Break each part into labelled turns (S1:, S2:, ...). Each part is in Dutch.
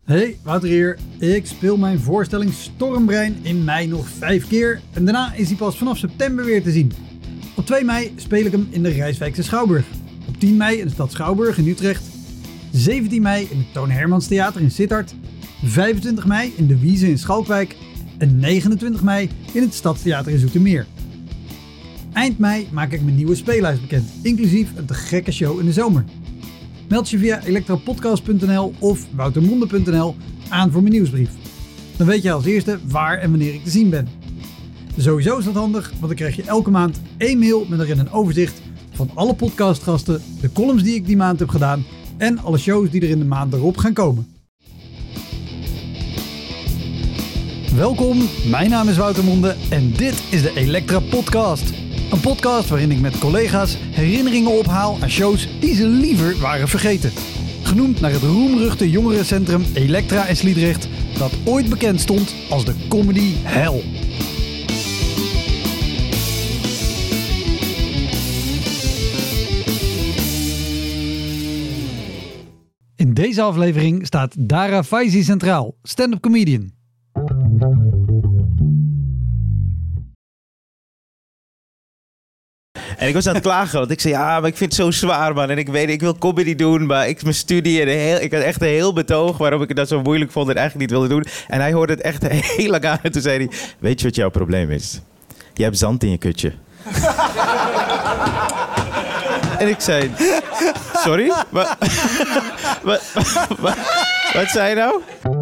S1: Hey, Wouter hier. Ik speel mijn voorstelling Stormbrein in mei nog 5 keer en daarna is hij pas vanaf september weer te zien. Op 2 mei speel ik hem in de Rijswijkse Schouwburg. Op 10 mei in de stad Schouwburg in Utrecht. 17 mei in het Toon Hermans Theater in Sittard. 25 mei in de Wieze in Schalkwijk. En 29 mei in het Stadstheater in Zoetermeer. Eind mei maak ik mijn nieuwe speellijst bekend, inclusief een te gekke show in de zomer. Meld je via elektrapodcast.nl of woutermonde.nl aan voor mijn nieuwsbrief. Dan weet je als eerste waar en wanneer ik te zien ben. Sowieso is dat handig, want dan krijg je elke maand 1 mail met erin een overzicht van alle podcastgasten, de columns die ik die maand heb gedaan en alle shows die er in de maand erop gaan komen. Welkom, mijn naam is Wouter Monde en dit is de Elektra Podcast. Een podcast waarin ik met collega's herinneringen ophaal aan shows die ze liever waren vergeten. Genoemd naar het roemruchte jongerencentrum Elektra in Sliedrecht, dat ooit bekend stond als de comedy hell. In deze aflevering staat Dara Faizi centraal, stand-up comedian.
S2: En ik was aan het klagen, want ik zei, ja, maar ik vind het zo zwaar, man. En ik wil comedy doen, maar mijn studie en ik had echt een heel betoog waarom ik het dat zo moeilijk vond en eigenlijk niet wilde doen. En hij hoorde het echt heel lang aan en toen zei hij, weet je wat jouw probleem is? Je hebt zand in je kutje. En ik zei, sorry? Wat zei je nou?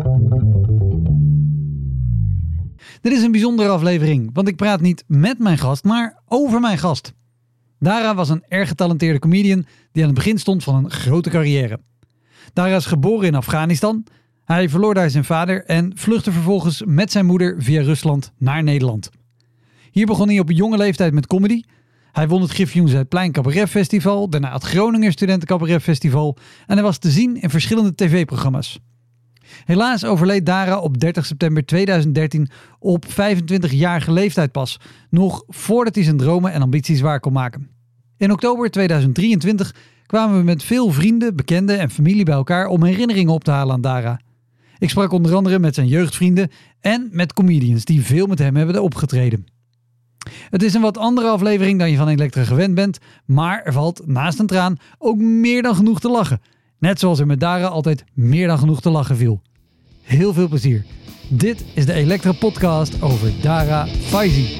S1: Dit is een bijzondere aflevering, want ik praat niet met mijn gast, maar over mijn gast. Dara was een erg getalenteerde comedian die aan het begin stond van een grote carrière. Dara is geboren in Afghanistan. Hij verloor daar zijn vader en vluchtte vervolgens met zijn moeder via Rusland naar Nederland. Hier begon hij op jonge leeftijd met comedy. Hij won het Griffioensheidplein Cabaret Festival, daarna het Groninger Studenten Cabaret Festival en hij was te zien in verschillende tv-programma's. Helaas overleed Dara op 30 september 2013 op 25-jarige leeftijd pas, nog voordat hij zijn dromen en ambities waar kon maken. In oktober 2023 kwamen we met veel vrienden, bekenden en familie bij elkaar om herinneringen op te halen aan Dara. Ik sprak onder andere met zijn jeugdvrienden en met comedians die veel met hem hebben opgetreden. Het is een wat andere aflevering dan je van Elektra gewend bent, maar er valt naast een traan ook meer dan genoeg te lachen. Net zoals er met Dara altijd meer dan genoeg te lachen viel. Heel veel plezier. Dit is de Elektra Podcast over Dara Faizi.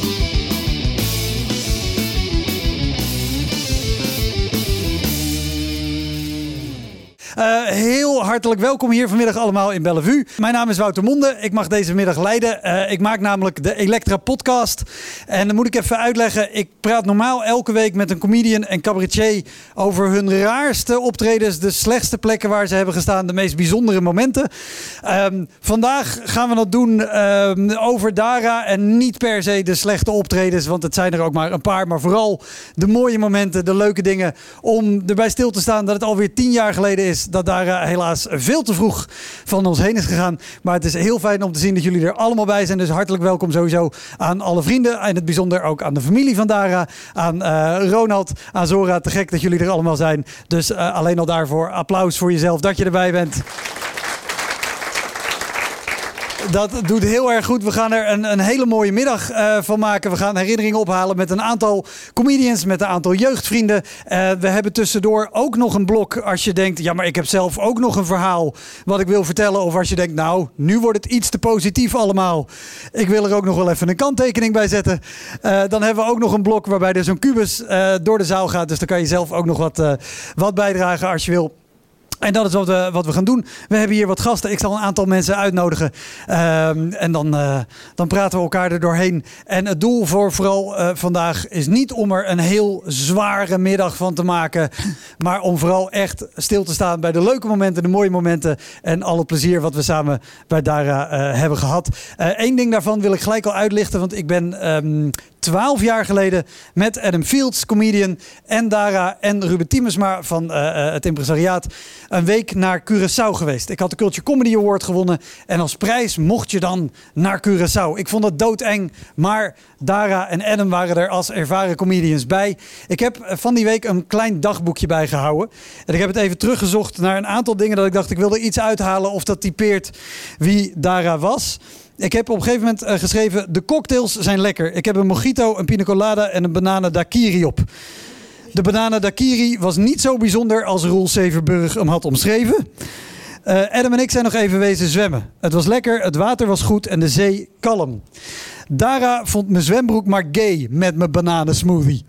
S1: Heel hartelijk welkom hier vanmiddag allemaal in Bellevue. Mijn naam is Wouter Monde. Ik mag deze middag leiden. Ik maak namelijk de Elektra Podcast. En dan moet ik even uitleggen. Ik praat normaal elke week met een comedian en cabaretier over hun raarste optredens, de slechtste plekken waar ze hebben gestaan, de meest bijzondere momenten. Vandaag gaan we dat doen over Dara en niet per se de slechte optredens, want het zijn er ook maar een paar, maar vooral de mooie momenten, de leuke dingen, om erbij stil te staan dat het alweer 10 jaar geleden is dat Dara helaas veel te vroeg van ons heen is gegaan. Maar het is heel fijn om te zien dat jullie er allemaal bij zijn. Dus hartelijk welkom sowieso aan alle vrienden. En in het bijzonder ook aan de familie van Dara. Aan Ronald, aan Zora. Te gek dat jullie er allemaal zijn. Dus alleen al daarvoor applaus voor jezelf dat je erbij bent. Dat doet heel erg goed. We gaan er een hele mooie middag van maken. We gaan herinneringen ophalen met een aantal comedians, met een aantal jeugdvrienden. We hebben tussendoor ook nog een blok als je denkt, ja, maar ik heb zelf ook nog een verhaal wat ik wil vertellen. Of als je denkt, nou, nu wordt het iets te positief allemaal. Ik wil er ook nog wel even een kanttekening bij zetten. Dan hebben we ook nog een blok waarbij er zo'n kubus door de zaal gaat. Dus dan kan je zelf ook nog wat bijdragen als je wil. En dat is wat we gaan doen. We hebben hier wat gasten. Ik zal een aantal mensen uitnodigen. En dan praten we elkaar er doorheen. En het doel voor vooral vandaag is niet om er een heel zware middag van te maken. Maar om vooral echt stil te staan bij de leuke momenten, de mooie momenten. En al het plezier wat we samen bij Dara hebben gehad. Eén ding daarvan wil ik gelijk al uitlichten. Want ik ben 12 jaar geleden met Adam Fields, comedian, en Dara en Ruben Tiemensma van het impresariaat een week naar Curaçao geweest. Ik had de Culture Comedy Award gewonnen. En als prijs mocht je dan naar Curaçao. Ik vond dat doodeng. Maar Dara en Adam waren er als ervaren comedians bij. Ik heb van die week een klein dagboekje bijgehouden. En ik heb het even teruggezocht naar een aantal dingen dat ik dacht, ik wilde iets uithalen of dat typeert wie Dara was. Ik heb op een gegeven moment geschreven, de cocktails zijn lekker. Ik heb een mojito, een pina colada en een banana daiquiri op. De banana daiquiri was niet zo bijzonder als Roel Severburg hem had omschreven. Adam en ik zijn nog even wezen zwemmen. Het was lekker, het water was goed en de zee kalm. Dara vond mijn zwembroek maar gay met mijn bananensmoothie.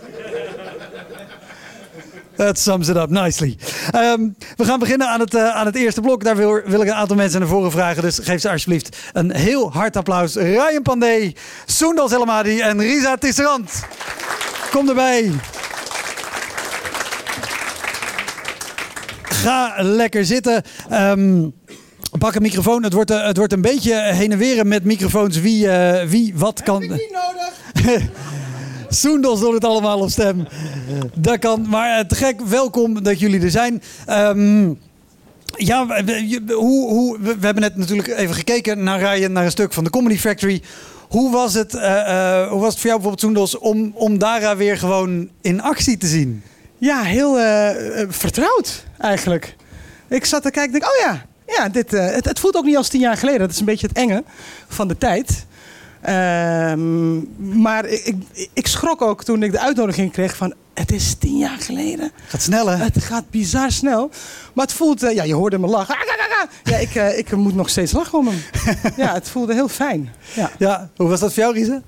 S1: That sums it up nicely. We gaan beginnen aan het eerste blok. Daar wil ik een aantal mensen naar voren vragen. Dus geef ze alsjeblieft een heel hard applaus. Ryan Pandey, Soendal Zelamadi en Risa Tisserand. Kom erbij. Ga lekker zitten. Pak een microfoon. Het wordt een beetje heen en weer met microfoons. Wie wat kan... Heb ik niet nodig. Soendels doet het allemaal op stem. Dat kan. Maar te gek, welkom dat jullie er zijn. We hebben net natuurlijk even gekeken naar Ryan, naar een stuk van de Comedy Factory. Hoe was het voor jou bijvoorbeeld, Soendels, om Dara weer gewoon in actie te zien?
S3: Ja, heel vertrouwd eigenlijk. Ik zat te kijken en denk, het voelt ook niet als 10 jaar geleden. Dat is een beetje het enge van de tijd. Maar ik schrok ook toen ik de uitnodiging kreeg van, het is 10 jaar geleden.
S1: Gaat snel, hè?
S3: Het gaat bizar snel. Maar het voelt, je hoorde me lachen. Ja, ik moet nog steeds lachen om hem. Ja, het voelde heel fijn.
S1: Ja, hoe was dat voor jou, Risa?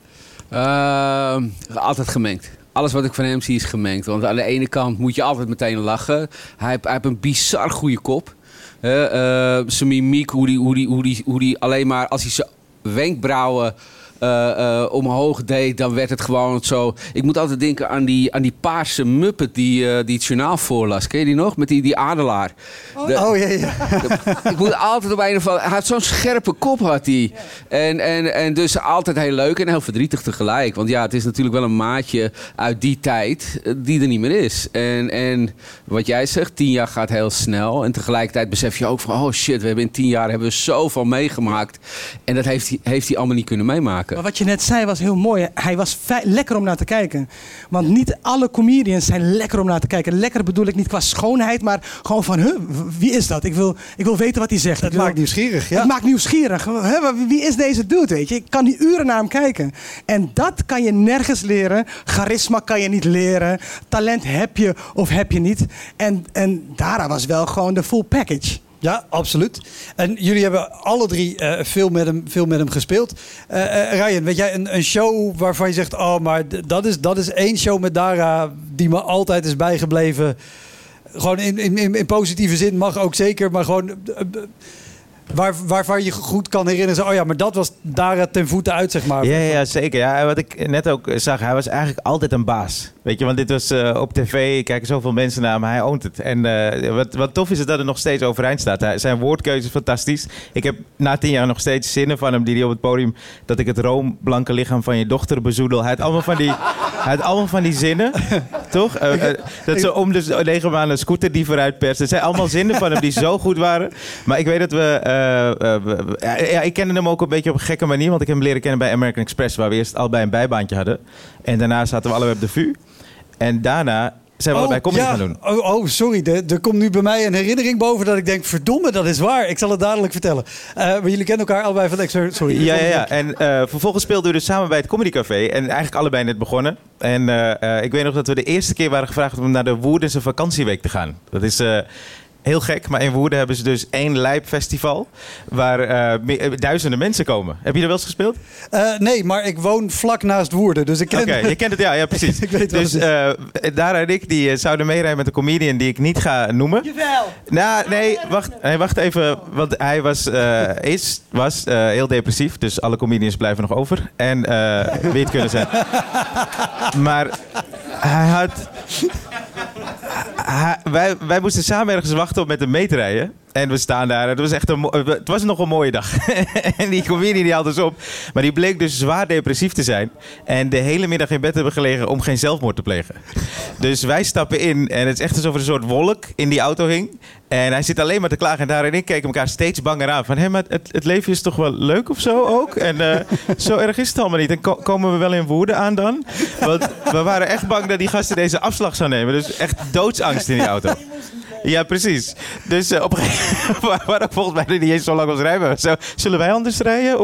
S4: Altijd gemengd. Alles wat ik van hem zie is gemengd. Want aan de ene kant moet je altijd meteen lachen. Hij heeft een bizar goede kop. Zijn mimiek, hoe die alleen maar als hij zijn wenkbrauwen omhoog deed, dan werd het gewoon zo. Ik moet altijd denken aan die paarse muppet die het journaal voorlas. Ken je die nog? Met die adelaar.
S1: Ja.
S4: Ik moet altijd op een of andere... Hij had zo'n scherpe kop, had hij. En dus altijd heel leuk en heel verdrietig tegelijk. Want ja, het is natuurlijk wel een maatje uit die tijd die er niet meer is. En wat jij zegt, 10 jaar gaat heel snel. En tegelijkertijd besef je ook van, oh shit, we hebben in 10 jaar hebben we zoveel meegemaakt. En dat heeft hij allemaal niet kunnen meemaken.
S3: Maar wat je net zei was heel mooi. Hij was lekker om naar te kijken. Want niet alle comedians zijn lekker om naar te kijken. Lekker bedoel ik niet qua schoonheid, maar gewoon van, wie is dat? Ik wil weten wat hij zegt.
S1: Het maakt nieuwsgierig, ja.
S3: Het maakt nieuwsgierig. Wie is deze dude, weet je? Ik kan die uren naar hem kijken. En dat kan je nergens leren. Charisma kan je niet leren. Talent heb je of heb je niet. En Dara was wel gewoon de full package.
S1: Ja, absoluut. En jullie hebben alle 3 veel met hem gespeeld. Ryan, weet jij een show waarvan je zegt, oh, maar dat is 1 show met Dara die me altijd is bijgebleven. Gewoon in positieve zin mag ook zeker, maar gewoon waarvan je goed kan herinneren. Oh ja, maar dat was Dara ten voeten uit, zeg maar.
S2: Ja, zeker. Ja, wat ik net ook zag, hij was eigenlijk altijd een baas. Weet je, want dit was op tv, kijken zoveel mensen naar hem, hij oont het. En wat tof is het dat het nog steeds overeind staat. Zijn woordkeuze is fantastisch. Ik heb na 10 jaar nog steeds zinnen van hem die hij op het podium, dat ik het roomblanke lichaam van je dochter bezoedel. Hij had allemaal van die zinnen, toch? Dat ze om de 9 maanden een scooter die vooruit perst. Het zijn allemaal zinnen van hem die zo goed waren. Maar ik weet dat we... ik kende hem ook een beetje op een gekke manier, want ik heb hem leren kennen bij American Express, waar we eerst allebei een bijbaantje hadden. En daarna zaten we allebei op de VU. En daarna zijn we allebei comedy gaan doen.
S1: Oh, sorry. Er komt nu bij mij een herinnering boven dat ik denk, verdomme, dat is waar. Ik zal het dadelijk vertellen. Maar jullie kennen elkaar allebei van Express. Sorry.
S2: Ja. En vervolgens speelden we dus samen bij het Comedy Café. En eigenlijk allebei net begonnen. En ik weet nog dat we de eerste keer waren gevraagd om naar de Woerdense vakantieweek te gaan. Dat is... heel gek, maar in Woerden hebben ze dus 1 lijpfestival waar duizenden mensen komen. Heb je er wel eens gespeeld?
S1: Nee, maar ik woon vlak naast Woerden, dus ik ken...
S2: Oké, je kent het, ja precies.
S1: Ik weet
S2: dus Dara en ik die zouden meerijden met een comedian die ik niet ga noemen.
S3: Jawel!
S2: Nou, nee, wacht even, want hij was heel depressief, dus alle comedians blijven nog over. En wie het kunnen zijn. Maar hij had... Wij moesten samen ergens wachten om met hem mee te rijden. En we staan daar. Het was echt het was nog een mooie dag. En die comedian die haalt dus op. Maar die bleek dus zwaar depressief te zijn. En de hele middag in bed hebben gelegen om geen zelfmoord te plegen. Dus wij stappen in. En het is echt alsof er een soort wolk in die auto hing. En hij zit alleen maar te klagen. En daar en ik keken elkaar steeds banger aan. Van, maar het leven is toch wel leuk of zo ook? En zo erg is het allemaal niet. En komen we wel in woede aan dan? Want we waren echt bang dat die gasten deze afslag zou nemen. Dus echt doodsangst in die auto. Ja, precies. Dus op een gegeven moment waren ook volgens mij niet eens zo lang als rijden. Zo, zullen wij anders rijden?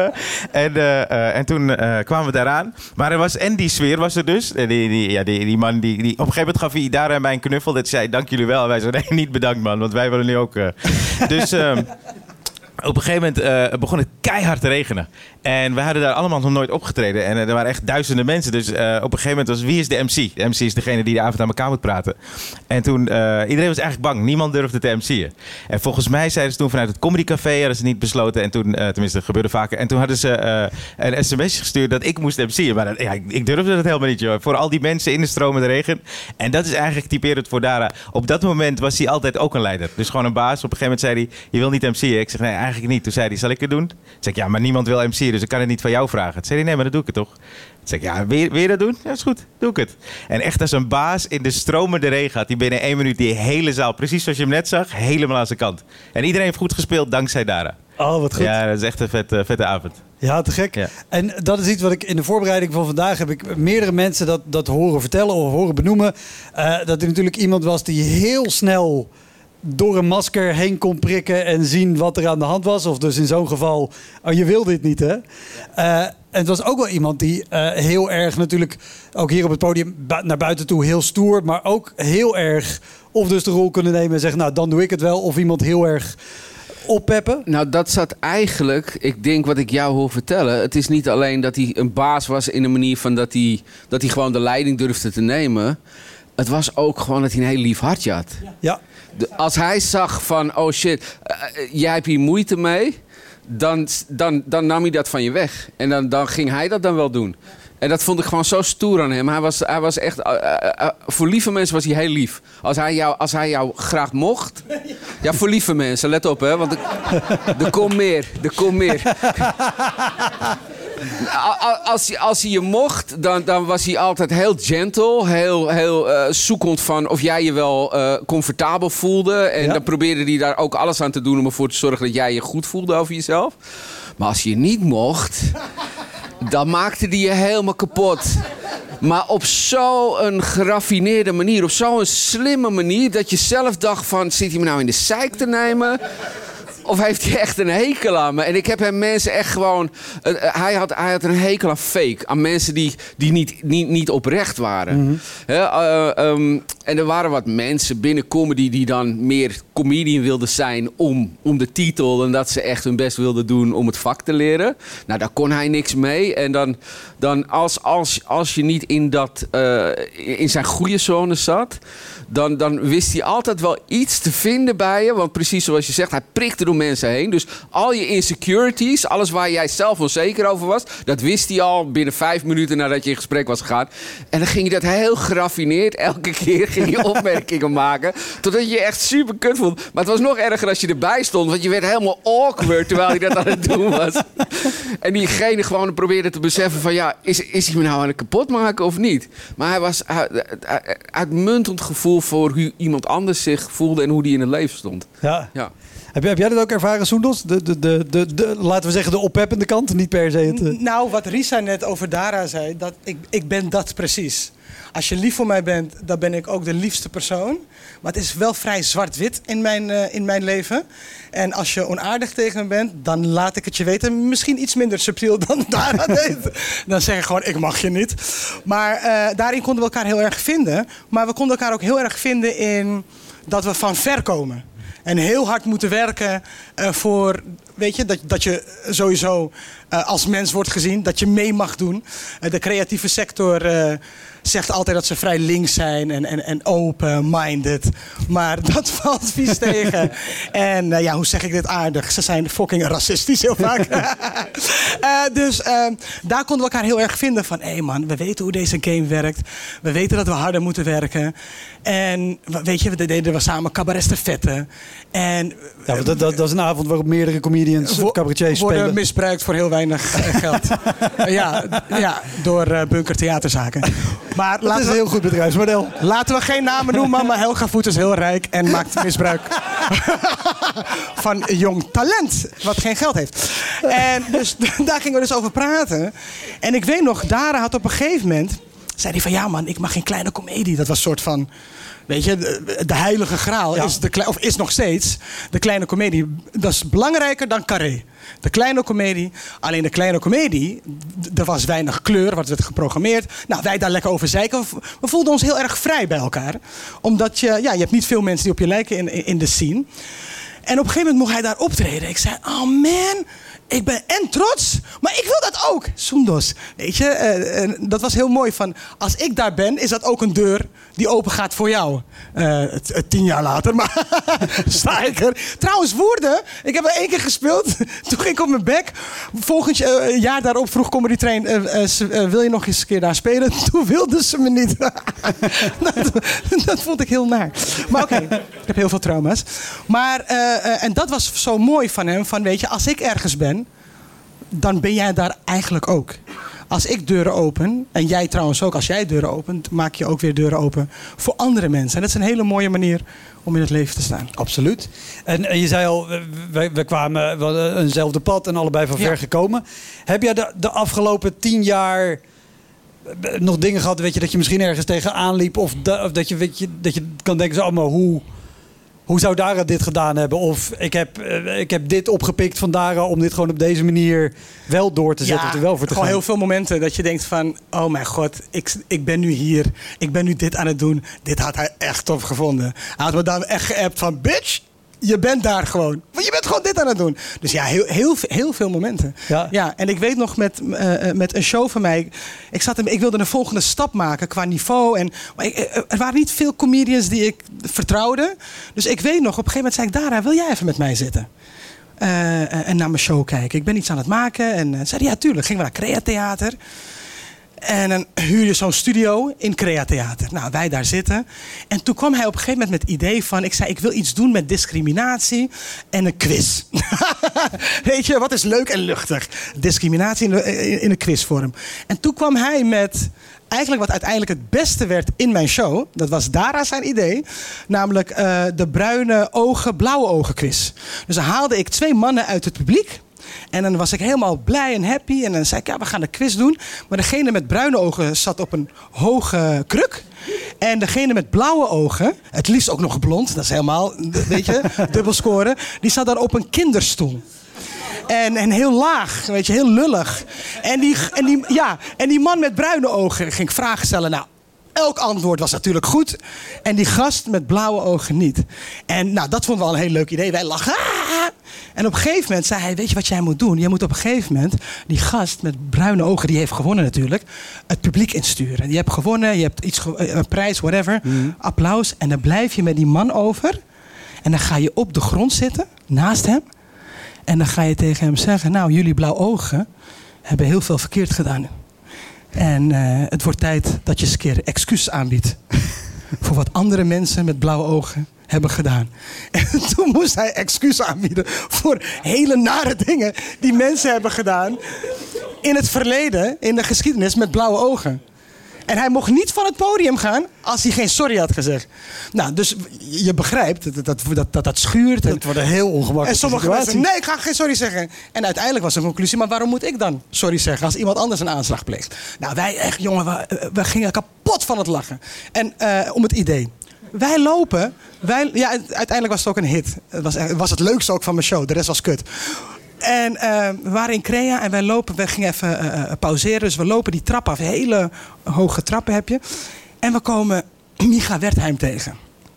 S2: En toen kwamen we daaraan. Maar er was die sfeer was er dus. Die man, die op een gegeven moment gaf hij daar mij een knuffel. Dat zei, dank jullie wel. En wij zeiden, nee, niet bedankt man, want wij willen nu ook. Dus op een gegeven moment begon het keihard te regenen. En we hadden daar allemaal nog nooit opgetreden. En er waren echt duizenden mensen. Dus op een gegeven moment was, wie is de MC? De MC is degene die de avond aan elkaar moet praten. En toen, iedereen was eigenlijk bang. Niemand durfde te MC'en. En volgens mij zeiden ze toen vanuit het comedycafé, hadden ze niet besloten. En toen, tenminste, dat gebeurde vaker. En toen hadden ze een sms'je gestuurd dat ik moest MC'en. Maar ik durfde dat helemaal niet, joh. Voor al die mensen in de stromende regen. En dat is eigenlijk typerend voor Dara. Op dat moment was hij altijd ook een leider. Dus gewoon een baas. Op een gegeven moment zei hij, je wil niet MC'en? Ik zeg, nee, eigenlijk niet. Toen zei hij, zal ik het doen? Toen zei ik, ja, maar niemand wil MC'en. Dus ik kan het niet van jou vragen. Toen zei hij, nee, maar dan doe ik het toch. Toen zei ik, ja, wil je dat doen? Ja, is goed, doe ik het. En echt als een baas in de stromende regen had hij binnen 1 minuut die hele zaal, precies zoals je hem net zag, helemaal aan zijn kant. En iedereen heeft goed gespeeld dankzij Dara.
S1: Oh, wat goed.
S2: Ja, dat is echt een vette avond.
S1: Ja, te gek. Ja. En dat is iets wat ik in de voorbereiding van vandaag heb ik meerdere mensen dat horen vertellen of horen benoemen. Dat er natuurlijk iemand was die heel snel door een masker heen kon prikken en zien wat er aan de hand was. Of dus in zo'n geval, oh, je wil dit niet, hè? En het was ook wel iemand die heel erg natuurlijk, ook hier op het podium naar buiten toe heel stoer, maar ook heel erg of dus de rol kunnen nemen en zeggen, nou, dan doe ik het wel. Of iemand heel erg oppeppen.
S4: Nou, dat zat eigenlijk, ik denk wat ik jou hoor vertellen. Het is niet alleen dat hij een baas was in de manier van dat hij gewoon de leiding durfde te nemen. Het was ook gewoon dat hij een heel lief hartje had.
S1: Ja.
S4: Als hij zag van, oh shit, jij hebt hier moeite mee, dan nam hij dat van je weg. En dan ging hij dat dan wel doen. En dat vond ik gewoon zo stoer aan hem. Hij was echt, voor lieve mensen was hij heel lief. Als hij jou graag mocht. Ja, voor lieve mensen, let op hè, want er komt meer. Als hij je mocht, dan was hij altijd heel gentle. Heel zoekend van of jij je wel comfortabel voelde. En dan probeerde hij daar ook alles aan te doen om ervoor te zorgen dat jij je goed voelde over jezelf. Maar als je niet mocht, dan maakte hij je helemaal kapot. Maar op zo'n geraffineerde manier, op zo'n slimme manier, dat je zelf dacht van, zit hij me nou in de zeik te nemen? Of heeft hij echt een hekel aan me? En ik heb hem mensen echt gewoon... Hij had een hekel aan fake. Aan mensen die niet oprecht waren. Mm-hmm. En er waren wat mensen binnen comedy die dan meer comedian wilden zijn om de titel. En dat ze echt hun best wilden doen om het vak te leren. Nou, daar kon hij niks mee. En dan als je niet in zijn goede zone zat, dan wist hij altijd wel iets te vinden bij je. Want precies zoals je zegt, hij prikte door mensen heen. Dus al je insecurities, alles waar jij zelf onzeker over was, dat wist hij al binnen 5 minuten nadat je in gesprek was gegaan. En dan ging hij dat heel geraffineerd, elke keer ging je opmerkingen maken, totdat je je echt super kut vond. Maar het was nog erger als je erbij stond, want je werd helemaal awkward terwijl hij dat aan het doen was. En diegene gewoon probeerde te beseffen van, ja, is hij me nou aan het kapot maken of niet? Maar hij was uitmuntend gevoel voor hoe iemand anders zich voelde en hoe die in het leven stond.
S1: Ja. Heb jij dat ook ervaren, Soendos? Laten we zeggen de oppeppende kant, niet per se het...
S3: Nou, wat Risa net over Dara zei, dat ik ben dat precies. Als je lief voor mij bent, dan ben ik ook de liefste persoon. Maar het is wel vrij zwart-wit in mijn leven. En als je onaardig tegen me bent, dan laat ik het je weten. Misschien iets minder subtiel dan Dara deed. Dan zeg ik gewoon, ik mag je niet. Maar daarin konden we elkaar heel erg vinden. Maar we konden elkaar ook heel erg vinden in dat we van ver komen. En heel hard moeten werken voor, weet je, dat je sowieso als mens wordt gezien. Dat je mee mag doen. De creatieve sector zegt altijd dat ze vrij links zijn en open-minded. Maar dat valt vies tegen. En hoe zeg ik dit aardig? Ze zijn fucking racistisch heel vaak. Dus daar konden we elkaar heel erg vinden van... hé man, we weten hoe deze game werkt. We weten dat we harder moeten werken. En weet je, we deden samen cabaret de vette. En
S1: dat is een avond waarop meerdere comedians cabaretiers spelen.
S3: Worden misbruikt voor heel weinig geld. Door Bunker Theaterzaken. Maar
S1: dat is een heel goed bedrijfsmodel.
S3: Laten we geen namen noemen, maar Helga Voet is heel rijk en maakt misbruik van jong talent wat geen geld heeft. En dus daar gingen we dus over praten. En ik weet nog, Dara had op een gegeven moment... zei hij van, ja man, ik mag geen kleine komedie. Dat was een soort van... Weet je, de heilige graal is nog steeds de kleine komedie. Dat is belangrijker dan Carré. De kleine komedie. Alleen de kleine komedie, er was weinig kleur, wat werd geprogrammeerd. Nou, wij daar lekker over zeiken. We voelden ons heel erg vrij bij elkaar. Omdat je hebt niet veel mensen die op je lijken in de scene. En op een gegeven moment mocht hij daar optreden. Ik zei, oh man... Ik ben trots, maar ik wil dat ook. Soendos, weet je. Dat was heel mooi van... Als ik daar ben, is dat ook een deur die open gaat voor jou. 10 jaar later, maar sta ik er. Trouwens, Woerden, ik heb er 1 keer gespeeld. Toen ging ik op mijn bek. Volgend jaar daarop vroeg Comedy Train... wil je nog eens een keer daar spelen? Toen wilden ze me niet. Dat vond ik heel naar. Maar oké, ik heb heel veel trauma's. Maar, en dat was zo mooi van hem. Van, weet je, als ik ergens ben... dan ben jij daar eigenlijk ook. Als ik deuren open, en jij trouwens ook, als jij deuren opent... maak je ook weer deuren open voor andere mensen. En dat is een hele mooie manier om in het leven te staan.
S1: Absoluut. En je zei al, we kwamen eenzelfde pad en allebei van ver gekomen. Heb jij de afgelopen 10 jaar... nog dingen gehad, weet je, dat je misschien ergens tegenaan liep... of dat je kan denken, zo, maar hoe zou Dara dit gedaan hebben? Of ik heb dit opgepikt van Dara om dit gewoon op deze manier wel door te zetten. Of er wel voor te gaan.
S3: Gewoon heel veel momenten dat je denkt van... oh mijn god, ik ben nu hier. Ik ben nu dit aan het doen. Dit had hij echt tof gevonden. Hij had me dan echt geappt van... bitch, je bent daar gewoon. Want je bent gewoon dit aan het doen. Dus ja, heel veel momenten. Ja, en ik weet nog met een show van mij... Ik wilde een volgende stap maken qua niveau. Er waren niet veel comedians die ik vertrouwde. Dus ik weet nog, op een gegeven moment zei ik... Dara, wil jij even met mij zitten? En naar mijn show kijken. Ik ben iets aan het maken. En zei hij, ja, tuurlijk. Gingen we naar Crea Theater. En dan huur je zo'n studio in Crea Theater. Nou, wij daar zitten. En toen kwam hij op een gegeven moment met het idee van... Ik zei, ik wil iets doen met discriminatie en een quiz. Weet je, wat is leuk en luchtig? Discriminatie in een quizvorm. En toen kwam hij met... eigenlijk wat uiteindelijk het beste werd in mijn show. Dat was Dara zijn idee. Namelijk de bruine ogen, blauwe ogen quiz. Dus dan haalde ik 2 mannen uit het publiek... En dan was ik helemaal blij en happy. En dan zei ik, ja, we gaan de quiz doen. Maar degene met bruine ogen zat op een hoge kruk. En degene met blauwe ogen, het liefst ook nog blond. Dat is helemaal, weet je, dubbel scoren. Die zat daar op een kinderstoel. En heel laag, weet je, heel lullig. En die man met bruine ogen ging vragen stellen. Nou, elk antwoord was natuurlijk goed. En die gast met blauwe ogen niet. En nou, dat vonden we al een heel leuk idee. Wij lachen. En op een gegeven moment zei hij, weet je wat jij moet doen? Jij moet op een gegeven moment, die gast met bruine ogen, die heeft gewonnen natuurlijk, het publiek insturen. Je hebt gewonnen, je hebt een prijs, whatever. Applaus. En dan blijf je met die man over. En dan ga je op de grond zitten, naast hem. En dan ga je tegen hem zeggen, nou, jullie blauwe ogen hebben heel veel verkeerd gedaan. En het wordt tijd dat je eens een keer excuus aanbiedt. Voor wat andere mensen met blauwe ogen hebben gedaan. En toen moest hij excuus aanbieden voor hele nare dingen die mensen hebben gedaan in het verleden, in de geschiedenis met blauwe ogen. En hij mocht niet van het podium gaan als hij geen sorry had gezegd. Nou, dus je begrijpt dat schuurt.
S1: Het wordt een heel ongemakkelijke
S3: en sommige
S1: situatie.
S3: mensen, nee, ik ga geen sorry zeggen. En uiteindelijk was de conclusie, maar waarom moet ik dan sorry zeggen als iemand anders een aanslag pleegt? Nou, wij echt, jongen, we gingen kapot van het lachen. En om het idee. Wij lopen. Uiteindelijk was het ook een hit. Het was het leukste ook van mijn show. De rest was kut. En we waren in Crea en wij lopen. We gingen even pauzeren. Dus we lopen die trap af. Hele hoge trappen heb je. En we komen Micha Wertheim tegen.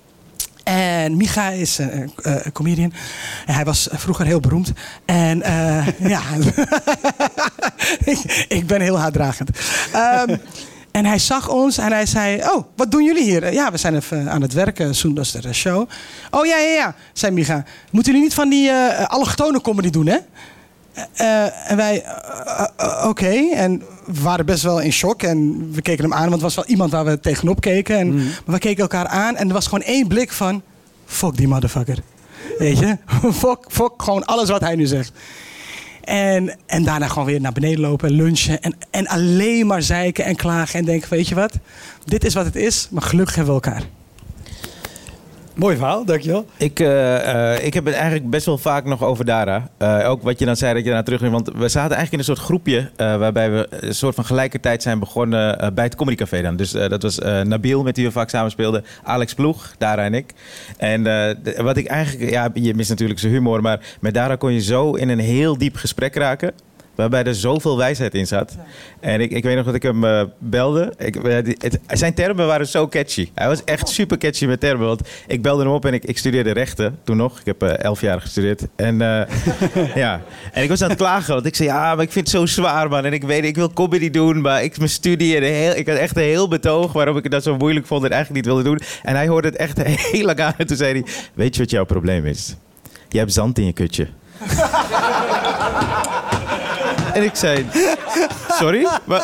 S3: En Micha is een comedian. En hij was vroeger heel beroemd. En ja, ik ben heel haatdragend. En hij zag ons en hij zei... Oh, wat doen jullie hier? Ja, we zijn even aan het werken. Soendaster show. Oh, ja, zei Micha. Moeten jullie niet van die allochtone comedy doen, hè? En wij... Oké. En we waren best wel in shock. En we keken hem aan, want het was wel iemand waar we tegenop keken. Maar we keken elkaar aan en er was gewoon één blik van... Fuck die motherfucker. Weet je? Fuck gewoon alles wat hij nu zegt. En daarna gewoon weer naar beneden lopen en lunchen. En alleen maar zeiken en klagen en denken, weet je wat? Dit is wat het is, maar gelukkig hebben we elkaar.
S1: Mooi verhaal, dankjewel.
S2: Ik heb het eigenlijk best wel vaak nog over Dara. Ook wat je dan zei dat je daarna terugging. Want we zaten eigenlijk in een soort groepje... waarbij we een soort van gelijkertijd zijn begonnen bij het Comedy Café dan. Dus dat was Nabil, met wie we vaak samen speelden. Alex Ploeg, Dara en ik. En wat ik eigenlijk... Ja, je mist natuurlijk zijn humor. Maar met Dara kon je zo in een heel diep gesprek raken... waarbij er zoveel wijsheid in zat. En ik weet nog dat ik hem belde. Zijn termen waren zo catchy. Hij was echt super catchy met termen. Want ik belde hem op en ik studeerde rechten toen nog. Ik heb 11 jaar gestudeerd. En ja. En ik was aan het klagen. Want ik zei, ja, maar ik vind het zo zwaar, man. En ik wil comedy doen. Maar mijn studie... ik had echt een heel betoog waarom ik dat zo moeilijk vond en eigenlijk niet wilde doen. En hij hoorde het echt heel lang aan. En toen zei hij, weet je wat jouw probleem is? Je hebt zand in je kutje. En ik zei, sorry?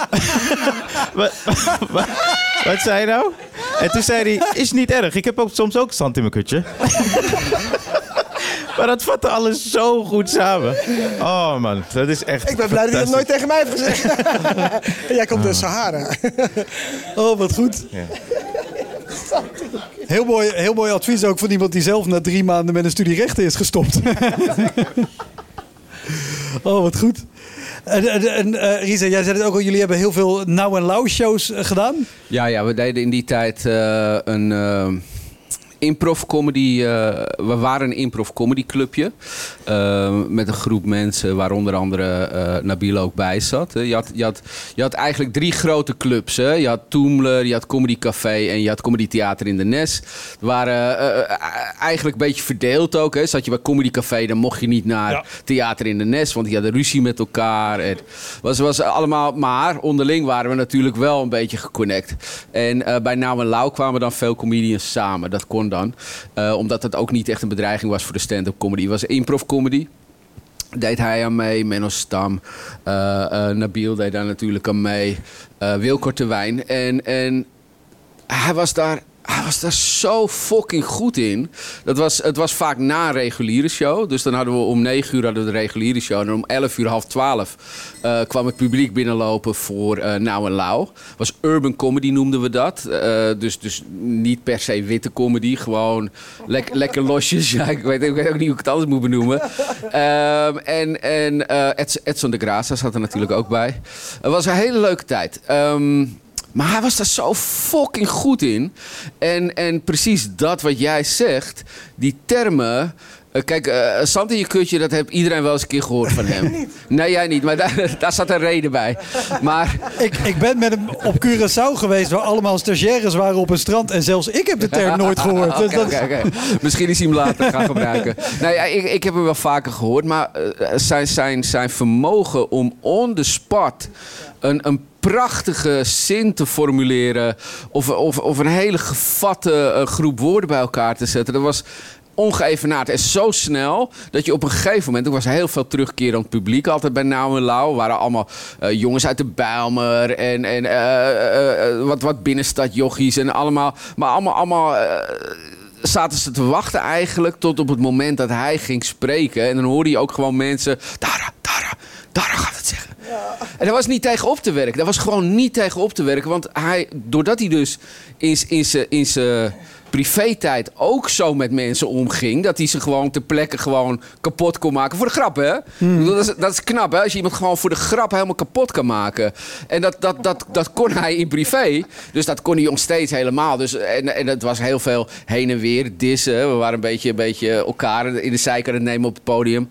S2: Wat zei je nou? En toen zei hij, is niet erg. Ik heb soms ook zand in mijn kutje. Maar dat vatte alles zo goed samen. Oh man, dat is echt...
S3: Ik ben blij dat hij dat nooit tegen mij heeft gezegd. Jij komt uit Sahara.
S1: Oh, wat goed. Ja. Heel mooi advies ook van iemand die zelf na 3 maanden met een studie rechten is gestopt. Oh, wat goed. En Risa, jij zei het ook al, jullie hebben heel veel Now en Lau shows gedaan.
S4: Ja, we deden in die tijd een improv comedy. We waren een improv comedy clubje. Met een groep mensen waar onder andere Nabil ook bij zat. Je had eigenlijk 3 grote clubs. Hè? Je had Toemler, je had Comedy Café en je had Comedy Theater in de Nes. We waren eigenlijk een beetje verdeeld ook. Hè? Zat je bij Comedy Café, dan mocht je niet naar Theater in de Nes. Want die hadden ruzie met elkaar. Het was allemaal, maar onderling waren we natuurlijk wel een beetje geconnect. En bij Now en Lau kwamen dan veel comedians samen. Dat kon dan. Omdat het ook niet echt een bedreiging was voor de stand-up comedy. Het was improv comedy. Deed hij aan mee. Menno Stam. Nabil deed daar natuurlijk aan mee. Wilco Terwijn. En hij was daar zo fucking goed in. Het was vaak na een reguliere show. Dus dan hadden we om 9 uur de reguliere show. En om 11 uur, 11:30 kwam het publiek binnenlopen voor Now en Lau. Was urban comedy noemden we dat. Dus niet per se witte comedy. Gewoon lekker losjes. Ja, ik weet ook niet hoe ik het anders moet benoemen. Edson de Graça zat er natuurlijk ook bij. Het was een hele leuke tijd. Maar hij was daar zo fucking goed in. En precies dat wat jij zegt, die termen... Kijk, zand in je kutje, dat heeft iedereen wel eens een keer gehoord van hem. Nee, jij niet, maar daar zat een reden bij. Maar...
S1: Ik ben met hem op Curaçao geweest, waar allemaal stagiaires waren op een strand. En zelfs ik heb de term nooit gehoord.
S4: Okay. Misschien is hij hem later gaan gebruiken. Nou ja, ik heb hem wel vaker gehoord. Maar zijn vermogen om on the spot een prachtige zin te formuleren... of een hele gevatte groep woorden bij elkaar te zetten... dat was ongeëvenaard en zo snel dat je op een gegeven moment... er was heel veel terugkerend publiek altijd bij Now en Lau. Waren allemaal jongens uit de Bijlmer en wat binnenstadjochies en allemaal... Maar allemaal zaten ze te wachten eigenlijk tot op het moment dat hij ging spreken. En dan hoorde je ook gewoon mensen... Dara gaat het zeggen. Ja. En daar was niet tegen op te werken. Daar was gewoon niet tegen op te werken. Want doordat hij dus in zijn privé-tijd ook zo met mensen omging... dat hij ze gewoon ter plekke gewoon kapot kon maken. Voor de grap, hè? Dat is knap, hè? Als je iemand gewoon voor de grap helemaal kapot kan maken. En dat kon hij in privé. Dus dat kon hij nog steeds helemaal. Dus, en het was heel veel heen en weer, dissen. We waren een beetje elkaar in de zeik aan het nemen op het podium.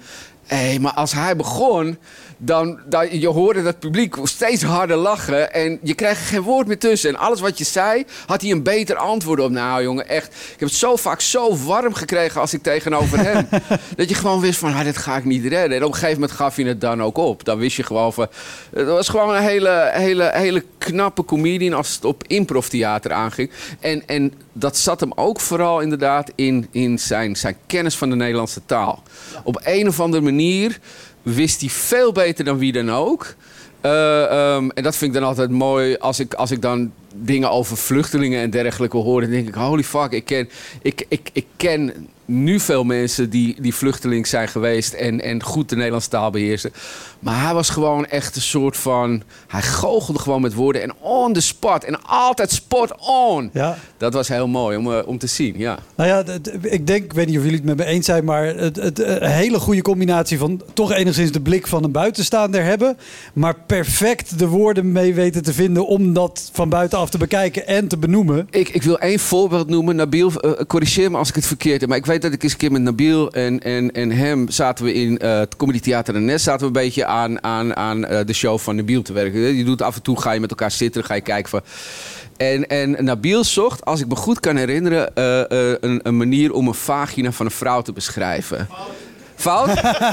S4: Maar als hij begon, dan je hoorde dat publiek steeds harder lachen. En je kreeg er geen woord meer tussen. En alles wat je zei, had hij een beter antwoord op. Nou jongen, echt. Ik heb het zo vaak zo warm gekregen als ik tegenover hem. Dat je gewoon wist van, dit ga ik niet redden. En op een gegeven moment gaf je het dan ook op. Dan wist je gewoon van... Het was gewoon een hele knappe comedian als het op improvtheater aanging. En dat zat hem ook vooral inderdaad in zijn kennis van de Nederlandse taal. Op een of andere manier wist hij veel beter dan wie dan ook. En dat vind ik dan altijd mooi als ik dan dingen over vluchtelingen en dergelijke hoor. Dan denk ik, holy fuck, ik ken nu veel mensen die vluchteling zijn geweest en goed de Nederlandse taal beheersen. Maar hij was gewoon echt een soort van... Hij goochelde gewoon met woorden en on the spot. En altijd spot on. Ja. Dat was heel mooi om te zien, ja.
S1: Nou ja, ik weet niet of jullie het met me eens zijn... maar het hele goede combinatie van toch enigszins de blik van een buitenstaander hebben... maar perfect de woorden mee weten te vinden om dat van buitenaf te bekijken en te benoemen.
S4: Ik wil één voorbeeld noemen. Nabil, corrigeer me als ik het verkeerd heb. Maar ik weet dat ik eens een keer met Nabil en hem zaten we in het Comedy Theater en Nest... zaten we een beetje aan de show van Nabil te werken. Je doet af en toe, ga je met elkaar zitten, dan ga je kijken van... En Nabil zocht, als ik me goed kan herinneren... een manier om een vagina van een vrouw te beschrijven. Fout?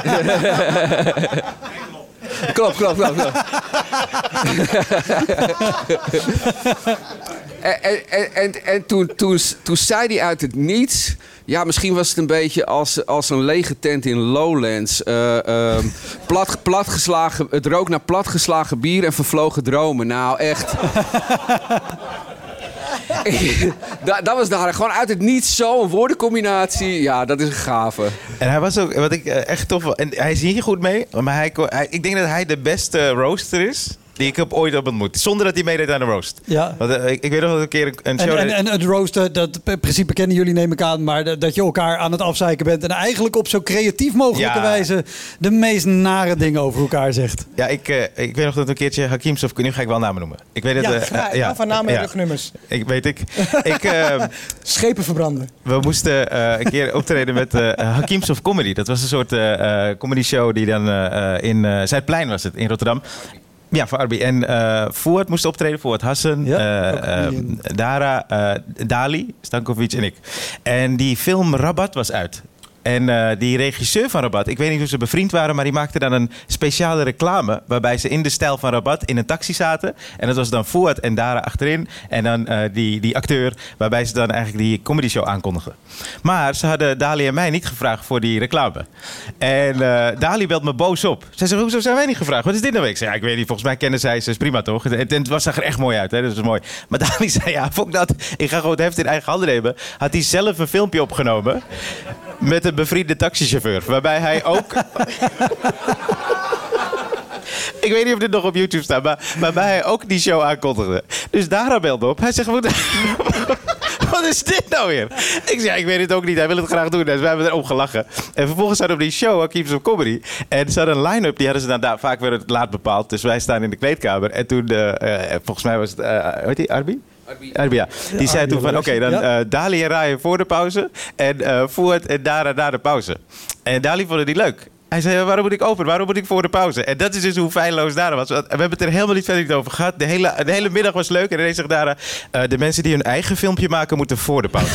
S4: Klopt. En toen zei hij uit het niets... Ja, misschien was het een beetje als een lege tent in Lowlands. Platgeslagen, het rook naar platgeslagen bier en vervlogen dromen. Nou, echt... dat was daar gewoon uit het niets zo een woordencombinatie. Ja, dat is een gave.
S2: En hij was ook, wat ik echt tof vond... En hij is hier goed mee, maar ik denk dat hij de beste roaster is... die ik heb ooit op ontmoet. Zonder dat hij meedeed aan een roast. Ja. Want, ik weet nog dat een keer een show...
S1: En het roosten, dat in principe kennen jullie, neem ik aan... maar dat je elkaar aan het afzeiken bent... en eigenlijk op zo creatief mogelijke wijze... de meest nare dingen over elkaar zegt.
S2: Ja, ik weet nog dat een keertje Hakims of... Nu ga ik wel namen noemen. Ik weet dat,
S3: van namen en rugnummers.
S2: Ik
S3: schepen verbranden.
S2: We moesten een keer optreden met Hakims of Comedy. Dat was een soort comedy show die dan in Zuidplein was het, in Rotterdam... Ja, voor Arbi. En Fouad moest optreden. Fouad Hassan, Dara, Dali, Stankovic en ik. En die film Rabat was uit. En die regisseur van Rabat, ik weet niet hoe ze bevriend waren... maar die maakte dan een speciale reclame... waarbij ze in de stijl van Rabat in een taxi zaten. En dat was dan Fouad en Dara achterin. En dan die acteur, waarbij ze dan eigenlijk die comedy show aankondigen. Maar ze hadden Dali en mij niet gevraagd voor die reclame. En Dali belt me boos op. Zij zegt, hoezo zijn wij niet gevraagd? Wat is dit nou? Ik zei, ik weet niet, volgens mij kennen zij ze, is prima toch? En het zag er echt mooi uit, hè? Dat is mooi. Maar Dali zei, fuck dat. Ik ga gewoon het heft in eigen handen nemen. Had hij zelf een filmpje opgenomen... met een bevriende taxichauffeur. Waarbij hij ook... Ik weet niet of dit nog op YouTube staat, maar waarbij hij ook die show aankondigde. Dus Dara belde op. Hij zegt, wat is dit nou weer? Ik zei, ik weet het ook niet. Hij wil het graag doen. Dus wij hebben erop gelachen. En vervolgens hadden we die show, Keeps of Comedy. En ze hadden een line-up, die hadden ze dan vaak weer het laat bepaald. Dus wij staan in de kleedkamer. En toen, volgens mij was het, weet je, Arbi? Arbia. Die zei toen van, oké, dan Dali en Ryan voor de pauze. En Fouad en Dara na de pauze. En Dali vond het niet leuk. Hij zei, waarom moet ik open? Waarom moet ik voor de pauze? En dat is dus hoe feilloos Dara was. We hebben het er helemaal niet verder over gehad. De hele middag was leuk. En ineens zegt Dara, de mensen die hun eigen filmpje maken... moeten voor de pauze.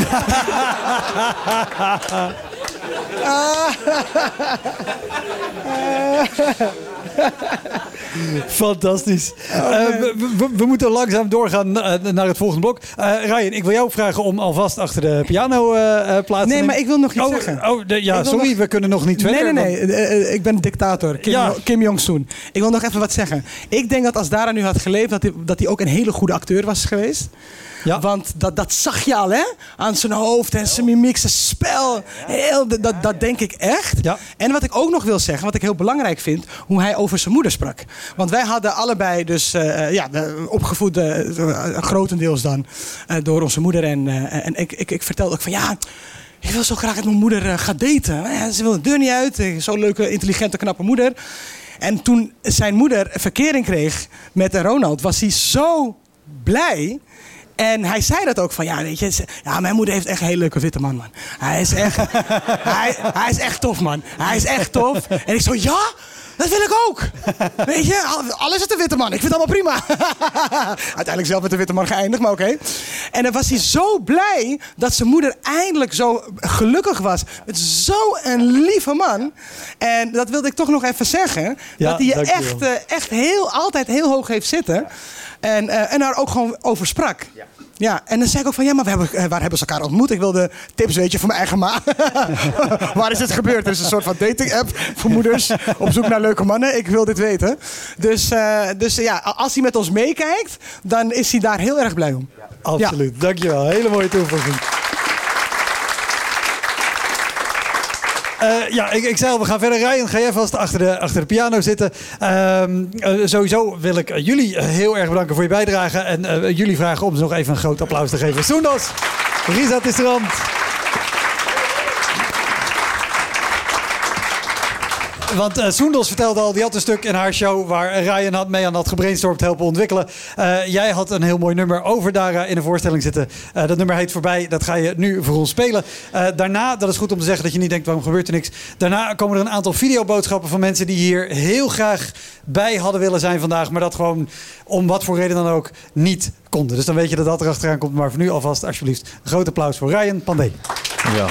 S1: Fantastisch. We moeten langzaam doorgaan naar het volgende blok. Ryan, ik wil jou vragen om alvast achter de piano plaats te nemen.
S3: Nee, maar ik wil nog iets zeggen.
S1: We kunnen nog niet verder.
S3: Nee. Ik ben dictator. Kim Jong-un. Ik wil nog even wat zeggen. Ik denk dat als Dara nu had geleefd, dat hij ook een hele goede acteur was geweest. Ja. Want dat zag je al, hè? Aan zijn hoofd en zijn mimiek, zijn spel. Dat denk ik echt. Ja. En wat ik ook nog wil zeggen, wat ik heel belangrijk vind... hoe hij over zijn moeder sprak. Want wij hadden allebei dus opgevoed, grotendeels dan... door onze moeder. En ik vertelde ook van ik wil zo graag dat mijn moeder gaat daten. Ze wil de deur niet uit. Zo'n leuke, intelligente, knappe moeder. En toen zijn moeder verkering kreeg met Ronald... was hij zo blij... En hij zei dat ook van, ja, weet je, ja, mijn moeder heeft echt een hele leuke witte man. Hij is echt, hij is echt tof, man. Hij is echt tof. En ik zo, ja, dat wil ik ook. Weet je, al is het een witte man. Ik vind het allemaal prima. Uiteindelijk zelf met de witte man geëindigd, maar oké. En dan was hij zo blij dat zijn moeder eindelijk zo gelukkig was. Met zo'n lieve man. En dat wilde ik toch nog even zeggen.
S1: Ja,
S3: dat hij je echt altijd heel hoog heeft zitten. En daar ook gewoon over sprak. Ja. Ja, en dan zei ik ook van, ja, maar waar hebben ze elkaar ontmoet? Ik wilde tips, weet je, voor mijn eigen ma. Waar is dit gebeurd? Er is een soort van dating app voor moeders op zoek naar leuke mannen. Ik wil dit weten. Dus ja, als hij met ons meekijkt, dan is hij daar heel erg blij om.
S1: Ja, absoluut, ja. Dankjewel. Hele mooie toevoeging. Ik zei al, we gaan verder. Ryan, ga jij vast achter de piano zitten. Sowieso wil ik jullie heel erg bedanken voor je bijdrage. En jullie vragen om ze nog even een groot applaus te geven. Soendos, Risa Tisserand. Want Soendos vertelde al, die had een stuk in haar show waar Ryan mee aan had gebrainstormd, helpen ontwikkelen. Jij had een heel mooi nummer over Dara in een voorstelling zitten. Dat nummer heet Voorbij, dat ga je nu voor ons spelen. Daarna, dat is goed om te zeggen dat je niet denkt, waarom gebeurt er niks? Daarna komen er een aantal videoboodschappen van mensen die hier heel graag bij hadden willen zijn vandaag, maar dat gewoon om wat voor reden dan ook niet konden. Dus dan weet je dat dat er achteraan komt. Maar voor nu alvast alsjeblieft een groot applaus voor Ryan Pandey.
S2: Ja.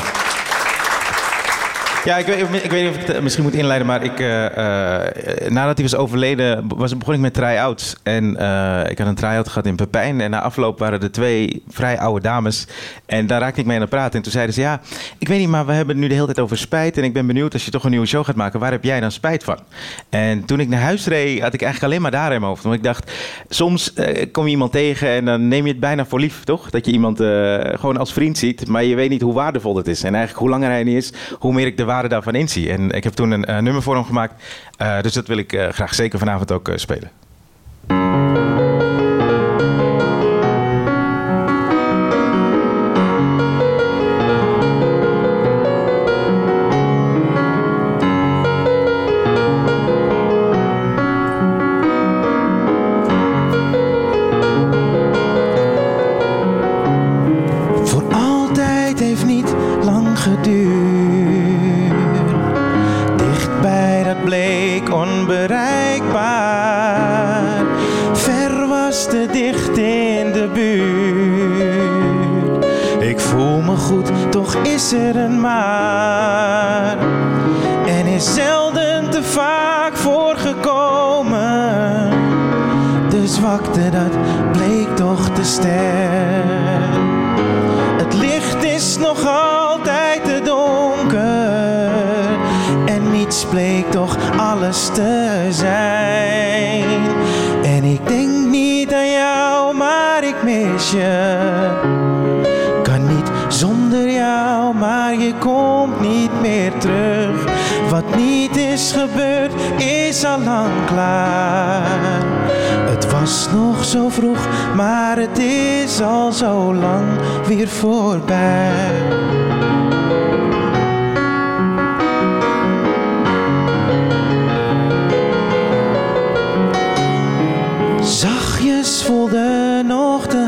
S2: Ja, ik weet niet of ik het misschien moet inleiden, maar nadat hij was overleden begon ik met try-outs. En ik had een try-out gehad in Pepijn en na afloop waren er 2 vrij oude dames. En daar raakte ik mee aan het praten. En toen zeiden ze, ja, ik weet niet, maar we hebben het nu de hele tijd over spijt. En ik ben benieuwd, als je toch een nieuwe show gaat maken, waar heb jij dan spijt van? En toen ik naar huis reed, had ik eigenlijk alleen maar daar in mijn hoofd. Want ik dacht, soms kom je iemand tegen en dan neem je het bijna voor lief, toch? Dat je iemand gewoon als vriend ziet, maar je weet niet hoe waardevol het is. En eigenlijk hoe langer hij niet is, hoe meer ik de waarde daarvan inzie. En ik heb toen een nummer voor hem gemaakt. Dus dat wil ik graag zeker vanavond ook spelen. Voor altijd heeft niet lang geduurd. Bleek onbereikbaar, ver was te dicht in de buurt. Ik voel me goed, toch is er een maar. En is zelden te vaak voorgekomen. De zwakte, dat bleek toch te sterk. Het licht is nog altijd te donker. Niets bleek toch alles te zijn. En ik denk niet aan jou, maar ik mis je. Kan niet zonder jou, maar je komt niet meer terug. Wat niet is gebeurd, is al lang klaar. Het was nog zo vroeg, maar het is al zo lang weer voorbij. Zachtjes voelde nog de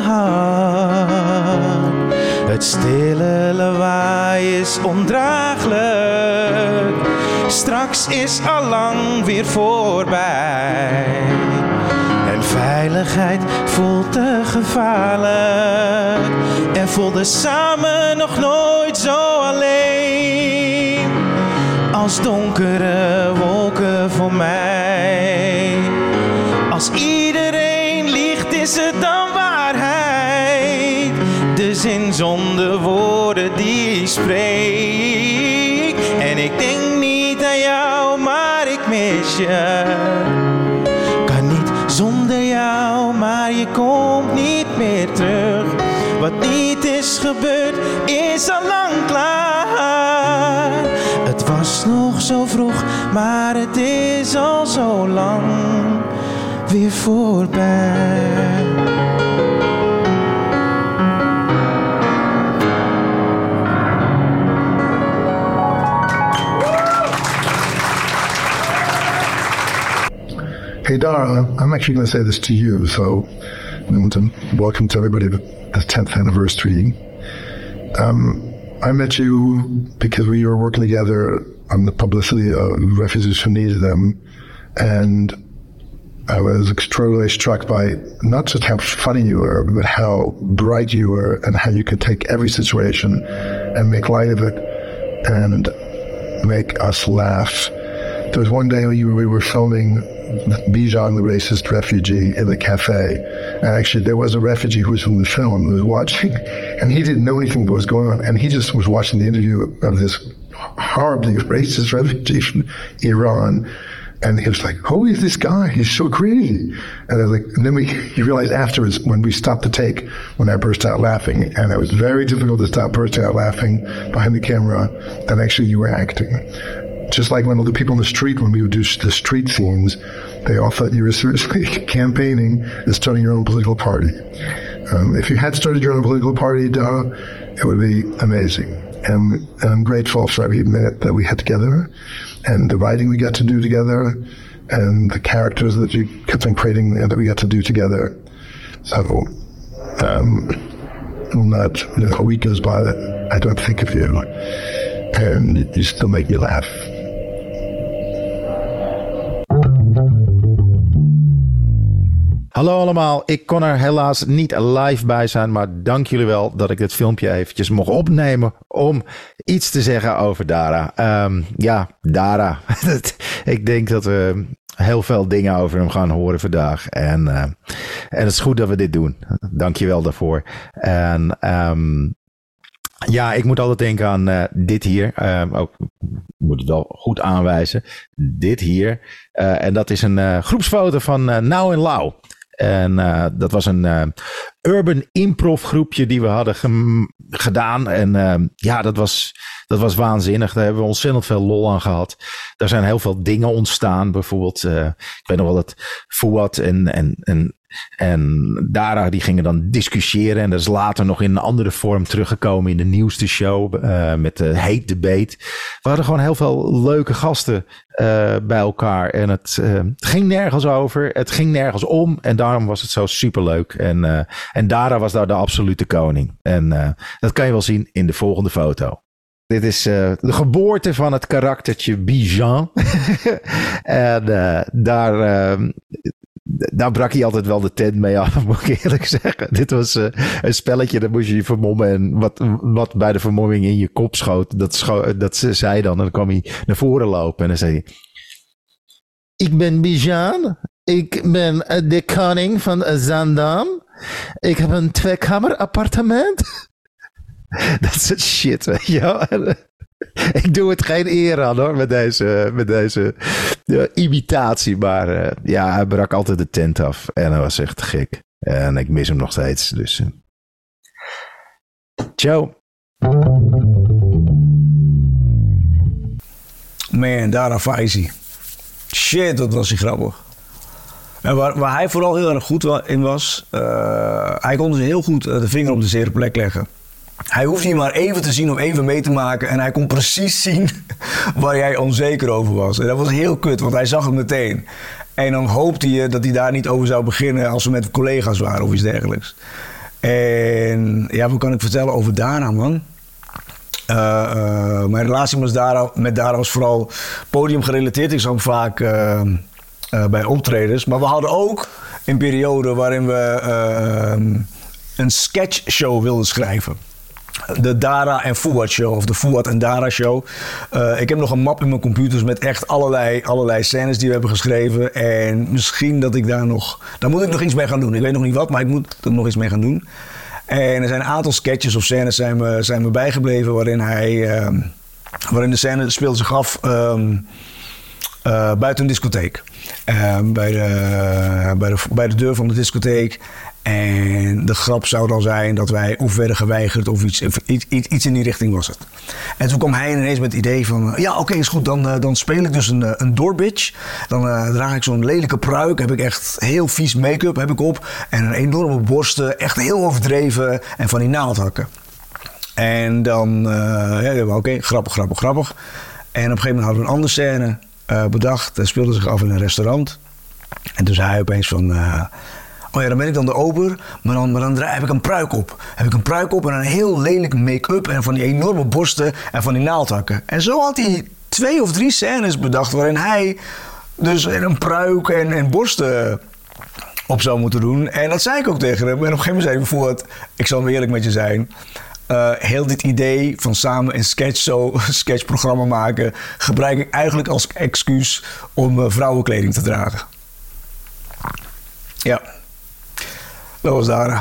S2: hand. Het stille lawaai is ondraaglijk. Straks is allang weer voorbij. En veiligheid voelt te gevaarlijk. En voelden samen nog nooit zo alleen. Als donkere wolken voor mij. Als iedereen liegt, is het dan waarheid. De zin zonder woorden die ik spreek. En ik denk niet aan jou, maar ik mis je. Kan niet zonder jou, maar je komt niet meer terug. Wat niet is gebeurd, is al lang klaar. Het was nog zo vroeg, maar het is al zo lang weer voorbij.
S5: Hey Dara, I'm actually going to say this to you. So and welcome to everybody to the 10th anniversary. I met you because we were working together on the publicity of refugees who needed them, and I was extraordinarily struck by not just how funny you were, but how bright you were and how you could take every situation and make light of it and make us laugh. There was one day we were filming Bijan, the racist refugee, in the cafe. And actually, there was a refugee who was from the film who was watching, and he didn't know anything what was going on. And he just was watching the interview of this horribly racist refugee from Iran. And he was like, who is this guy? He's so crazy. And I was like, and then you realize afterwards when we stopped the take, when I burst out laughing, and it was very difficult to stop bursting out laughing behind the camera, that actually you were acting. Just like when all the people in the street, when we would do the street scenes, they all thought you were seriously campaigning and starting your own political party. If you had started your own political party, Dara, it would be amazing. And I'm grateful for every minute that we had together, and the writing we got to do together, and the characters that you kept on creating that we got to do together. So, not a week goes by that I don't think of you, and you still make me laugh.
S6: Hallo allemaal, ik kon er helaas niet live bij zijn, maar dank jullie wel dat ik dit filmpje eventjes mocht opnemen om iets te zeggen over Dara. Dara. Ik denk dat we heel veel dingen over hem gaan horen vandaag. En het is goed dat we dit doen. Dank je wel daarvoor. En ik moet altijd denken aan dit hier. Ik moet het wel goed aanwijzen. Dit hier. En dat is een groepsfoto van Now in Lau. En dat was een urban improv groepje die we hadden gedaan. En dat was waanzinnig. Daar hebben we ontzettend veel lol aan gehad. Daar zijn heel veel dingen ontstaan. Bijvoorbeeld, ik weet nog wel dat Fouad en Dara die gingen dan discussiëren. En dat is later nog in een andere vorm teruggekomen in de nieuwste show. Met de Hate Debate. We hadden gewoon heel veel leuke gasten bij elkaar. En het ging nergens over. Het ging nergens om. En daarom was het zo superleuk. En Dara was daar de absolute koning. En dat kan je wel zien in de volgende foto. Dit is de geboorte van het karaktertje Bijan. En daar brak hij altijd wel de tent mee af, moet ik eerlijk zeggen. Dit was een spelletje, daar moest je vermommen. En wat bij de vermomming in je kop schoot, dat zei dan. En dan kwam hij naar voren lopen en dan zei hij: ik ben Bijan. Ik ben de koning van Zandam. Ik heb een 2-kamer appartement. Dat is shit, weet je wel. Ik doe het geen eer aan hoor, met deze imitatie. Maar hij brak altijd de tent af. En dat was echt gek. En ik mis hem nog steeds. Dus ciao.
S7: Man, Dara Faizi. Shit, wat was hij grappig. En waar hij vooral heel erg goed in was, hij kon dus heel goed de vinger op de zere plek leggen. Hij hoeft niet maar even te zien om even mee te maken. En hij kon precies zien waar jij onzeker over was. En dat was heel kut, want hij zag het meteen. En dan hoopte je dat hij daar niet over zou beginnen als we met collega's waren of iets dergelijks. En ja, wat kan ik vertellen over Dara, man? Mijn relatie met Dara was vooral podiumgerelateerd. Ik zag hem vaak bij optredens. Maar we hadden ook een periode waarin we een sketchshow wilden schrijven. De Dara en Fouad show, of de Fouad en Dara show. Ik heb nog een map in mijn computers met echt allerlei scènes die we hebben geschreven. En misschien dat ik daar moet ik nog iets mee gaan doen. Ik weet nog niet wat, maar ik moet er nog iets mee gaan doen. En er zijn een aantal sketches of scènes zijn me bijgebleven waarin de scène speelde zich af buiten een discotheek. Bij de deur van de discotheek. En de grap zou dan zijn dat wij of werden geweigerd of iets in die richting was het. En toen kwam hij ineens met het idee van... ja, oké, is goed, dan speel ik dus een doorbitch. Dan draag ik zo'n lelijke pruik. Heb ik echt heel vies make-up heb ik op. En een enorme borsten. Echt heel overdreven. En van die naaldhakken. En dan... oké, grappig. En op een gegeven moment hadden we een andere scène bedacht. Dat speelde zich af in een restaurant. En toen zei hij opeens van... Oh ja, dan ben ik dan de ober, maar dan heb ik een pruik op. Heb ik een pruik op en een heel lelijk make-up en van die enorme borsten en van die naaldhakken. En zo had hij 2 of 3 scènes bedacht waarin hij dus een pruik en borsten op zou moeten doen. En dat zei ik ook tegen hem. En op een gegeven moment zei hij bijvoorbeeld, ik zal eerlijk met je zijn, heel dit idee van samen een sketchprogramma maken, gebruik ik eigenlijk als excuus om vrouwenkleding te dragen. Ja, dat was Dara.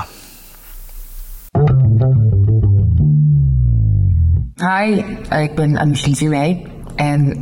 S8: Hi, ik ben Anoushka Zimei. En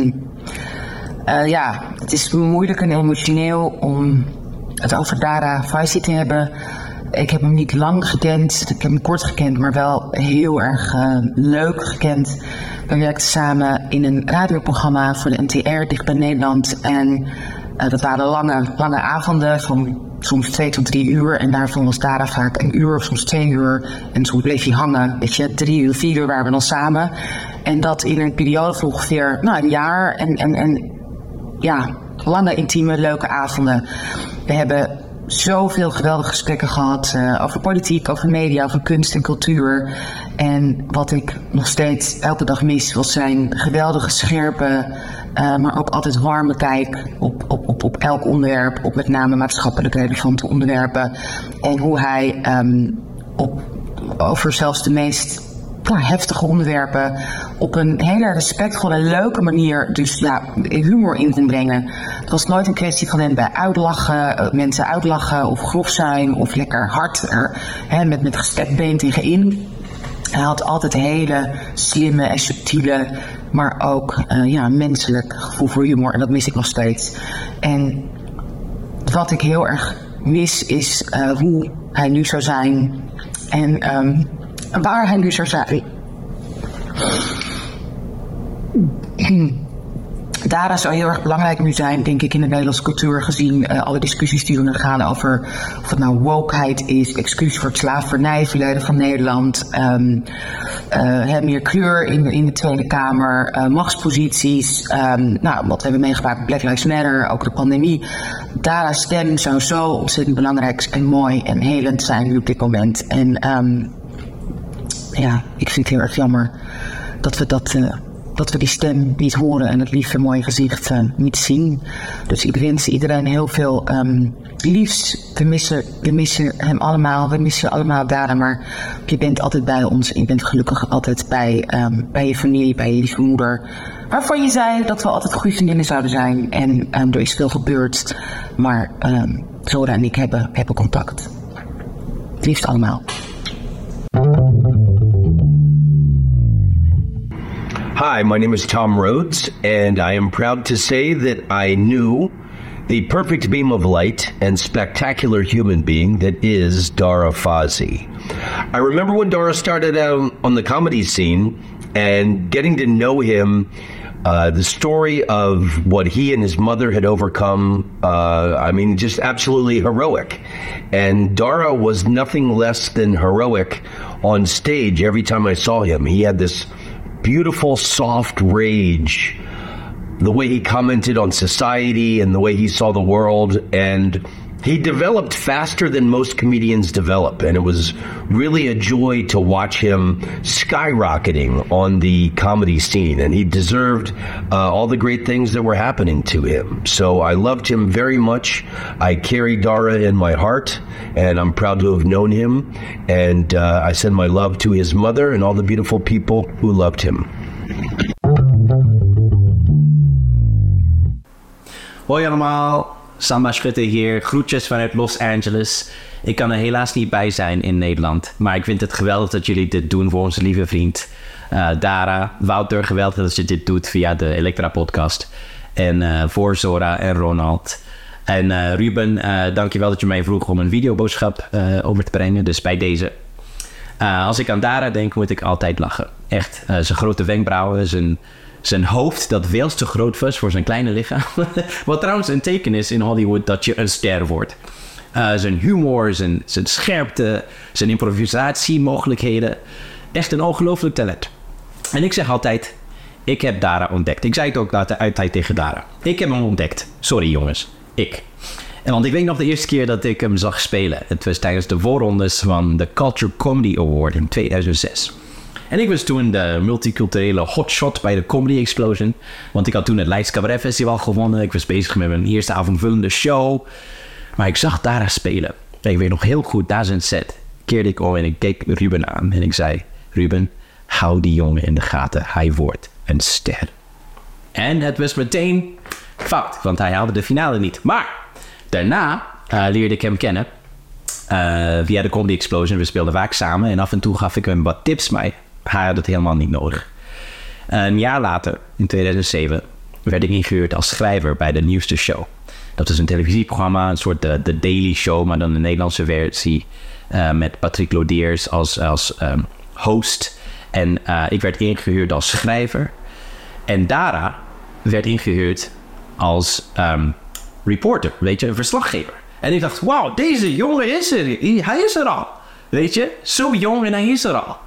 S8: het is moeilijk en emotioneel om het over Dara Faisi te hebben. Ik heb hem niet lang gekend, ik heb hem kort gekend, maar wel heel erg leuk gekend. We werkten samen in een radioprogramma voor de NTR dicht bij Nederland. En dat waren lange avonden van soms 2 tot 3 uur. En daarvan was Dara vaak 1 uur of soms 2 uur. En soms bleef hij hangen. Weet je, 3 uur, 4 uur waren we dan samen. En dat in een periode van ongeveer een jaar. En lange, intieme, leuke avonden. We hebben zoveel geweldige gesprekken gehad over politiek, over media, over kunst en cultuur. En wat ik nog steeds elke dag mis, was zijn geweldige, scherpe, maar ook altijd warme kijk op elk onderwerp, op met name maatschappelijk relevante onderwerpen. En hoe hij over zelfs de meest heftige onderwerpen op een hele respectvolle, leuke manier dus humor in kon brengen. Het was nooit een kwestie van hem bij uitlachen, mensen uitlachen of grof zijn of lekker hard met gestrekt been tegenin. Hij had altijd een hele slimme en subtiele, maar ook menselijk gevoel voor humor. En dat mis ik nog steeds. En wat ik heel erg mis is hoe hij nu zou zijn. En waar hij nu zou zijn. Dara zou heel erg belangrijk nu zijn, denk ik, in de Nederlandse cultuur, gezien alle discussies die er nu gaan over of het nou wokeheid is, excuus voor het slavernijverleden van Nederland, meer kleur in de Tweede Kamer, machtsposities, wat we hebben meegemaakt, Black Lives Matter, ook de pandemie. Dara's stem zou zo ontzettend belangrijk en mooi en helend zijn nu op dit moment. En ik vind het heel erg jammer dat we die stem niet horen en het lieve mooie gezicht niet zien. Dus ik wens iedereen heel veel liefs. We missen hem allemaal. We missen allemaal Dara, maar je bent altijd bij ons. Je bent gelukkig altijd bij je familie, bij je lieve moeder. Waarvan je zei dat we altijd goede vriendinnen zouden zijn. En er is veel gebeurd. Maar Zora en ik hebben contact. Liefst allemaal.
S9: Hi, my name is Tom Rhodes, and I am proud to say that I knew the perfect beam of light and spectacular human being that is Dara Fawzi. I remember when Dara started out on the comedy scene and getting to know him, the story of what he and his mother had overcome, just absolutely heroic. And Dara was nothing less than heroic on stage every time I saw him. He had this beautiful, soft rage, the way he commented on society and the way he saw the world, and he developed faster than most comedians develop, and it was really a joy to watch him skyrocketing on the comedy scene, and he deserved all the great things that were happening to him. So I loved him very much. I carry Dara in my heart, and I'm proud to have known him, and I send my love to his mother and all the beautiful people who loved him.
S10: Hoi allemaal. Samba Schutte hier, groetjes vanuit Los Angeles. Ik kan er helaas niet bij zijn in Nederland, maar ik vind het geweldig dat jullie dit doen voor onze lieve vriend Dara. Wouter, geweldig dat je dit doet via de Elektra podcast. En voor Zora en Ronald. En Ruben, dankjewel dat je mij vroeg om een videoboodschap over te brengen, dus bij deze. Als ik aan Dara denk, moet ik altijd lachen. Echt, zijn grote wenkbrauwen, zijn hoofd dat veel te groot was voor zijn kleine lichaam. Wat trouwens een teken is in Hollywood dat je een ster wordt. Zijn humor, zijn scherpte, zijn improvisatiemogelijkheden. Echt een ongelooflijk talent. En ik zeg altijd, ik heb Dara ontdekt. Ik zei het ook altijd tegen Dara. Ik heb hem ontdekt. Sorry jongens, ik. En want ik weet nog de eerste keer dat ik hem zag spelen. Het was tijdens de voorrondes van de Culture Comedy Award in 2006. En ik was toen de multiculturele hotshot bij de Comedy Explosion. Want ik had toen het Leids Cabaret Festival gewonnen. Ik was bezig met mijn eerste avondvullende show. Maar ik zag Dara spelen. En ik weet nog heel goed, daar zijn set. Keerde ik om en ik keek Ruben aan. En ik zei, Ruben, hou die jongen in de gaten. Hij wordt een ster. En het was meteen fout, want hij haalde de finale niet. Maar daarna leerde ik hem kennen via de Comedy Explosion. We speelden vaak samen en af en toe gaf ik hem wat tips, maar hij had het helemaal niet nodig. Een jaar later, in 2007, werd ik ingehuurd als schrijver bij de nieuwste show. Dat is een televisieprogramma, een soort de Daily Show, maar dan de Nederlandse versie met Patrick Lodiers als host. En ik werd ingehuurd als schrijver. En Dara werd ingehuurd als reporter, weet je, een verslaggever. En ik dacht, wauw, deze jongen is er. Hij is er al. Weet je, zo jong en hij is er al.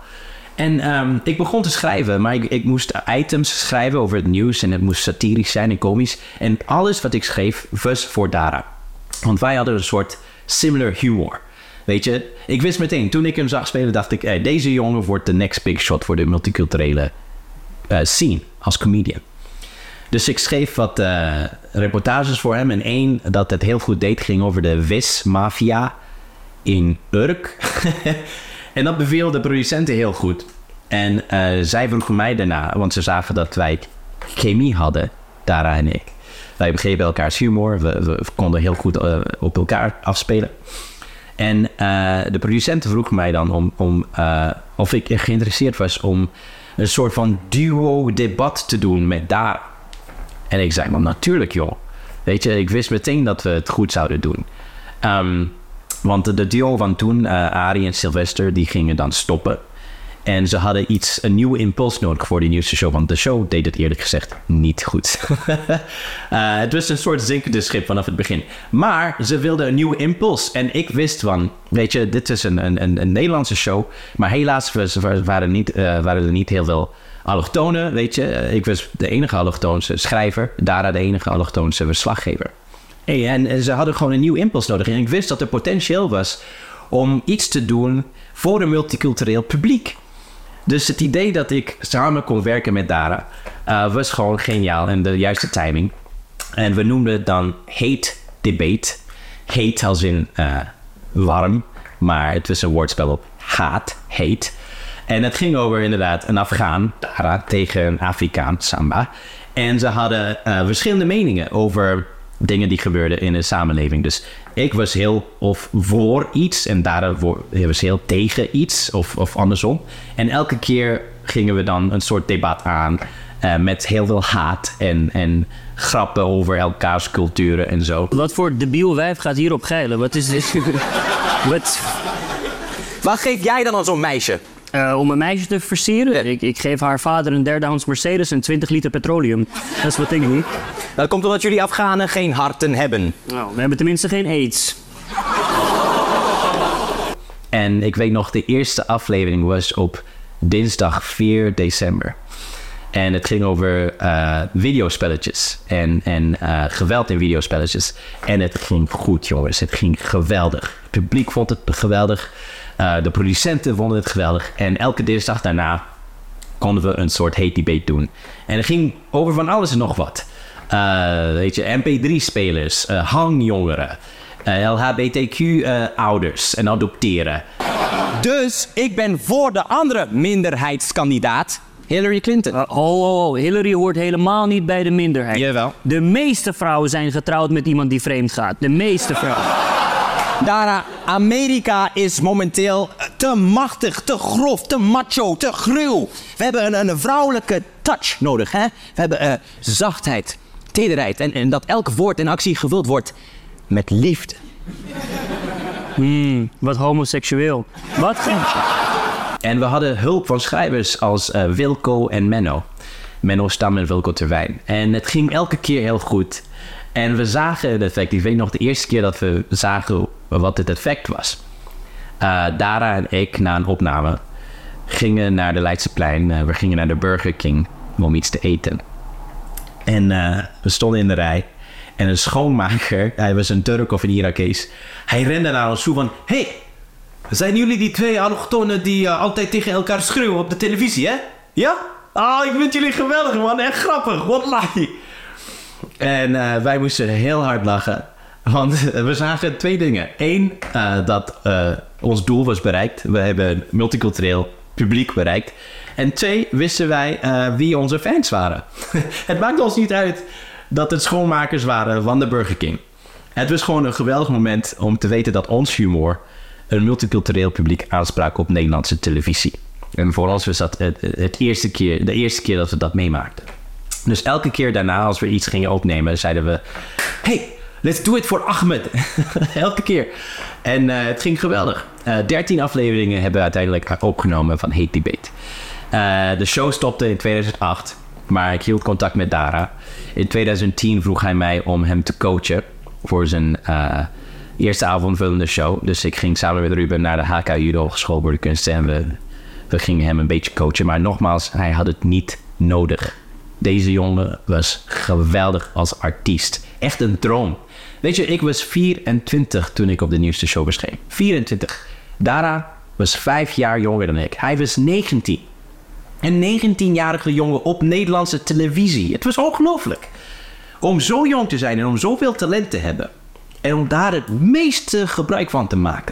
S10: En ik begon te schrijven, maar ik moest items schrijven over het nieuws. En het moest satirisch zijn en komisch. En alles wat ik schreef was voor Dara. Want wij hadden een soort similar humor. Weet je, ik wist meteen, toen ik hem zag spelen, dacht ik, hey, deze jongen wordt de next big shot voor de multiculturele scene als comedian. Dus ik schreef wat reportages voor hem. En één dat het heel goed deed ging over de vismafia in Urk. En dat beviel de producenten heel goed. En zij vroegen mij daarna, want ze zagen dat wij chemie hadden, Dara en ik. Wij begrepen elkaars humor. We konden heel goed op elkaar afspelen. En de producenten vroegen mij dan of ik geïnteresseerd was om een soort van duo-debat te doen met Dara. En ik zei, maar natuurlijk joh. Weet je, ik wist meteen dat we het goed zouden doen. Want de duo van toen, Arie en Sylvester, die gingen dan stoppen. En ze hadden een nieuwe impuls nodig voor die nieuwste show. Want de show deed het eerlijk gezegd niet goed. Het was een soort zinkende schip vanaf het begin. Maar ze wilden een nieuwe impuls. En ik wist van, weet je, dit is een Nederlandse show. Maar helaas waren er niet heel veel allochtonen, weet je. Ik was de enige allochtoonse schrijver. Dara de enige allochtoonse verslaggever. En ze hadden gewoon een nieuwe impuls nodig. En ik wist dat er potentieel was om iets te doen voor een multicultureel publiek. Dus het idee dat ik samen kon werken met Dara was gewoon geniaal en de juiste timing. En we noemden het dan Hate Debate. Hate als in warm, maar het was een woordspel op haat, hate. En het ging over inderdaad een Afghaan, Dara, tegen een Afrikaan, Samba. En ze hadden verschillende meningen over dingen die gebeurden in de samenleving. Dus ik was heel voor iets en Dara was heel tegen iets of andersom. En elke keer gingen we dan een soort debat aan met heel veel haat en grappen over elkaars culturen en zo.
S11: Wat voor debiel wijf gaat hierop geilen? Wat is dit?
S12: Wat geef jij dan aan zo'n meisje?
S11: Om een meisje te versieren? Ja. Ik geef haar vader een derdehands Mercedes en 20 liter petroleum. Dat is wat ik doe.
S12: Dat komt omdat jullie Afghanen geen harten hebben.
S11: Nou, we hebben tenminste geen aids.
S10: En ik weet nog, de eerste aflevering was op dinsdag 4 december. En het ging over videospelletjes en geweld in videospelletjes. En het ging goed, jongens. Het ging geweldig. Het publiek vond het geweldig. De producenten vonden het geweldig. En elke dinsdag daarna konden we een soort hate debate doen. En het ging over van alles en nog wat. Weet je, MP3-spelers, hangjongeren, LHBTQ-ouders en adopteren.
S12: Dus ik ben voor de andere minderheidskandidaat, Hillary Clinton.
S11: Hillary hoort helemaal niet bij de minderheid.
S12: Jawel.
S11: De meeste vrouwen zijn getrouwd met iemand die vreemd gaat. De meeste vrouwen.
S12: Dara, Amerika is momenteel te machtig, te grof, te macho, te gruw. We hebben een vrouwelijke touch nodig, hè? We hebben zachtheid, tederheid en dat elk woord en actie gevuld wordt met liefde.
S11: Wat homoseksueel. Wat?
S10: En we hadden hulp van schrijvers als Wilco en Menno. Menno Stam en Wilco Terwijn. En het ging elke keer heel goed. En we zagen het effect. Ik weet nog de eerste keer dat we zagen wat het effect was. Dara en ik, na een opname, gingen naar de Leidseplein. We gingen naar de Burger King om iets te eten. En we stonden in de rij. En een schoonmaker, hij was een Turk of een Irakees, hij rende naar ons toe van... Hey, zijn jullie die 2 allochtonen die altijd tegen elkaar schreeuwen op de televisie, hè? Ja? Ik vind jullie geweldig, man. Echt grappig. Wallahi. En wij moesten heel hard lachen. Want we zagen 2 dingen. 1, dat ons doel was bereikt. We hebben een multicultureel publiek bereikt. En 2, wisten wij wie onze fans waren. Het maakte ons niet uit dat het schoonmakers waren van de Burger King. Het was gewoon een geweldig moment om te weten dat ons humor een multicultureel publiek aansprak op Nederlandse televisie. En voor ons was dat de eerste keer dat we dat meemaakten. Dus elke keer daarna, als we iets gingen opnemen, zeiden we... Hey, let's do it for Ahmed. Elke keer. En het ging geweldig. 13 afleveringen hebben we uiteindelijk opgenomen van Hate Debate. De show stopte in 2008, maar ik hield contact met Dara. In 2010 vroeg hij mij om hem te coachen voor zijn eerste avondvullende show. Dus ik ging samen met Ruben naar de HK Judo Hogeschool voor de Kunsten en we gingen hem een beetje coachen. Maar nogmaals, hij had het niet nodig. Deze jongen was geweldig als artiest. Echt een droom. Weet je, ik was 24 toen ik op de nieuwste show verscheen. 24. Dara was 5 jaar jonger dan ik. Hij was 19. Een 19-jarige jongen op Nederlandse televisie. Het was ongelooflijk. Om zo jong te zijn en om zoveel talent te hebben. En om daar het meeste gebruik van te maken.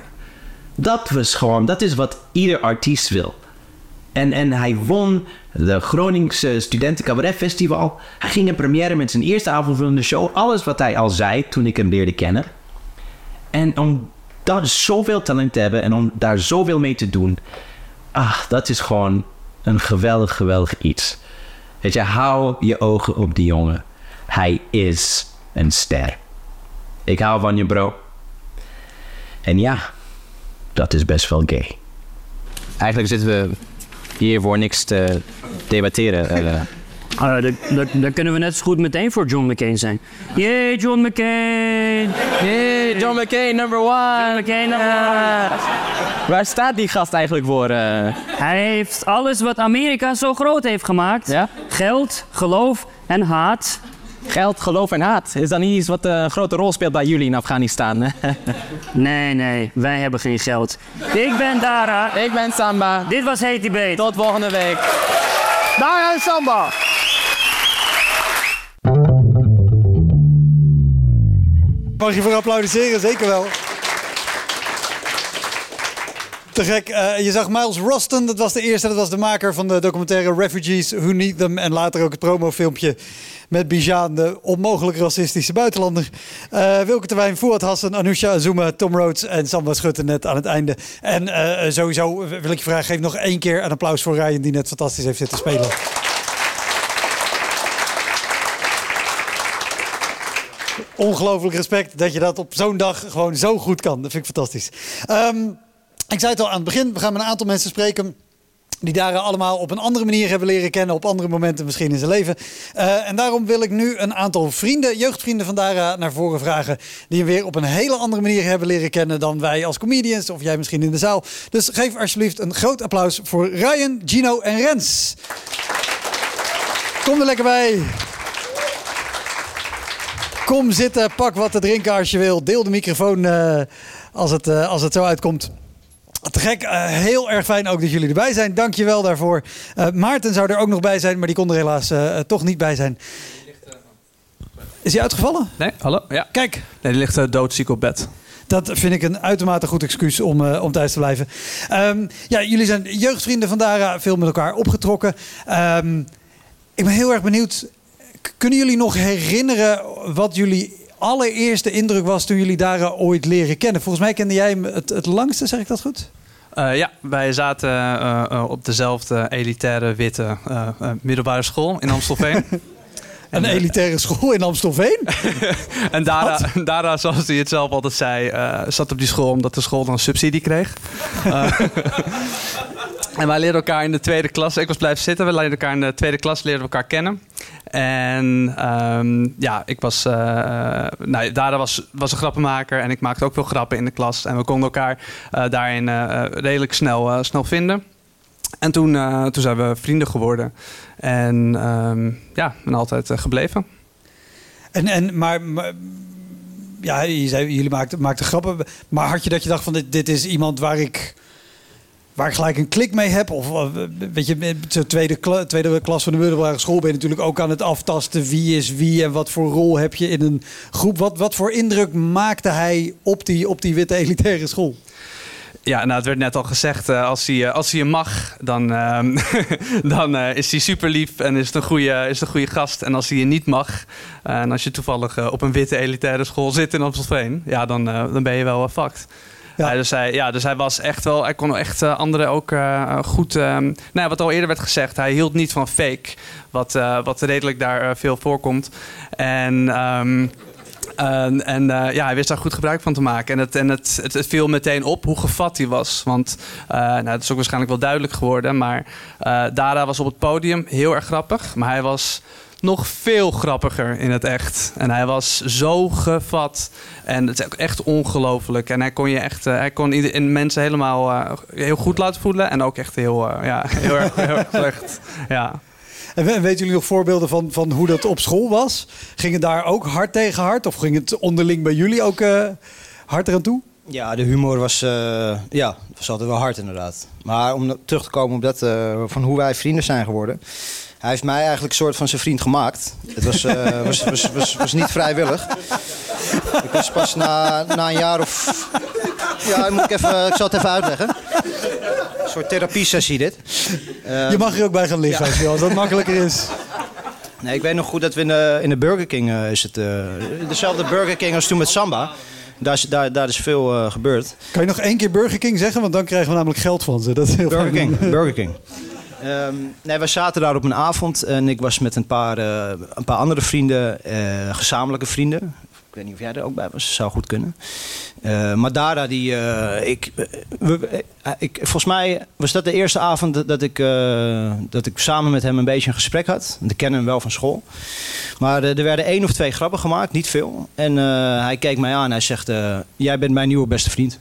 S10: Dat is wat ieder artiest wil. En hij won de Groningse Studenten Cabaret Festival. Hij ging in première met zijn eerste avondvullende show. Alles wat hij al zei toen ik hem leerde kennen. En om daar zoveel talent te hebben en om daar zoveel mee te doen. Dat is gewoon een geweldig iets. Weet je, hou je ogen op die jongen. Hij is een ster. Ik hou van je, bro. En ja, dat is best wel gay.
S12: Eigenlijk zitten we hier voor niks te debatteren.
S11: Dan kunnen we net zo goed meteen voor John McCain zijn. Yay, John McCain!
S12: Yay, John McCain, number 1!
S11: John McCain, number 1!
S12: Waar staat die gast eigenlijk voor?
S11: Hij heeft alles wat Amerika zo groot heeft gemaakt.
S12: Ja?
S11: Geld, geloof en haat.
S12: Geld, geloof en haat. Is dat niet iets wat een grote rol speelt bij jullie in Afghanistan?
S11: Nee, wij hebben geen geld. Ik ben Dara.
S12: Ik ben Samba.
S11: Dit was Hate Debate.
S12: Tot volgende week. Dara en Samba.
S1: Mag je voor applaudisseren? Zeker wel. Te gek. Je zag Miles Roston, dat was de eerste. Dat was de maker van de documentaire Refugees Who Need Them. En later ook het promofilmpje met Bijan, de onmogelijk racistische buitenlander. Wilke Terwijn, Fouad Hassan, Anousha Azuma, Tom Rhodes en Samba Schutte net aan het einde. En sowieso wil ik je vragen, geef nog 1 keer een applaus voor Ryan, die net fantastisch heeft zitten spelen. Ongelooflijk respect dat je dat op zo'n dag gewoon zo goed kan. Dat vind ik fantastisch. Ik zei het al aan het begin, we gaan met een aantal mensen spreken die Dara allemaal op een andere manier hebben leren kennen, op andere momenten misschien in zijn leven. En daarom wil ik nu een aantal vrienden, jeugdvrienden van Dara naar voren vragen, die hem weer op een hele andere manier hebben leren kennen dan wij als comedians, of jij misschien in de zaal. Dus geef alsjeblieft een groot applaus voor Ryan, Gino en Rens. Kom er lekker bij. Kom zitten, pak wat te drinken als je wil. Deel de microfoon als het zo uitkomt. Te gek, heel erg fijn ook dat jullie erbij zijn. Dank je wel daarvoor. Maarten zou er ook nog bij zijn, maar die kon er helaas toch niet bij zijn. Is hij uitgevallen?
S13: Nee, hallo? Ja.
S1: Kijk.
S13: Nee, die ligt doodziek op bed.
S1: Dat vind ik een uitermate goed excuus om thuis te blijven. Jullie zijn jeugdvrienden van Dara, veel met elkaar opgetrokken. Ik ben heel erg benieuwd. Kunnen jullie nog herinneren wat jullie allereerste indruk was toen jullie Dara ooit leren kennen? Volgens mij kende jij hem het langste, zeg ik dat goed?
S13: Ja, wij zaten op dezelfde elitaire witte middelbare school in Amstelveen.
S1: Een elitaire school in Amstelveen?
S13: En Dara, zoals hij het zelf altijd zei, zat op die school omdat de school dan een subsidie kreeg. En wij leerden elkaar in de tweede klas. Ik was blijven zitten. We leerden elkaar in de tweede klas, leerden we elkaar kennen. En ik was... Dara was een grappenmaker en ik maakte ook veel grappen in de klas. En we konden elkaar daarin redelijk snel vinden. En toen zijn we vrienden geworden. En ben altijd gebleven.
S1: Maar ja, je zei, jullie maakten grappen. Maar had je dat je dacht van dit is iemand waar ik gelijk een klik mee heb? Of weet je, de tweede klas van de middelbare school ben je natuurlijk ook aan het aftasten. Wie is wie en wat voor rol heb je in een groep? Wat voor indruk maakte hij op die witte elitaire school?
S13: Ja, nou, het werd net al gezegd, als hij je mag, dan is hij super lief en is het een goede gast. En als hij je niet mag, en als je toevallig op een witte elitaire school zit in Amstelveen, ja, dan ben je wel fucked. Ja. Dus hij was echt wel, hij kon echt anderen ook goed. Wat al eerder werd gezegd, hij hield niet van fake, wat redelijk daar veel voorkomt. Hij wist daar goed gebruik van te maken. En het viel meteen op hoe gevat hij was. Want dat is ook waarschijnlijk wel duidelijk geworden. Maar Dara was op het podium heel erg grappig. Maar hij was nog veel grappiger in het echt. En hij was zo gevat. En het is ook echt ongelooflijk. En hij kon in mensen helemaal heel goed laten voelen. En ook echt heel erg slecht. Ja.
S1: En weten jullie nog voorbeelden van hoe dat op school was? Ging het daar ook hard tegen hard? Of ging het onderling bij jullie ook hard eraan toe?
S14: Ja, de humor was altijd wel hard inderdaad. Maar om terug te komen op dat van hoe wij vrienden zijn geworden. Hij heeft mij eigenlijk een soort van zijn vriend gemaakt. Het was niet vrijwillig. Ik was pas na een jaar of... Ja, ik zal het even uitleggen. Een soort therapiesessie dit.
S1: Je mag er ook bij gaan liggen als dat makkelijker is.
S14: Nee, ik weet nog goed dat we in de Burger King is het dezelfde Burger King als toen met Samba. Daar is veel gebeurd.
S1: Kan je nog 1 keer Burger King zeggen? Want dan krijgen we namelijk geld van ze. Dat is heel
S14: Burger King. We zaten daar op een avond en ik was met een paar andere vrienden, gezamenlijke vrienden. Ik weet niet of jij er ook bij was, dat zou goed kunnen. Maar Dara, volgens mij was dat de eerste avond dat ik samen met hem een beetje een gesprek had. Ik ken hem wel van school. Maar er werden 1 of 2 grappen gemaakt, niet veel. En hij keek mij aan en hij zegt, jij bent mijn nieuwe beste vriend.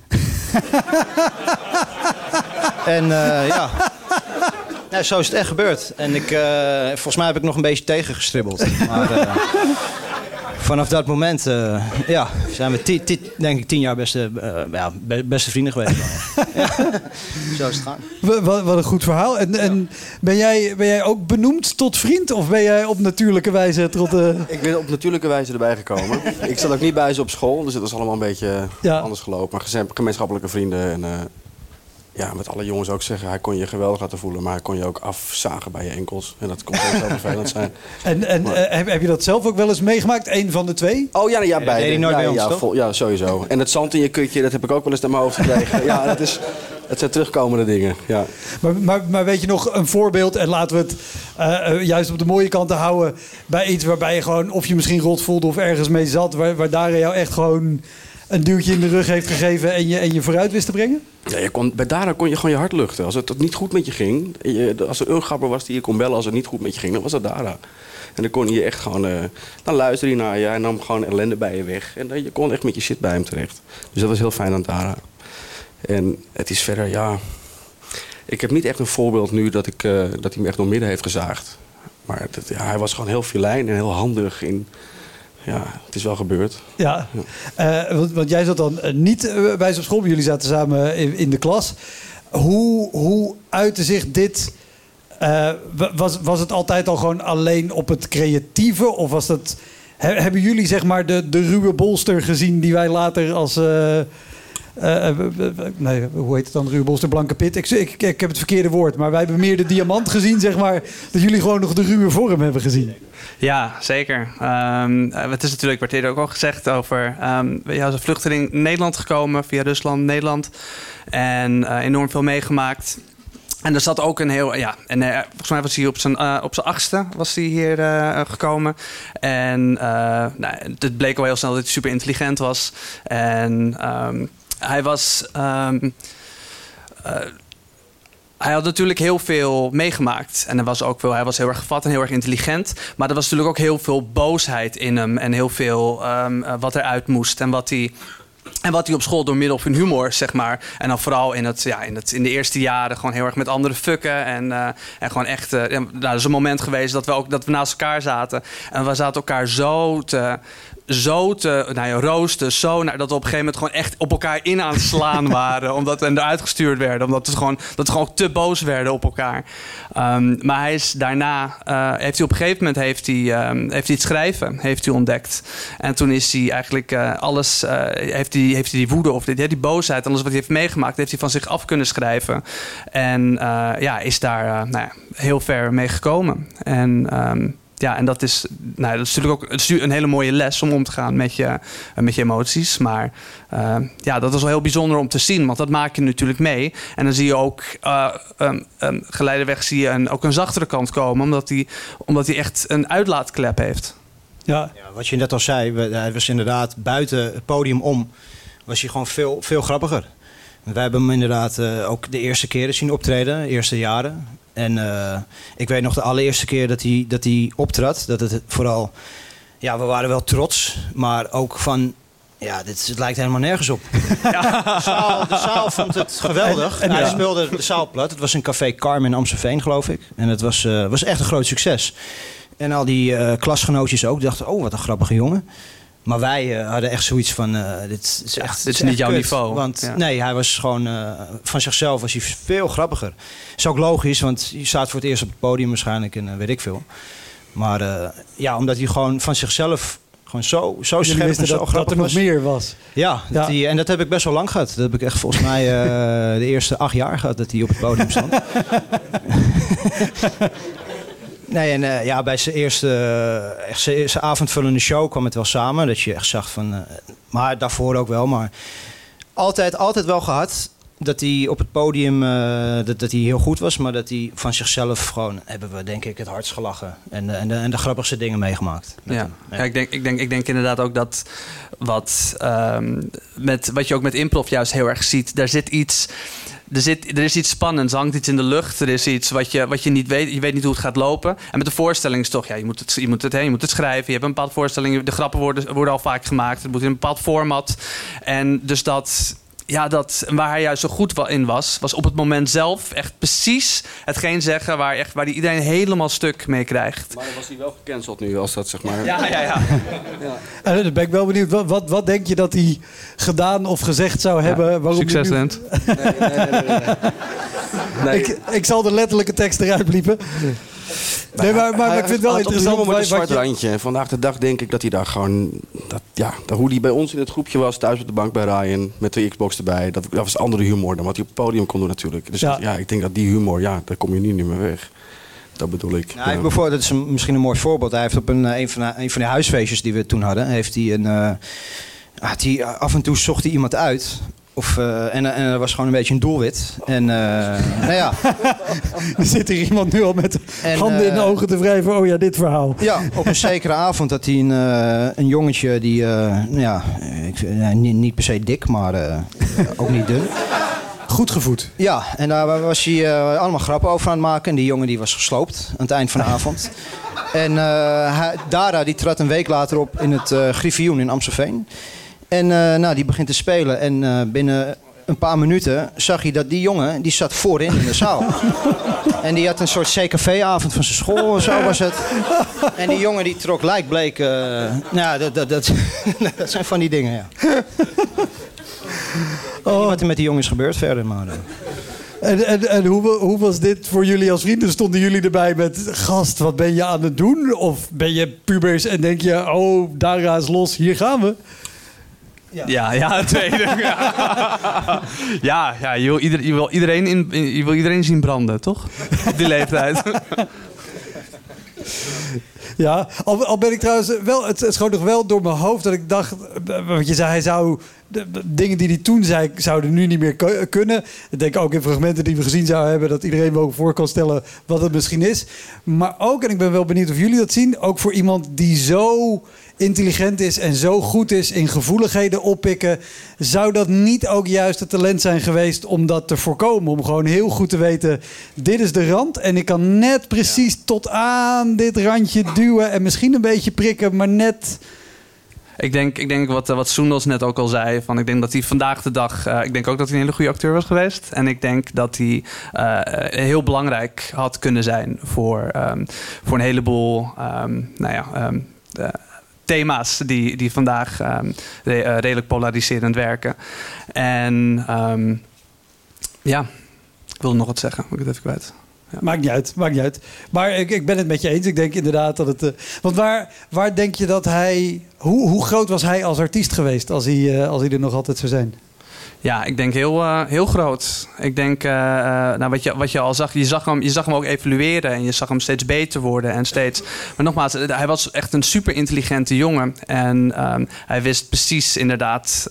S14: En ja... Nee, zo is het echt gebeurd. En volgens mij heb ik nog een beetje tegengestribbeld. Maar vanaf dat moment zijn we denk ik 10 jaar beste vrienden geweest. Ja, zo is het gaan.
S1: Wat een goed verhaal. En ben jij ook benoemd tot vriend? Of ben jij op natuurlijke wijze tot...
S15: Ik ben op natuurlijke wijze erbij gekomen. Ik zat ook niet bij ze op school. Dus het was allemaal een beetje anders gelopen. Maar gemeenschappelijke vrienden en... met alle jongens ook zeggen, hij kon je geweldig laten voelen, maar hij kon je ook afzagen bij je enkels. En dat kon ook zo vervelend zijn.
S1: Heb je dat zelf ook wel eens meegemaakt? 1 van de 2?
S15: Oh ja, beide.
S14: Deed hij nooit bij ons, toch?
S15: Ja, sowieso. En het zand in je kutje, dat heb ik ook wel eens naar mijn hoofd gekregen. Ja, het zijn terugkomende dingen. Ja.
S1: Maar weet je nog een voorbeeld, en laten we het juist op de mooie kant houden, bij iets waarbij je gewoon, of je misschien rot voelde of ergens mee zat, waar Dara jou echt gewoon een duwtje in de rug heeft gegeven en je vooruit wist te brengen?
S15: Ja, bij Dara kon je gewoon je hart luchten. Als het niet goed met je ging, als er een grapper was die je kon bellen als het niet goed met je ging, dan was dat Dara. En dan kon je echt gewoon, dan luisterde hij naar je en nam gewoon ellende bij je weg. En je kon echt met je shit bij hem terecht. Dus dat was heel fijn aan Dara. En het is verder, ik heb niet echt een voorbeeld nu dat hij me echt door midden heeft gezaagd. Maar hij was gewoon heel filijn en heel handig in... Ja, het is wel gebeurd.
S1: Ja, want jij zat dan niet bij ze op school, maar jullie zaten samen in de klas. Hoe uitte zich dit? Was het altijd al gewoon alleen op het creatieve? Of was dat... Hebben jullie zeg maar de ruwe bolster gezien die wij later als... hoe heet het dan? Ruwe bolster, blanke pit. Ik heb het verkeerde woord, maar wij hebben meer de diamant gezien, zeg maar. Dat jullie gewoon nog de ruwe vorm hebben gezien.
S13: Ja, zeker. Het is natuurlijk, werd eerder ook al gezegd over... als een vluchteling in Nederland gekomen, via Rusland, Nederland. En enorm veel meegemaakt. En er zat ook een heel... volgens mij was hij op zijn 8e was hij hier gekomen. En het bleek al heel snel dat hij super intelligent was. En hij was... Hij had natuurlijk heel veel meegemaakt. En hij was heel erg gevat en heel erg intelligent. Maar er was natuurlijk ook heel veel boosheid in hem. En heel veel wat eruit moest. En wat hij En wat hij op school door middel van humor, zeg maar. En dan vooral in de eerste jaren gewoon heel erg met anderen fucken. En gewoon echt... er is een moment geweest dat we naast elkaar zaten. En we zaten elkaar zo te roosten. Dat we op een gegeven moment gewoon echt op elkaar in aan het slaan waren. Omdat we eruit gestuurd werden. Omdat we gewoon te boos werden op elkaar. Maar hij is daarna... heeft hij op een gegeven moment heeft hij het schrijven ontdekt. En toen is hij eigenlijk alles... heeft hij die woede of die boosheid... alles wat hij heeft meegemaakt... heeft hij van zich af kunnen schrijven. En is daar heel ver mee gekomen. En dat is natuurlijk ook een hele mooie les om te gaan met je emoties. Maar dat is wel heel bijzonder om te zien. Want dat maak je natuurlijk mee. En dan zie je ook geleideweg ook een zachtere kant komen. Omdat hij echt een uitlaatklep heeft.
S14: Ja, wat je net al zei. Hij was inderdaad buiten het podium om. Was hij gewoon veel, veel grappiger. Wij hebben hem inderdaad ook de eerste keren zien optreden. De eerste jaren. En ik weet nog de allereerste keer dat hij optrad, dat het vooral... Ja, we waren wel trots, maar ook van... Ja, het lijkt helemaal nergens op. Ja. De zaal vond het geweldig. En hij speelde de zaal plat. Het was een café Carmen in Amstelveen, geloof ik. En het was echt een groot succes. En al die klasgenootjes ook dachten, oh, wat een grappige jongen. Maar wij hadden echt zoiets van, dit is
S13: niet jouw niveau.
S14: Want nee, hij was gewoon, van zichzelf was hij veel grappiger. Is ook logisch, want je staat voor het eerst op het podium waarschijnlijk en weet ik veel. Maar omdat hij gewoon van zichzelf gewoon zo scherp en zo grappig
S1: dat er nog meer was.
S14: Ja, en dat heb ik best wel lang gehad. Dat heb ik echt volgens mij de eerste 8 jaar gehad dat hij op het podium stond. Nee, en bij zijn eerste avondvullende show kwam het wel samen. Dat je echt zag van... maar daarvoor ook wel. Maar altijd wel gehad dat hij op het podium dat hij heel goed was. Maar dat hij van zichzelf gewoon... hebben we denk ik het hardst gelachen. En de grappigste dingen meegemaakt.
S13: Ja, ik denk inderdaad ook dat... wat je ook met improv juist heel erg ziet. Daar zit iets... Er is iets spannends, er hangt iets in de lucht. Er is iets wat je niet weet. Je weet niet hoe het gaat lopen. En met de voorstelling is toch... Ja, je moet het schrijven. Je hebt een bepaalde voorstelling. De grappen worden al vaak gemaakt. Het moet in een bepaald format. En dus dat waar hij juist zo goed in was op het moment zelf echt precies hetgeen zeggen waar hij iedereen helemaal stuk mee krijgt.
S15: Maar dan was hij wel gecanceld nu, als dat zeg maar...
S13: Ja.
S1: Dan ben ik wel benieuwd. Wat denk je dat hij gedaan of gezegd zou hebben? Waarom
S13: succes, Lent.
S1: Nee. Ik zal de letterlijke tekst eruit bliepen. Nee, maar ik vind het wel interessant.
S15: Met een zwart randje. En vandaag de dag denk ik dat hij daar gewoon... hoe hij bij ons in het groepje was, thuis op de bank bij Ryan, met de Xbox erbij. Dat was andere humor dan wat hij op het podium kon doen natuurlijk. Dus ik denk dat die humor, daar kom je niet meer weg. Dat bedoel ik.
S14: Dat is misschien een mooi voorbeeld. Hij heeft op een van de huisfeestjes die we toen hadden, heeft hij af en toe zocht hij iemand uit. En er was gewoon een beetje een doelwit. En Er
S1: zit hier iemand nu al met handen in de ogen te wrijven. Oh ja, dit verhaal.
S14: Ja, op een zekere avond had hij een jongetje die... niet per se dik, maar ook niet dun.
S1: Goed gevoed.
S14: Ja, en daar was hij allemaal grappen over aan het maken. En die jongen die was gesloopt aan het eind van de avond. En Dara die trad een week later op in het Griffioen in Amstelveen. En die begint te spelen en binnen een paar minuten zag hij dat die jongen, die zat voorin in de zaal. En die had een soort CKV-avond van zijn school of zo was het. En die jongen die trok lijkbleek. Dat zijn van die dingen, ja. Wat er met die jongens gebeurt verder, maar...
S1: En hoe was dit voor jullie als vrienden? Stonden jullie erbij met, gast, wat ben je aan het doen? Of ben je pubers en denk je, oh, Dara is los, hier gaan we?
S13: Ja, het tweede. Je wil iedereen zien branden, toch? Op die leeftijd.
S1: Ja, al ben ik trouwens wel... Het schoot nog wel door mijn hoofd dat ik dacht... Want je zei, hij zou... De dingen die hij toen zei, zouden nu niet meer kunnen. Ik denk ook in fragmenten die we gezien zouden hebben... dat iedereen wel voor kan stellen wat het misschien is. Maar ook, en ik ben wel benieuwd of jullie dat zien... ook voor iemand die zo intelligent is en zo goed is in gevoeligheden oppikken... zou dat niet ook juist het talent zijn geweest om dat te voorkomen? Om gewoon heel goed te weten, dit is de rand... en ik kan net precies tot aan dit randje duwen... en misschien een beetje prikken, maar net...
S13: Ik denk wat Soendos net ook al zei. Ik denk dat hij vandaag de dag... ik denk ook dat hij een hele goede acteur was geweest. En ik denk dat hij heel belangrijk had kunnen zijn... voor een heleboel thema's die vandaag redelijk polariserend werken. En ik wilde nog wat zeggen, maar ik het even kwijt. Ja.
S1: Maakt niet uit. Maar ik ben het met je eens. Ik denk inderdaad dat het... want waar denk je dat hij... Hoe groot was hij als artiest geweest als hij er nog altijd zou zijn?
S13: Ja, ik denk heel groot. Ik denk, wat je al zag, je zag hem ook evolueren en je zag hem steeds beter worden en steeds. Maar nogmaals, hij was echt een super intelligente jongen en hij wist precies inderdaad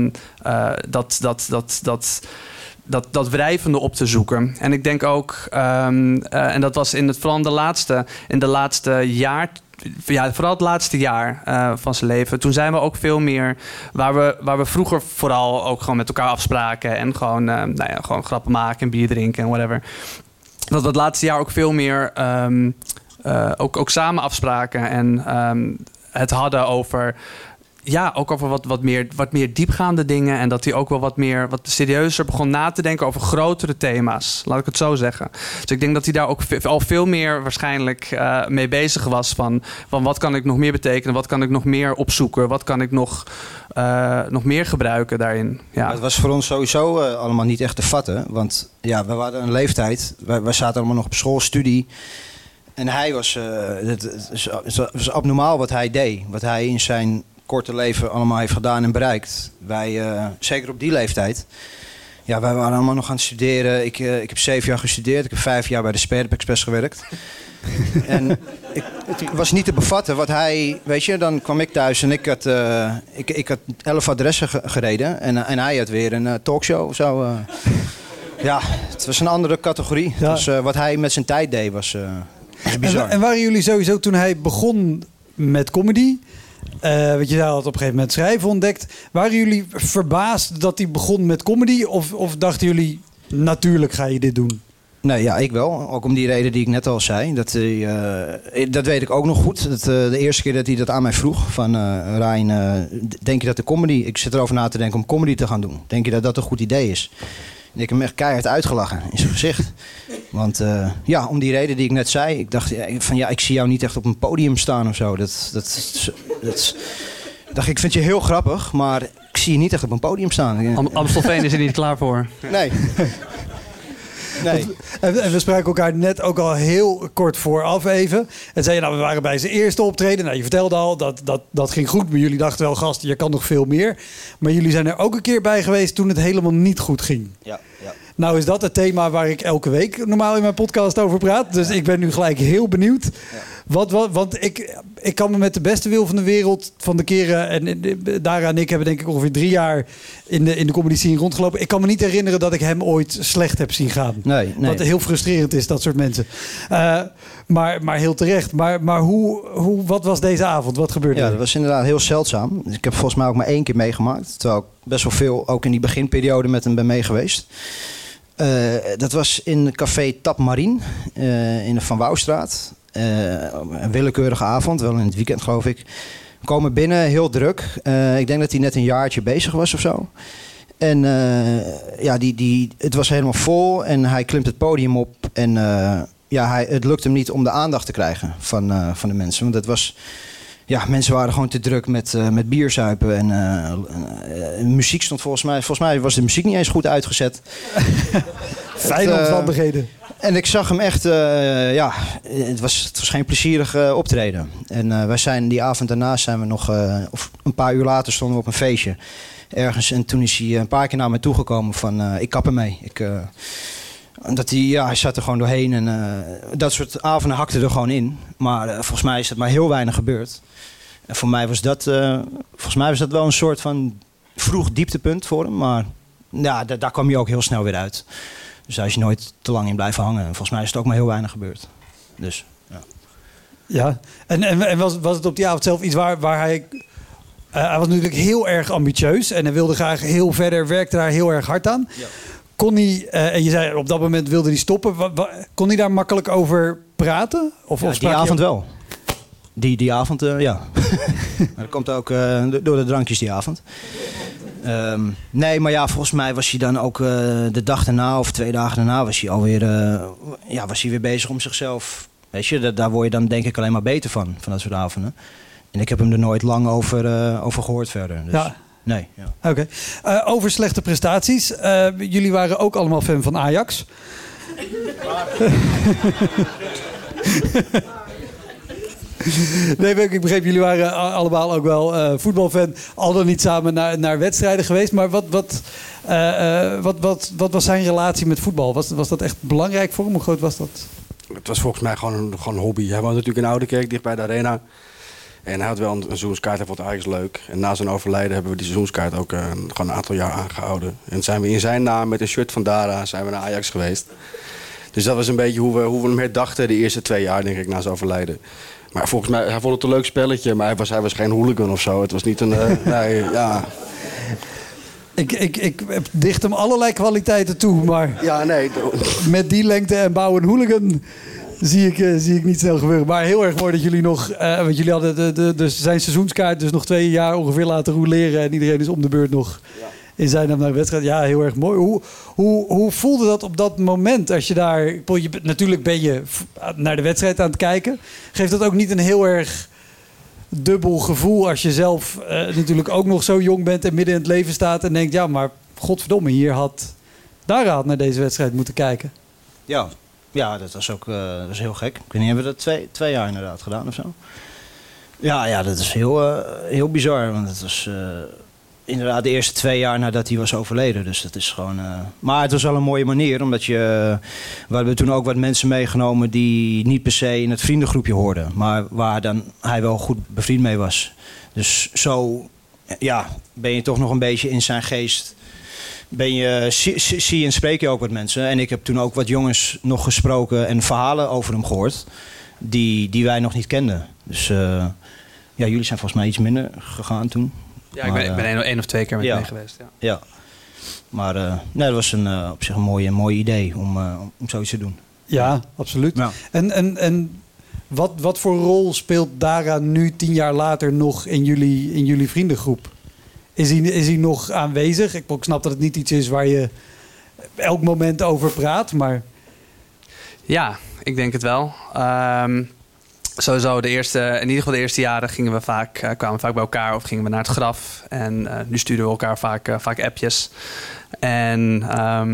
S13: dat wrijvende op te zoeken. En ik denk ook, en dat was vooral in de laatste jaar. Ja, vooral het laatste jaar van zijn leven. Toen zijn we ook veel meer... Waar we vroeger vooral ook gewoon met elkaar afspraken... en gewoon grappen maken en bier drinken en whatever. Dat we het laatste jaar ook veel meer... ook samen afspraken en het hadden over... Ja, ook over wat meer diepgaande dingen. En dat hij ook wel wat serieuzer begon na te denken over grotere thema's. Laat ik het zo zeggen. Dus ik denk dat hij daar ook al veel meer waarschijnlijk mee bezig was. Van wat kan ik nog meer betekenen? Wat kan ik nog meer opzoeken? Wat kan ik nog meer gebruiken daarin? Ja.
S14: Het was voor ons sowieso allemaal niet echt te vatten. Want ja, we hadden een leeftijd. Wij zaten allemaal nog op school, studie. En hij was... het was abnormaal wat hij deed. Wat hij in zijn... korte leven allemaal heeft gedaan en bereikt. Wij, zeker op die leeftijd... Ja, wij waren allemaal nog aan het studeren. Ik heb 7 jaar gestudeerd. Ik heb 5 jaar bij de Sperp Express gewerkt. En het was niet te bevatten wat hij... Weet je, dan kwam ik thuis en ik had 11 adressen gereden. En hij had weer een talkshow of zo. Ja, het was een andere categorie. Ja. Dus wat hij met zijn tijd deed was bizar.
S1: En waren jullie sowieso toen hij begon met comedy... want je had op een gegeven moment schrijven ontdekt. Waren jullie verbaasd dat hij begon met comedy? Of dachten jullie, natuurlijk ga je dit doen?
S14: Nee, ja, ik wel. Ook om die reden die ik net al zei. Dat weet ik ook nog goed. De eerste keer dat hij dat aan mij vroeg. Van Rijn, denk je dat de comedy... Ik zit erover na te denken om comedy te gaan doen. Denk je dat dat een goed idee is? En ik heb hem echt keihard uitgelachen in zijn gezicht. Want om die reden die ik net zei. Ik dacht, ik zie jou niet echt op een podium staan of zo. Ik vind je heel grappig, maar ik zie je niet echt op een podium staan.
S13: Amstelveen is er niet klaar voor.
S14: Nee.
S1: En we spraken elkaar net ook al heel kort vooraf even. En zei je, we waren bij zijn eerste optreden. Nou, je vertelde al, dat ging goed. Maar jullie dachten wel, gast, je kan nog veel meer. Maar jullie zijn er ook een keer bij geweest toen het helemaal niet goed ging.
S14: Ja.
S1: Nou is dat het thema waar ik elke week normaal in mijn podcast over praat. Dus ik ben nu gelijk heel benieuwd. Ja. Want ik kan me met de beste wil van de wereld van de keren... en Dara en ik hebben denk ik ongeveer 3 jaar in de comedy scene rondgelopen. Ik kan me niet herinneren dat ik hem ooit slecht heb zien gaan.
S14: Nee.
S1: Wat heel frustrerend is, dat soort mensen. Maar heel terecht. Maar wat was deze avond? Wat gebeurde er?
S14: Ja, dat was inderdaad heel zeldzaam. Ik heb volgens mij ook maar 1 keer meegemaakt. Terwijl ik best wel veel, ook in die beginperiode, met hem ben mee geweest. Dat was in café Tap Marine in de Van Wouwstraat. Een willekeurige avond, wel in het weekend geloof ik. We komen binnen, heel druk. Ik denk dat hij net een jaartje bezig was of zo. En het was helemaal vol en hij klimt het podium op. En het lukte hem niet om de aandacht te krijgen van de mensen. Want het was... Ja, mensen waren gewoon te druk met bierzuipen en muziek stond volgens mij was de muziek niet eens goed uitgezet.
S1: Fijne omstandigheden.
S14: En ik zag hem echt, het was geen plezierig optreden. En wij zijn die avond daarna zijn we nog, of een paar uur later stonden we op een feestje ergens. En toen is hij een paar keer naar me toegekomen van, ik kap ermee. Hij zat er gewoon doorheen en dat soort avonden hakte er gewoon in. Maar volgens mij is het maar heel weinig gebeurd. En voor mij was dat, wel een soort van vroeg dieptepunt voor hem. Maar ja, daar kwam hij ook heel snel weer uit. Dus daar is je nooit te lang in blijven hangen. En volgens mij is het ook maar heel weinig gebeurd. Dus, ja.
S1: Ja, en was het op die avond zelf iets waar hij... hij was natuurlijk heel erg ambitieus en hij wilde graag heel verder, werkte daar heel erg hard aan. Ja. Kon hij, en je zei op dat moment wilde hij stoppen, kon hij daar makkelijk over praten?
S14: Die avond wel. Die avond, ja. Maar dat komt ook door de drankjes die avond. Nee, maar ja, volgens mij was hij dan ook de dag daarna of 2 dagen daarna was hij alweer was hij weer bezig om zichzelf. Weet je, daar word je dan denk ik alleen maar beter van dat soort avonden. En ik heb hem er nooit lang over gehoord verder. Dus,
S1: ja.
S14: Nee. Ja.
S1: Oké. Over slechte prestaties. Jullie waren ook allemaal fan van Ajax. Nee, ik begreep, jullie waren allemaal ook wel voetbalfan. Al dan niet samen naar wedstrijden geweest. Maar wat was zijn relatie met voetbal? Was dat echt belangrijk voor hem? Hoe groot was dat?
S15: Het was volgens mij gewoon een hobby. Hij woont natuurlijk in Oudekerk, dicht bij de arena. En hij had wel een seizoenskaart, hij vond het eigenlijk leuk. En na zijn overlijden hebben we die seizoenskaart ook gewoon een aantal jaar aangehouden. En zijn we in zijn naam met een shirt van Dara zijn we naar Ajax geweest. Dus dat was een beetje hoe we hem herdachten de eerste 2 jaar, denk ik, na zijn overlijden. Maar volgens mij, hij vond het een leuk spelletje, maar hij was geen hooligan of zo. Het was niet een... nee, ja...
S1: Ik dicht hem allerlei kwaliteiten toe, maar
S15: ja, nee.
S1: Met die lengte en bouw een hooligan zie ik niet snel gebeuren. Maar heel erg mooi dat jullie nog... want jullie hadden zijn seizoenskaart dus nog 2 jaar ongeveer laten roleren. En iedereen is om de beurt nog in zijn naam naar de wedstrijd. Ja, heel erg mooi. Hoe voelde dat op dat moment? Als je daar... Natuurlijk ben je naar de wedstrijd aan het kijken. Geeft dat ook niet een heel erg dubbel gevoel als je zelf natuurlijk ook nog zo jong bent en midden in het leven staat en denkt, ja, maar godverdomme, hier had Dara naar deze wedstrijd moeten kijken.
S14: Ja, dat was ook dat was heel gek. Ik weet niet, hebben we dat 2 jaar inderdaad gedaan of zo? Ja, dat is heel bizar, want het was inderdaad de eerste 2 jaar nadat hij was overleden. Dus dat is gewoon... Maar het was wel een mooie manier, omdat we hebben toen ook wat mensen meegenomen die niet per se in het vriendengroepje hoorden, maar waar dan hij wel goed bevriend mee was. Dus zo ben je toch nog een beetje in zijn geest. Zie je en spreek je ook wat mensen. En ik heb toen ook wat jongens nog gesproken en verhalen over hem gehoord die wij nog niet kenden. Dus jullie zijn volgens mij iets minder gegaan toen.
S13: Ja, maar, ik ben 1 of 2 keer met mee geweest. Ja.
S14: Maar dat was op zich een mooi idee om zoiets te doen.
S1: Ja, absoluut. Ja. En wat voor rol speelt Dara nu 10 jaar later nog in jullie vriendengroep? Is hij nog aanwezig? Ik snap dat het niet iets is waar je elk moment over praat, maar...
S13: Ja, ik denk het wel. Sowieso in ieder geval de eerste jaren kwamen we vaak bij elkaar of gingen we naar het graf. En nu sturen we elkaar vaak appjes. En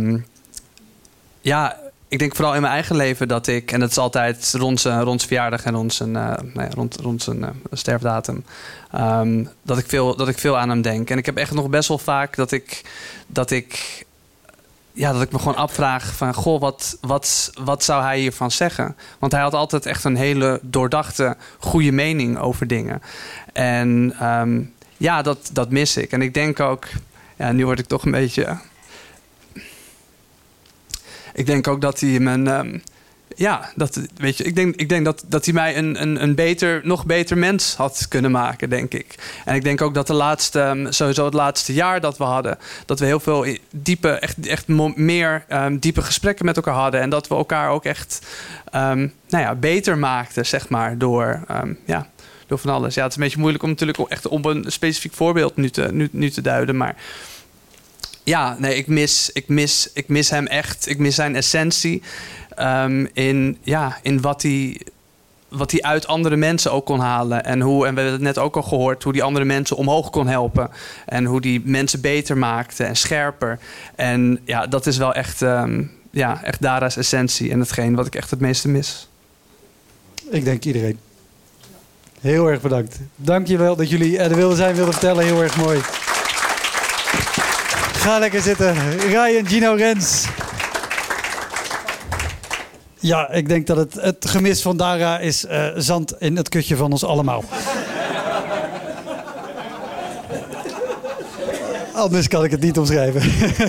S13: ik denk vooral in mijn eigen leven dat ik, en dat is altijd rond zijn verjaardag en rond zijn sterfdatum, dat ik veel aan hem denk. En ik heb echt nog best wel vaak dat ik me gewoon afvraag van, goh, wat zou hij hiervan zeggen? Want hij had altijd echt een hele doordachte, goede mening over dingen. En dat mis ik. En ik denk ook, nu word ik toch een beetje... Ik denk ook dat hij ik denk dat hij mij een nog beter mens had kunnen maken, denk ik. En ik denk ook dat sowieso het laatste jaar dat we hadden, dat we heel veel diepe, echt meer diepe gesprekken met elkaar hadden. En dat we elkaar ook echt beter maakten, zeg maar, door van alles. Ja, het is een beetje moeilijk om natuurlijk echt op een specifiek voorbeeld nu te duiden, maar... Ja, nee, ik mis hem echt. Ik mis zijn essentie in wat hij uit andere mensen ook kon halen. En we hebben het net ook al gehoord, hoe die andere mensen omhoog kon helpen. En hoe die mensen beter maakte en scherper. En ja, dat is wel echt Dara's essentie en hetgeen wat ik echt het meeste mis.
S1: Ik denk iedereen. Heel erg bedankt. Dank je wel dat jullie er wilden vertellen. Heel erg mooi. Ga lekker zitten. Ryan, Gino, Rens. Ja, ik denk dat het gemis van Dara is zand in het kutje van ons allemaal. Anders kan ik het niet omschrijven.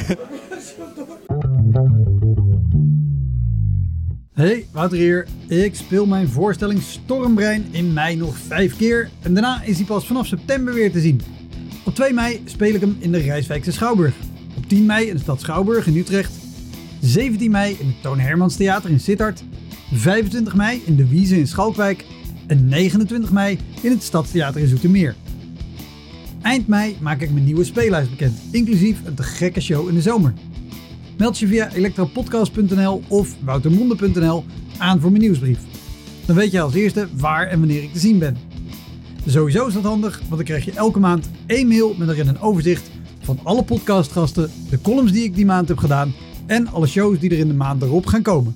S1: Hey, Wouter hier. Ik speel mijn voorstelling Stormbrein in mei nog 5 keer. En daarna is hij pas vanaf september weer te zien. Op 2 mei speel ik hem in de Rijswijkse Schouwburg. Op 10 mei in de stad Schouwburg in Utrecht. 17 mei in het Toon Hermans Theater in Sittard. 25 mei in de Wiese in Schalkwijk. en 29 mei in het Stadstheater in Zoetermeer. Eind mei maak ik mijn nieuwe speellijst bekend, inclusief een te gekke show in de zomer. Meld je via elektropodcast.nl of woutermonde.nl aan voor mijn nieuwsbrief. Dan weet je als eerste waar en wanneer ik te zien ben. Sowieso is dat handig, want dan krijg je elke maand 1 mail met erin een overzicht van alle podcastgasten, de columns die ik die maand heb gedaan en alle shows die er in de maand erop gaan komen.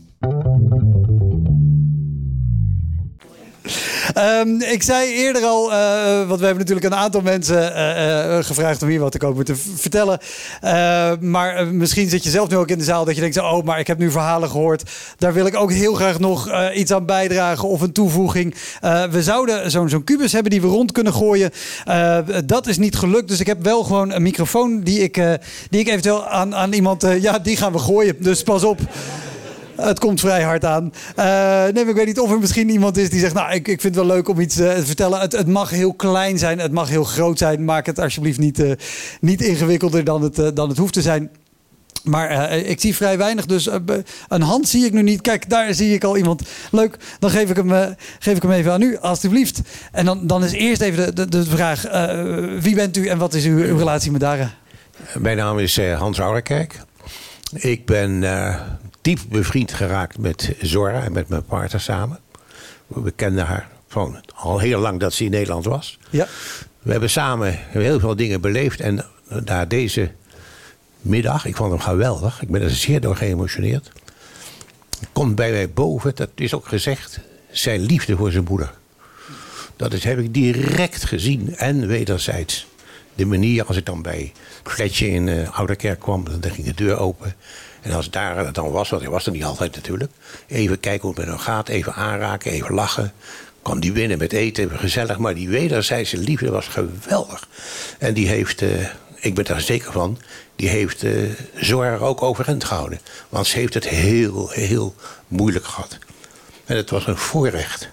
S1: Ik zei eerder al, want we hebben natuurlijk een aantal mensen gevraagd om hier wat te komen te vertellen. Maar misschien zit je zelf nu ook in de zaal dat je denkt, oh, maar ik heb nu verhalen gehoord. Daar wil ik ook heel graag nog iets aan bijdragen of een toevoeging. We zouden zo'n kubus hebben die we rond kunnen gooien. Dat is niet gelukt, dus ik heb wel gewoon een microfoon die ik eventueel aan iemand, die gaan we gooien. Dus pas op. Het komt vrij hard aan. Maar ik weet niet of er misschien iemand is die zegt, nou, ik vind het wel leuk om iets te vertellen. Het mag heel klein zijn, het mag heel groot zijn. Maak het alsjeblieft niet ingewikkelder dan het hoeft te zijn. Maar ik zie vrij weinig, dus een hand zie ik nu niet. Kijk, daar zie ik al iemand. Leuk, dan geef ik hem even aan u, alstublieft. En dan is eerst even de vraag, wie bent u en wat is uw relatie met Dara?
S16: Mijn naam is Hans Ouwerkerk. Ik ben diep bevriend geraakt met Zora en met mijn partner samen. We kenden haar van al heel lang dat ze in Nederland was. Ja. We hebben samen heel veel dingen beleefd. En na deze middag, ik vond hem geweldig. Ik ben er zeer door geëmotioneerd. Komt bij mij boven, dat is ook gezegd, zijn liefde voor zijn moeder. Dat heb ik direct gezien en wederzijds. De manier als ik dan bij Fletje in Ouderkerk kwam, dan ging de deur open. En als Dara dan was, want hij was er niet altijd natuurlijk. Even kijken hoe het met hem gaat, even aanraken, even lachen. Kwam die binnen met eten, gezellig. Maar die wederzijdse liefde was geweldig. En die heeft, ik ben daar zeker van, die heeft Zora ook overeind gehouden. Want ze heeft het heel, heel moeilijk gehad. En het was een voorrecht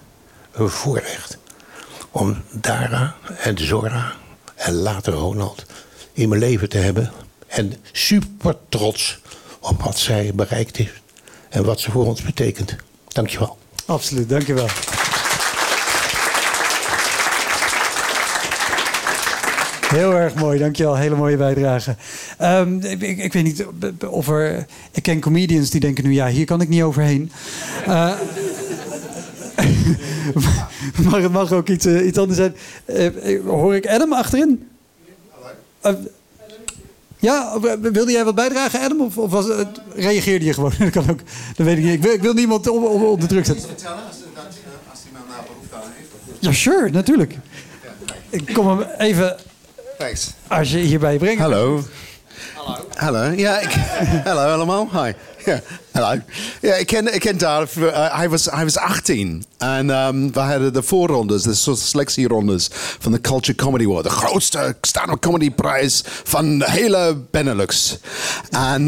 S16: om Dara en Zora en later Ronald in mijn leven te hebben. En super trots op wat zij bereikt heeft en wat ze voor ons betekent. Dankjewel.
S1: Absoluut, dankjewel. Heel erg mooi, dankjewel. Hele mooie bijdrage. Ik weet niet of er... Ik ken comedians die denken nu, ja, hier kan ik niet overheen. Maar het mag ook iets anders zijn. Hoor ik Adam achterin? Ja, wilde jij wat bijdragen, Adam? Of reageerde je gewoon? Dat kan ook. Dat weet ik niet. Ik wil niemand onder druk zetten.
S17: Vertellen als iemand daar behoefte aan heeft.
S1: Ja, sure, natuurlijk. Ik kom hem even...
S17: Thanks.
S1: Als je hierbij brengt.
S17: Hallo. Hallo. Ja, hallo allemaal. Hi. Yeah, hello. Ja, ik ken daar. Hij was 18. En we hadden de voorrondes, de selectierondes van de Culture Comedy Award. De grootste stand-up comedy prijs van de hele Benelux. En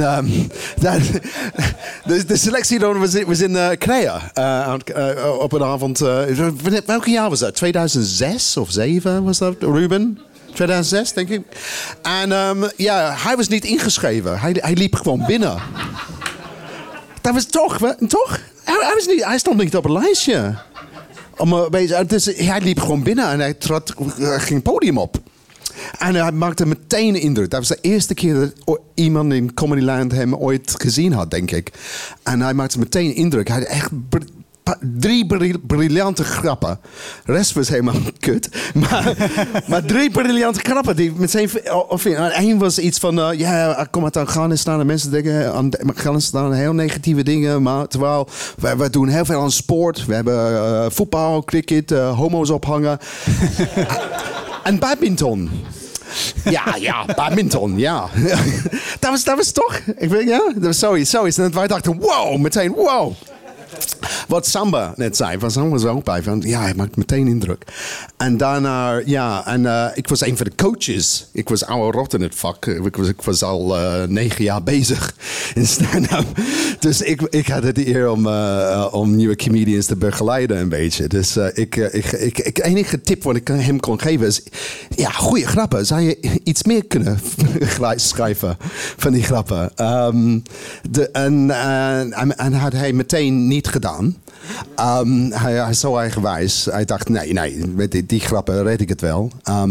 S17: de selectieronde was in Crea. Op een avond. Welk jaar was dat? 2006 of 2007 was dat, Ruben? 2006, denk ik. En hij was niet ingeschreven. Hij liep gewoon binnen. Dat was toch? Hij stond niet op een lijstje. Dus hij liep gewoon binnen en hij ging het podium op. En hij maakte meteen indruk. Dat was de eerste keer dat iemand in Comedyland hem ooit gezien had, denk ik. En hij maakte meteen indruk. Hij had echt 3 briljante grappen. De rest was helemaal kut. Maar 3 briljante grappen. Die meteen, één was iets van... ik kom uit Afghanistan en mensen denken aan Afghanistan heel negatieve dingen. Maar terwijl we doen heel veel aan sport. We hebben voetbal, cricket, homo's ophangen. En badminton. Ja, badminton, ja. Dat was toch... dat was zoiets. En wij dachten, wow. Wat Samba net zei, van Samba was er ook bij. Van, hij maakt meteen indruk. En daarna, ik was een van de coaches. Ik was oude rot in het vak. Ik was al 9 jaar bezig in stand-up. Dus ik had het eer om nieuwe comedians te begeleiden een beetje. Dus de enige tip wat ik hem kon geven is... Ja, goede grappen. Zou je iets meer kunnen schrijven van die grappen? En had hij meteen niet gedaan. hem. Hij is zo eigenwijs. Hij dacht, nee, met die grappen red ik het wel.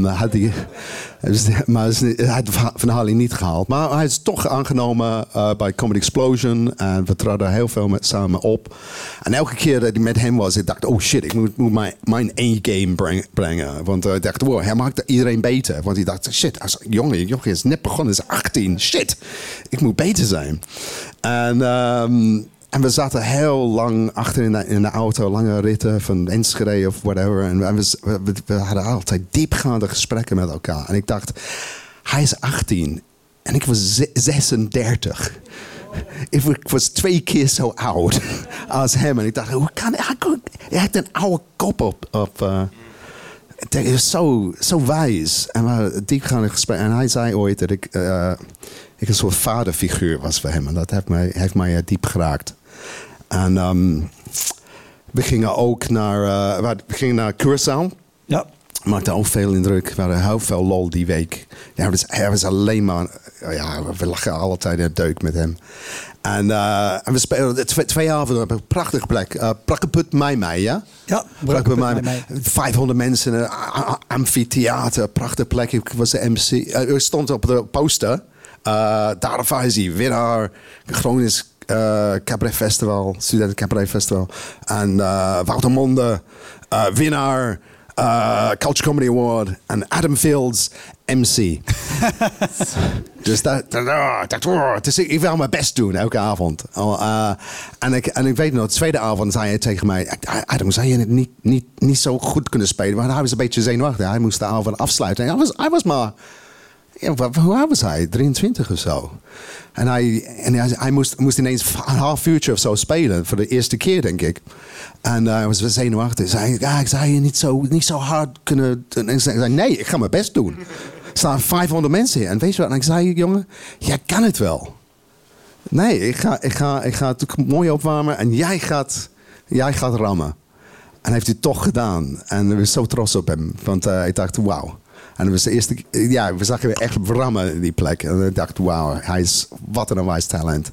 S17: Maar hij had de verhaling niet gehaald. Maar hij is toch aangenomen bij Comedy Explosion. En we traden heel veel samen op. En elke keer dat ik met hem was, ik dacht, oh shit, ik moet mijn A-game brengen. Want ik dacht, wow, hij maakt iedereen beter. Want hij dacht, shit, als jongen is net begonnen, is 18. Shit, ik moet beter zijn. En we zaten heel lang achter in de auto, lange ritten van Enschede of whatever. En we hadden altijd diepgaande gesprekken met elkaar. En ik dacht, hij is 18 en ik was 36. Ik was 2 keer zo oud als hem. En ik dacht, hoe kan hij had een oude kop op. Hij is zo wijs. En we hadden diepgaande gesprekken. En hij zei ooit dat ik een soort vaderfiguur was voor hem. En dat heeft mij diep geraakt. En we gingen ook naar Curaçao. Ja. Maakte ook veel indruk. We hadden heel veel lol die week. Ja, hij was alleen maar... we lachen altijd in de deuk met hem. En we speelden 2 avonden op een prachtige plek. Prakkeput Mei, ja? Ja, Prakkeput Mei. 500 mensen, een amfitheater, prachtige plek. Ik was de MC. Ik stond op de poster. Dara Faizi, winnaar. Gronings Cabaret Festival, Studenten Cabaret Festival. En Wouter Monde, winnaar. Culture Comedy Award. En Adam Fields, MC. Dus ik wil mijn best doen, elke avond. En ik weet nog, de tweede avond zei hij tegen mij... Adam, zou je het niet zo goed kunnen spelen? Want hij was een beetje zenuwachtig. Hij moest de avond afsluiten. En hij was maar... Ja, hoe oud was hij? 23 of zo. En hij moest ineens een half uurtje of zo spelen. Voor de eerste keer, denk ik. En hij was zenuwachtig. Ik zou je niet zo hard kunnen... En ik zei, nee, ik ga mijn best doen. Er staan 500 mensen hier. En weet je wat? En ik zei, jongen, jij kan het wel. Nee, ik ga het mooi opwarmen. En jij gaat rammen. En heeft hij toch gedaan. En ik was zo trots op hem. Want ik dacht, wauw. En dat was de eerste... Ja, we zagen weer echt rammen in die plek. En ik dacht, wauw, hij is... Wat een wijs talent.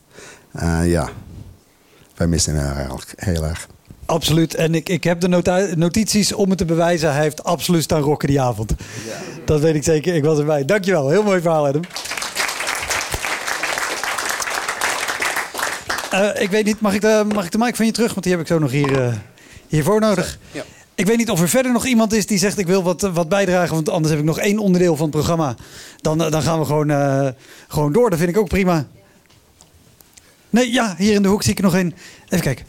S17: Wij missen hem heel erg.
S1: Absoluut. En ik heb de notities om het te bewijzen. Hij heeft absoluut staan rocken die avond. Ja. Dat weet ik zeker. Ik was erbij. Dankjewel. Heel mooi verhaal, Adam. Ik weet niet, mag ik de mic van je terug? Want die heb ik zo nog hiervoor nodig. Ja. Ik weet niet of er verder nog iemand is die zegt... ik wil wat bijdragen, want anders heb ik nog 1 onderdeel van het programma. Dan gaan we gewoon door. Dat vind ik ook prima. Nee, ja, hier in de hoek zie ik er nog een. Even kijken.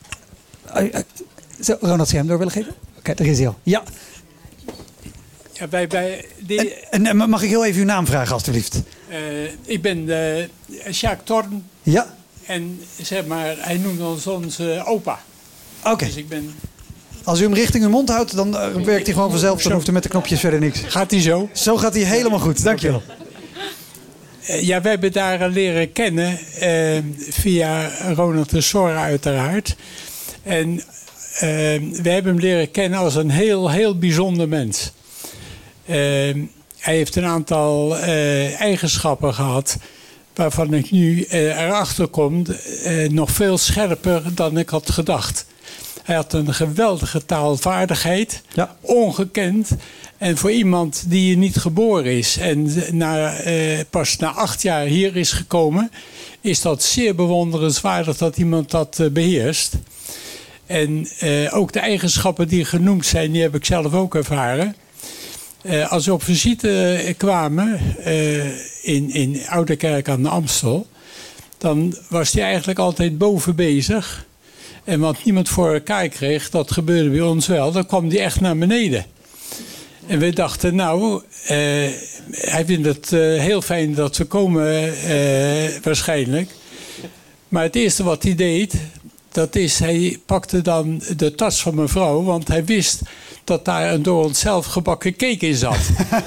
S1: Zou Ronald scherm door willen geven? Oké, daar is hij al. Ja.
S18: Ja, bij die...
S1: en mag ik heel even uw naam vragen, alstublieft?
S18: Ik ben Sjaak Torn.
S1: Ja.
S18: En zeg maar, hij noemt ons onze opa.
S1: Oké.
S18: Dus ik ben...
S1: Als u hem richting uw mond houdt, dan werkt hij gewoon vanzelf. Dan hoeft u met de knopjes verder niks.
S18: Gaat hij zo?
S1: Zo gaat hij helemaal goed. Dankjewel.
S18: Ja, we hebben daar leren kennen via Ronald de Sora uiteraard. En we hebben hem leren kennen als een heel bijzonder mens. Hij heeft een aantal eigenschappen gehad... waarvan ik nu erachter kom nog veel scherper dan ik had gedacht. Hij had een geweldige taalvaardigheid, ja. Ongekend. En voor iemand die niet geboren is en pas na 8 jaar hier is gekomen... is dat zeer bewonderenswaardig dat iemand dat beheerst. En ook de eigenschappen die genoemd zijn, die heb ik zelf ook ervaren. Als we op visite kwamen in Oudekerk aan de Amstel... dan was hij eigenlijk altijd boven bezig... En wat niemand voor elkaar kreeg, dat gebeurde bij ons wel. Dan kwam hij echt naar beneden. En we dachten, hij vindt het heel fijn dat we komen, waarschijnlijk. Maar het eerste wat hij deed, dat is, hij pakte dan de tas van mijn vrouw. Want hij wist dat daar een door onszelf gebakken cake in zat.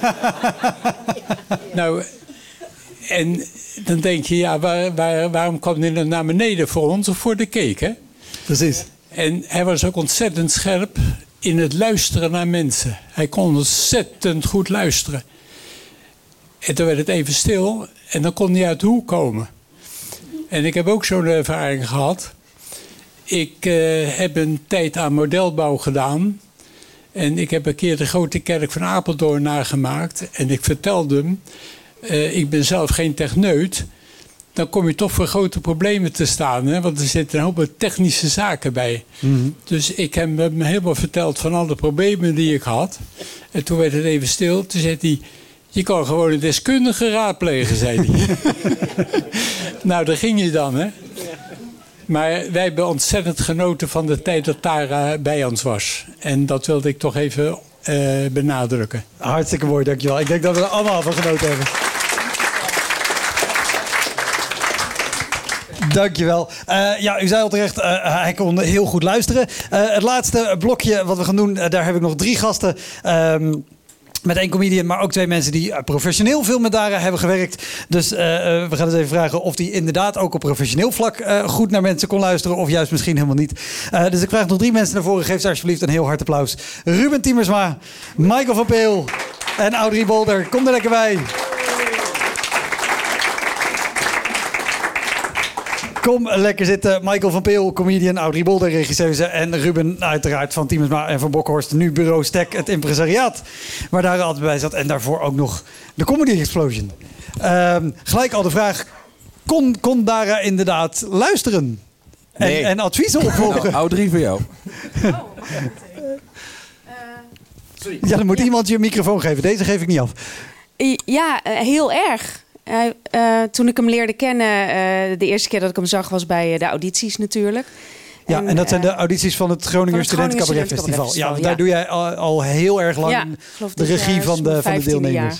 S18: En dan denk je, ja, waarom kwam hij dan naar beneden? Voor ons of voor de cake, hè?
S1: Precies.
S18: En hij was ook ontzettend scherp in het luisteren naar mensen. Hij kon ontzettend goed luisteren. En toen werd het even stil en dan kon hij uit de hoek komen. En ik heb ook zo'n ervaring gehad. Ik heb een tijd aan modelbouw gedaan. En ik heb een keer de grote kerk van Apeldoorn nagemaakt. En ik vertelde hem, ik ben zelf geen techneut. Dan kom je toch voor grote problemen te staan. Hè? Want er zitten een hoop technische zaken bij.
S1: Mm-hmm.
S18: Dus ik heb hem helemaal verteld van alle problemen die ik had. En toen werd het even stil. Toen zei hij, je kan gewoon een deskundige raadplegen, zei hij. Nou, daar ging je dan, hè. Maar wij hebben ontzettend genoten van de tijd dat Tara bij ons was. En dat wilde ik toch even benadrukken.
S1: Hartstikke mooi, dankjewel. Ik denk dat we er allemaal van genoten hebben. Dankjewel. Ja, u zei al terecht, hij kon heel goed luisteren. Het laatste blokje wat we gaan doen, daar heb ik nog 3 gasten. Met 1 comedian, maar ook 2 mensen die professioneel veel met Dara hebben gewerkt. Dus we gaan eens even vragen of die inderdaad ook op professioneel vlak goed naar mensen kon luisteren. Of juist misschien helemaal niet. Dus ik vraag nog 3 mensen naar voren. Geef ze alsjeblieft een heel hard applaus. Ruben Tiemersma, Michael van Peel en Audrey Bolder. Kom er lekker bij. Kom lekker zitten. Michael van Peel, comedian, Audrey Bolder, regisseuse. En Ruben uiteraard van Tiemersma en van Bokhorst. Nu bureau Stek, het impresariaat. Waar daar altijd bij zat. En daarvoor ook nog de Comedy Explosion. Gelijk al de vraag. Kon Dara inderdaad luisteren?
S19: Nee.
S1: En adviezen opvolgen?
S19: Nou, Audrey voor jou.
S1: Ja, dan moet iemand je een microfoon geven. Deze geef ik niet af.
S20: Ja, heel erg. Toen ik hem leerde kennen, de eerste keer dat ik hem zag was bij de audities natuurlijk.
S1: Ja, en dat zijn de audities van het Groninger Studenten Cabaret Festival. Ja, daar doe jij al heel erg lang de regie van de deelnemers.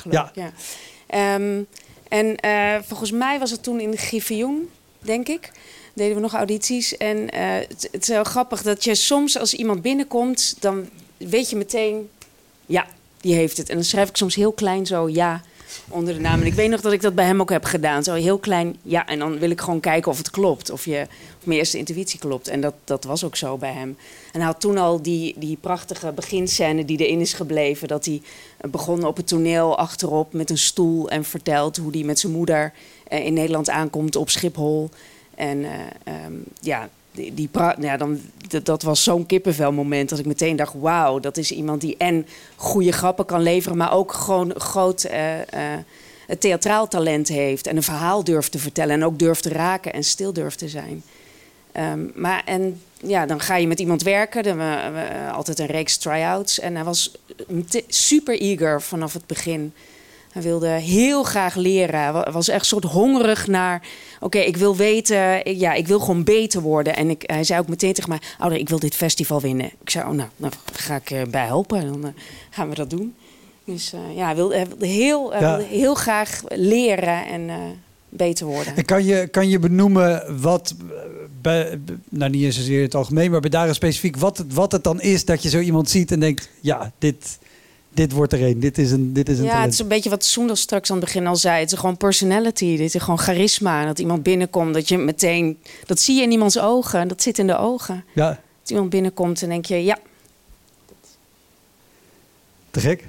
S20: Volgens mij was het toen in de Griffioen, denk ik. Deden we nog audities. En het is heel grappig dat je soms als iemand binnenkomt, dan weet je meteen, ja, die heeft het. En dan schrijf ik soms heel klein zo, ja, onder de naam. En ik weet nog dat ik dat bij hem ook heb gedaan. Zo heel klein, ja. En dan wil ik gewoon kijken of het klopt. Of mijn eerste intuïtie klopt. En dat was ook zo bij hem. En hij had toen al die prachtige beginscène die erin is gebleven. Dat hij begon op het toneel achterop met een stoel. En vertelt hoe hij met zijn moeder in Nederland aankomt op Schiphol. En dat was zo'n kippenvelmoment dat ik meteen dacht, wauw, dat is iemand die en goede grappen kan leveren, maar ook gewoon groot theatraal talent heeft en een verhaal durft te vertellen en ook durft te raken en stil durft te zijn. Dan ga je met iemand werken. Dan hebben we altijd een reeks try-outs en hij was super eager vanaf het begin. Hij wilde heel graag leren. Hij was echt soort hongerig naar, oké, ik wil weten, ik wil gewoon beter worden. En hij zei ook meteen tegen mij, Audrey, ik wil dit festival winnen. Ik zei, nou ga ik bij helpen. En dan gaan we dat doen. Dus hij wilde heel graag leren en beter worden.
S1: En kan je benoemen wat, nou niet eens zozeer in het algemeen, maar bij Dara specifiek, wat het dan is dat je zo iemand ziet en denkt, ja, dit wordt er een. Dit is een talent.
S20: Het is een beetje wat Soendel straks aan het begin al zei. Het is gewoon personality. Dit is gewoon charisma. Dat iemand binnenkomt, dat je meteen, dat zie je in iemands ogen. Dat zit in de ogen.
S1: Ja.
S20: Dat iemand binnenkomt en denk je, ja.
S1: Te gek.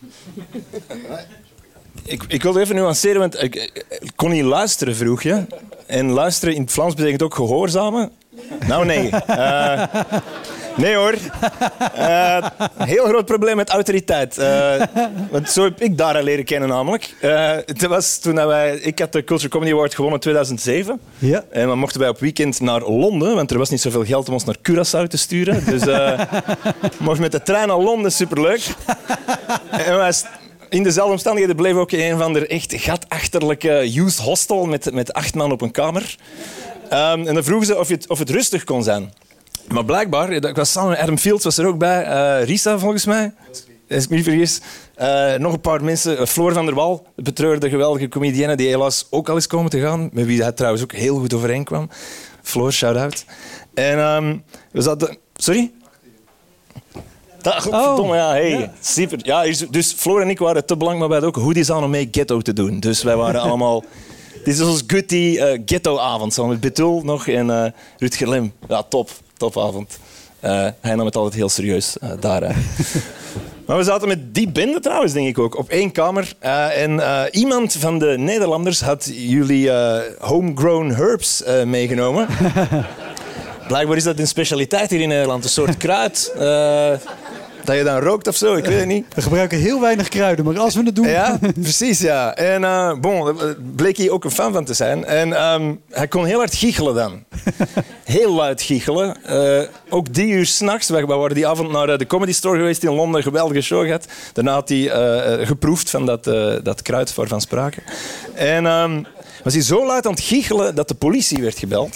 S21: Ik wilde even nuanceren, want ik kon niet luisteren, vroeg je. En luisteren in het Vlaams betekent ook gehoorzamen. Nou, nee. Nee hoor. Heel groot probleem met autoriteit. Want zo heb ik Dara leren kennen namelijk. Het was toen ik had de Culture Comedy Award gewonnen in 2007. Ja. En dan mochten wij op weekend naar Londen, want er was niet zoveel geld om ons naar Curaçao te sturen. Dus mochten met de trein naar Londen, superleuk. En wij in dezelfde omstandigheden bleef ook in een van de echt gatachterlijke youth hostel met 8 man op een kamer. En dan vroegen ze of het rustig kon zijn. Maar blijkbaar, ik was samen met Adam Fields was er ook bij, Risa volgens mij, als ik me niet vergis. Nog een paar mensen, Floor van der Wal, de betreurde geweldige comedienne die helaas ook al is komen te gaan, met wie hij trouwens ook heel goed overeenkwam. Floor, shout-out. En we zaten... Sorry? Verdomme, ja, hey. Ja. Super. Ja, dus Floor en ik waren te belangrijk, maar wij hadden ook hoodies aan om mee ghetto te doen. Dus wij waren allemaal... Dit is ons Gutty ghetto-avond, zo met Betul nog en Rutger Lem. Ja, topavond. Hij nam het altijd heel serieus daar. Maar we zaten met die bende trouwens, denk ik ook, op 1 kamer. En iemand van de Nederlanders had jullie homegrown herbs meegenomen. Blijkbaar is dat een specialiteit hier in Nederland. Een soort kruid. Dat je dan rookt of zo, ik weet het niet.
S1: We gebruiken heel weinig kruiden, maar als we het doen...
S21: Ja, precies, ja. En bleek hij ook een fan van te zijn. En hij kon heel hard giechelen dan. Heel luid giechelen. Ook 3 uur 's nachts. We waren die avond naar de Comedy Store geweest in Londen. Een geweldige show gehad. Daarna had hij geproefd van dat kruid waarvan spraken. En was hij zo luid aan het giechelen dat de politie werd gebeld.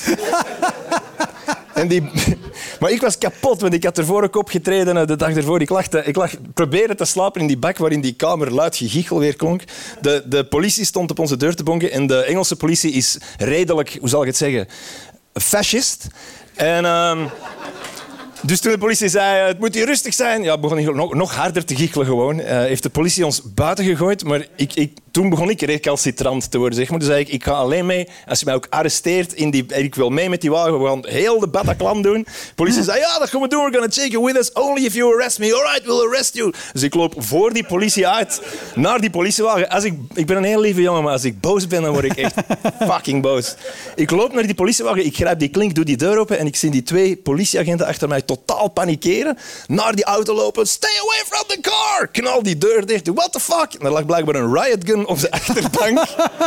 S21: Maar ik was kapot, want ik had ervoor ook opgetreden de dag ervoor. Ik probeerde te slapen in die bak waarin die kamer luid gegiechel weer klonk. De politie stond op onze deur te bonken en de Engelse politie is redelijk, hoe zal ik het zeggen, fascist. En... Dus toen de politie zei, het moet hier rustig zijn, ja, begon ik nog harder te giechelen gewoon. Heeft de politie ons buiten gegooid, maar toen begon ik recalcitrant te worden, zeg maar. Dus zei ik ga alleen mee als je mij ook arresteert ik wil mee met die wagen. We gaan heel de Bataclan doen. De politie zei, ja, dat gaan we doen. We're gonna take you with us only if you arrest me. All right, we'll arrest you. Dus ik loop voor die politie uit naar die politiewagen. Ik ben een heel lieve jongen, maar als ik boos ben, dan word ik echt fucking boos. Ik loop naar die politiewagen, ik grijp die klink, doe die deur open en ik zie die 2 politieagenten achter mij totaal panikeren. Naar die auto lopen. Stay away from the car! Knal die deur dicht. What the fuck? En er lag blijkbaar een riot gun op de achterbank.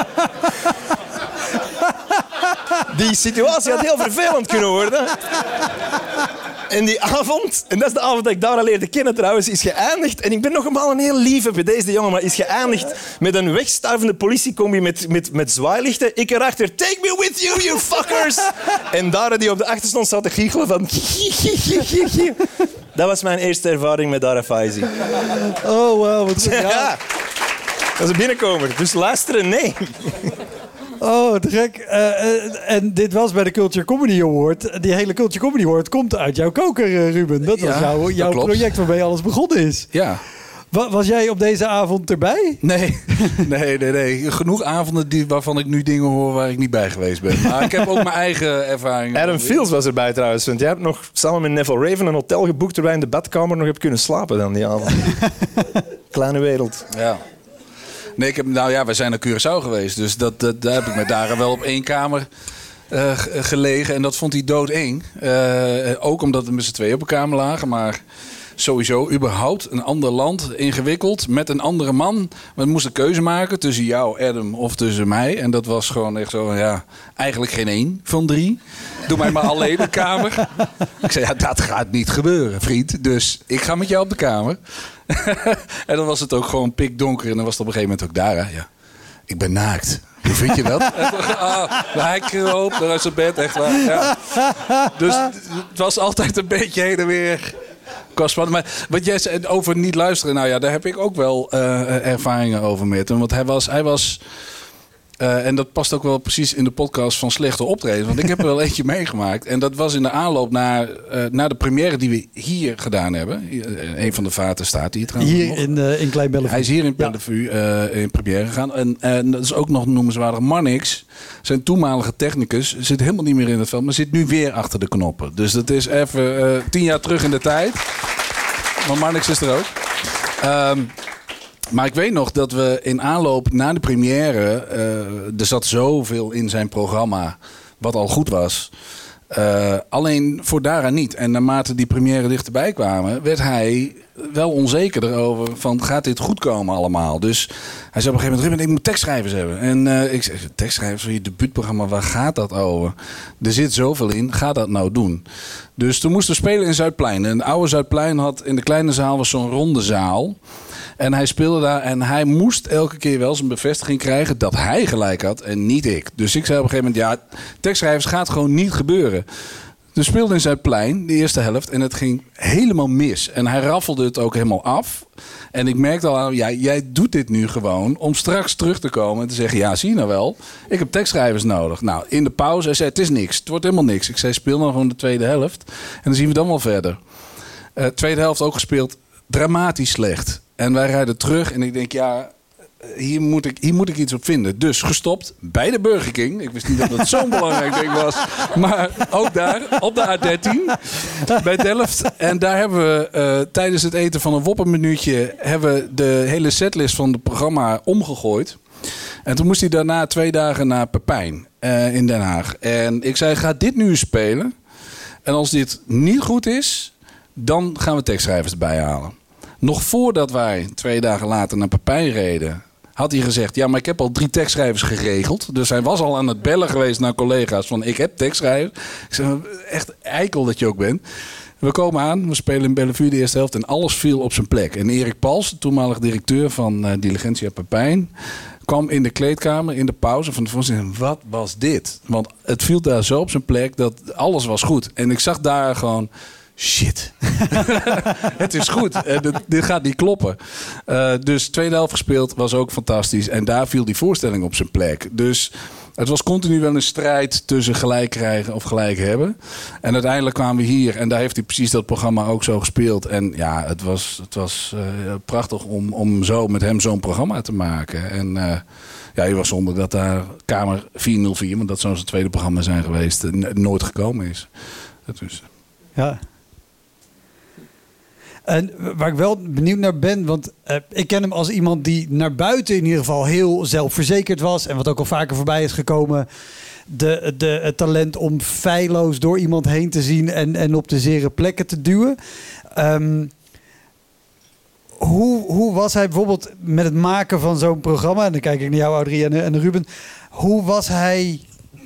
S21: Die situatie had heel vervelend kunnen worden. En die avond, en dat is de avond dat ik Dara leerde kennen trouwens, is geëindigd. En ik ben nog eenmaal een heel lieve bij deze jongen, maar is geëindigd met een wegstuivende politiecombi met zwaailichten. Ik erachter, take me with you, you fuckers! En Dara die op de achterstand zat te giechelen van... Dat was mijn eerste ervaring met Dara Faizi.
S1: Oh, wow, wat
S21: ja. Dat is een binnenkomer, dus luisteren, nee.
S1: Oh, te gek. En dit was bij de Culture Comedy Award. Die hele Culture Comedy Award komt uit jouw koker, Ruben. Dat was jouw project waarmee alles begonnen is.
S19: Ja.
S1: Was jij op deze avond erbij?
S19: Nee. Genoeg avonden waarvan ik nu dingen hoor waar ik niet bij geweest ben. Maar ik heb ook mijn eigen ervaringen.
S21: Adam Fields was erbij trouwens. Want jij hebt nog samen met Neville Raven een hotel geboekt waar wij in de badkamer nog hebben kunnen slapen dan die avond. Kleine wereld.
S19: Ja. Nee, we zijn naar Curaçao geweest. Dus daar heb ik met Dara wel op 1 kamer gelegen. En dat vond hij doodeng. Ook omdat we met z'n 2 op een kamer lagen. Maar sowieso, überhaupt, een ander land, ingewikkeld, met een andere man. We moesten een keuze maken tussen jou, Adam, of tussen mij. En dat was gewoon echt zo, ja, eigenlijk geen 1 van 3. Doe mij maar alleen de kamer. Ik zei, ja, dat gaat niet gebeuren, vriend. Dus ik ga met jou op de kamer. En dan was het ook gewoon pikdonker. En dan was het op een gegeven moment ook Dara. Ja, ik ben naakt. Hoe vind je dat? Hij kroop naar zijn bed, echt waar. Ja. Dus het was altijd een beetje heen en weer. Maar wat jij zei over niet luisteren, nou ja, daar heb ik ook wel ervaringen over met hem. Want hij was en dat past ook wel precies in de podcast van Slechte Optreden. Want ik heb er wel eentje meegemaakt. En dat was in de aanloop naar de première die we hier gedaan hebben. Een van de vaten staat hier trouwens.
S1: Hier in Klein Bellevue.
S19: Hij is hier in Bellevue in première gegaan. En dat is ook nog noemenswaardig. Marnix, zijn toenmalige technicus, zit helemaal niet meer in het veld. Maar zit nu weer achter de knoppen. Dus dat is even 10 jaar terug in de tijd. Maar Marnix is er ook. Maar ik weet nog dat we in aanloop naar de première... er zat zoveel in zijn programma wat al goed was. Alleen voor Dara niet. En naarmate die première dichterbij kwamen... werd hij wel onzeker erover van gaat dit goed komen allemaal. Dus hij zei op een gegeven moment... Ruben, ik moet tekstschrijvers hebben. En ik zei, tekstschrijvers voor je debuutprogramma, waar gaat dat over? Er zit zoveel in, ga dat nou doen. Dus toen moesten we spelen in Zuidplein. En de oude Zuidplein had in de kleine zaal was zo'n ronde zaal... En hij speelde daar en hij moest elke keer wel zijn bevestiging krijgen dat hij gelijk had en niet ik. Dus ik zei op een gegeven moment, ja, tekstschrijvers gaat gewoon niet gebeuren. Dus speelde in Zuidplein, de eerste helft, en het ging helemaal mis. En hij raffelde het ook helemaal af. En ik merkte al aan, ja, jij doet dit nu gewoon om straks terug te komen en te zeggen, ja, zie je nou wel, ik heb tekstschrijvers nodig. Nou, in de pauze, hij zei, het is niks, het wordt helemaal niks. Ik zei, speel dan gewoon de tweede helft en dan zien we dan wel verder. Tweede helft ook gespeeld, dramatisch slecht. En wij rijden terug en ik denk, ja, hier moet ik iets op vinden. Dus gestopt bij de Burger King. Ik wist niet dat dat zo'n belangrijk ding was. Maar ook daar, op de A13, bij Delft. En daar hebben we tijdens het eten van een woppermenuutje... hebben we de hele setlist van het programma omgegooid. En toen moest hij daarna 2 dagen naar Pepijn in Den Haag. En ik zei, ga dit nu spelen... En als dit niet goed is, dan gaan we tekstschrijvers erbij halen. Nog voordat wij 2 dagen later naar Pepijn reden, had hij gezegd, ja, maar ik heb al 3 tekstschrijvers geregeld. Dus hij was al aan het bellen geweest naar collega's van, ik heb tekstschrijvers. Ik zeg, echt eikel dat je ook bent. We komen aan, we spelen in Bellevue de eerste helft en alles viel op zijn plek. En Erik Pals, de toenmalig directeur van Diligentia Pepijn, kwam in de kleedkamer in de pauze van de voorzitter. Wat was dit? Want het viel daar zo op zijn plek dat alles was goed. En ik zag daar gewoon, shit. Het is goed. Dit gaat niet kloppen. Dus tweede helft gespeeld, was ook fantastisch. En daar viel die voorstelling op zijn plek. Dus het was continu wel een strijd tussen gelijk krijgen of gelijk hebben. En uiteindelijk kwamen we hier. En daar heeft hij precies dat programma ook zo gespeeld. En ja, het was prachtig om zo met hem zo'n programma te maken. En ja, je was zonder dat daar Kamer 404, want dat zou zijn tweede programma zijn geweest, nooit gekomen is. Dus.
S1: Ja. En waar ik wel benieuwd naar ben, want ik ken hem als iemand die naar buiten in ieder geval heel zelfverzekerd was. En wat ook al vaker voorbij is gekomen, het talent om feilloos door iemand heen te zien en op de zere plekken te duwen. Hoe was hij bijvoorbeeld met het maken van zo'n programma? En dan kijk ik naar jou, Audrey en Ruben. Hoe was hij...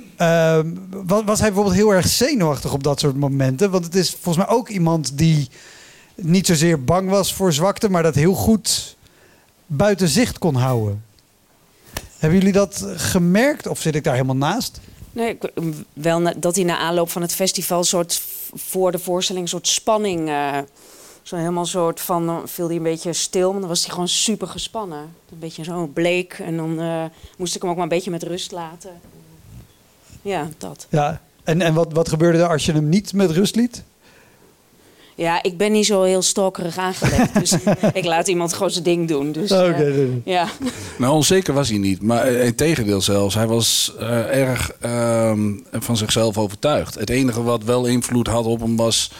S1: was hij bijvoorbeeld heel erg zenuwachtig op dat soort momenten? Want het is volgens mij ook iemand die niet zozeer bang was voor zwakte, maar dat heel goed buiten zicht kon houden. Hebben jullie dat gemerkt of zit ik daar helemaal naast?
S20: Nee, wel dat hij na aanloop van het festival soort voor de voorstelling een soort spanning, zo helemaal soort van viel hij een beetje stil, maar dan was hij gewoon super gespannen, een beetje zo bleek en dan moest ik hem ook maar een beetje met rust laten. Ja, dat.
S1: Ja, en wat gebeurde er als je hem niet met rust liet?
S20: Ja, ik ben niet zo heel stalkerig aangelegd. Dus ik laat iemand gewoon zijn ding doen. Dus, ja.
S19: Nou, onzeker was hij niet. Maar integendeel zelfs. Hij was erg van zichzelf overtuigd. Het enige wat wel invloed had op hem was...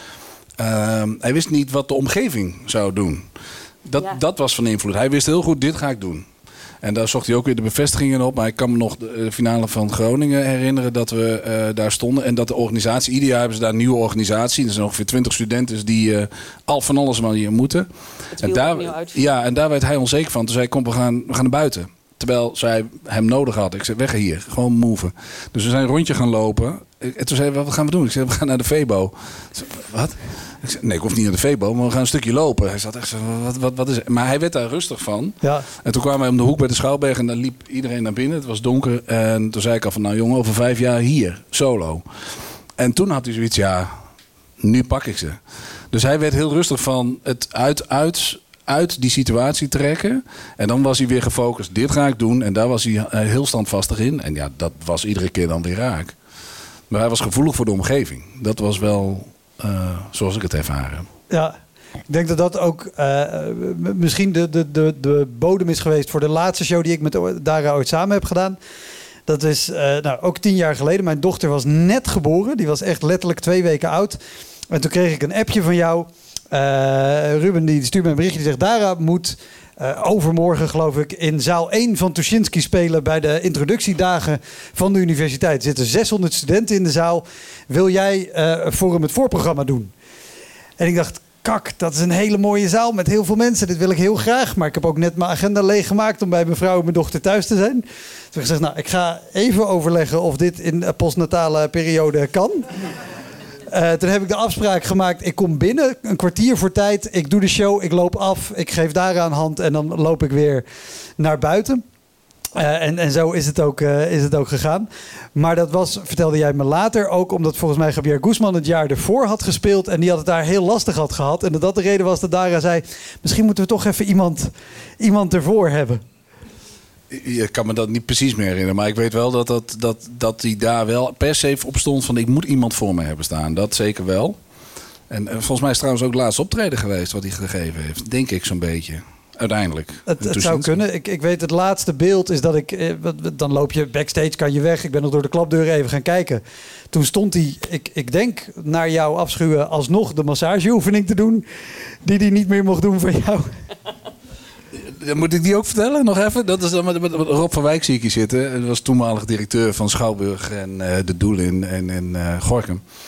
S19: hij wist niet wat de omgeving zou doen. Dat was van invloed. Hij wist heel goed, dit ga ik doen. En daar zocht hij ook weer de bevestigingen op. Maar ik kan me nog de finale van Groningen herinneren dat we daar stonden. En dat de organisatie, ieder jaar hebben ze daar een nieuwe organisatie. Er zijn ongeveer 20 studenten die al van alles maar hier moeten. En daar werd hij onzeker van. Toen zei ik, kom, we gaan naar buiten. Terwijl zij hem nodig had. Ik zei, weg hier, gewoon move. Dus we zijn een rondje gaan lopen. En toen zei hij, wat gaan we doen? Ik zei, we gaan naar de Febo. Zei, wat? Ik zei, nee, ik hoef niet naar de Febo, maar we gaan een stukje lopen. Hij zat echt zo, wat is het? Maar hij werd daar rustig van. Ja. En toen kwamen wij om de hoek bij de Schouwberg en daar liep iedereen naar binnen. Het was donker. En toen zei ik al van, nou jongen, over 5 jaar hier, solo. En toen had hij zoiets, ja, nu pak ik ze. Dus hij werd heel rustig van het uit die situatie trekken. En dan was hij weer gefocust. Dit ga ik doen. En daar was hij heel standvastig in. En ja, dat was iedere keer dan weer raak. Maar hij was gevoelig voor de omgeving. Dat was wel zoals ik het ervaren.
S1: Ja, ik denk dat dat ook misschien de bodem is geweest voor de laatste show die ik met Dara ooit samen heb gedaan. Dat is ook 10 jaar geleden. Mijn dochter was net geboren. Die was echt letterlijk 2 weken oud. En toen kreeg ik een appje van jou. Ruben die stuurt me een berichtje. Die zegt, Dara moet overmorgen geloof ik in zaal 1 van Tuschinski spelen bij de introductiedagen van de universiteit. Er zitten 600 studenten in de zaal. Wil jij voor hem het voorprogramma doen? En ik dacht, kak, dat is een hele mooie zaal met heel veel mensen. Dit wil ik heel graag. Maar ik heb ook net mijn agenda leeggemaakt om bij mijn vrouw en mijn dochter thuis te zijn. Dus ik heb gezegd, nou, ik ga even overleggen of dit in de postnatale periode kan. Toen heb ik de afspraak gemaakt. Ik kom binnen, een kwartier voor tijd. Ik doe de show, ik loop af. Ik geef Dara een hand en dan loop ik weer naar buiten. En zo is het ook gegaan. Maar dat was, vertelde jij me later, ook omdat volgens mij Javier Guzman het jaar ervoor had gespeeld. En die had het daar heel lastig had gehad. En dat de reden was dat Dara zei, misschien moeten we toch even iemand ervoor hebben.
S19: Ik kan me dat niet precies meer herinneren. Maar ik weet wel dat hij daar wel per se op stond van, ik moet iemand voor me hebben staan. Dat zeker wel. En volgens mij is trouwens ook het laatste optreden geweest wat hij gegeven heeft. Denk ik zo'n beetje. Uiteindelijk.
S1: Het zou kunnen. Ik weet het laatste beeld is dat ik... Dan loop je backstage, kan je weg. Ik ben nog door de klapdeur even gaan kijken. Toen stond hij, ik denk naar jouw afschuwen, alsnog de massageoefening te doen. Die hij niet meer mocht doen van jou.
S19: Moet ik die ook vertellen? Nog even? Dat is dan met Rob van Wijk zie ik hier zitten. Hij was toenmalig directeur van Schouwburg en De Doel in Gorinchem.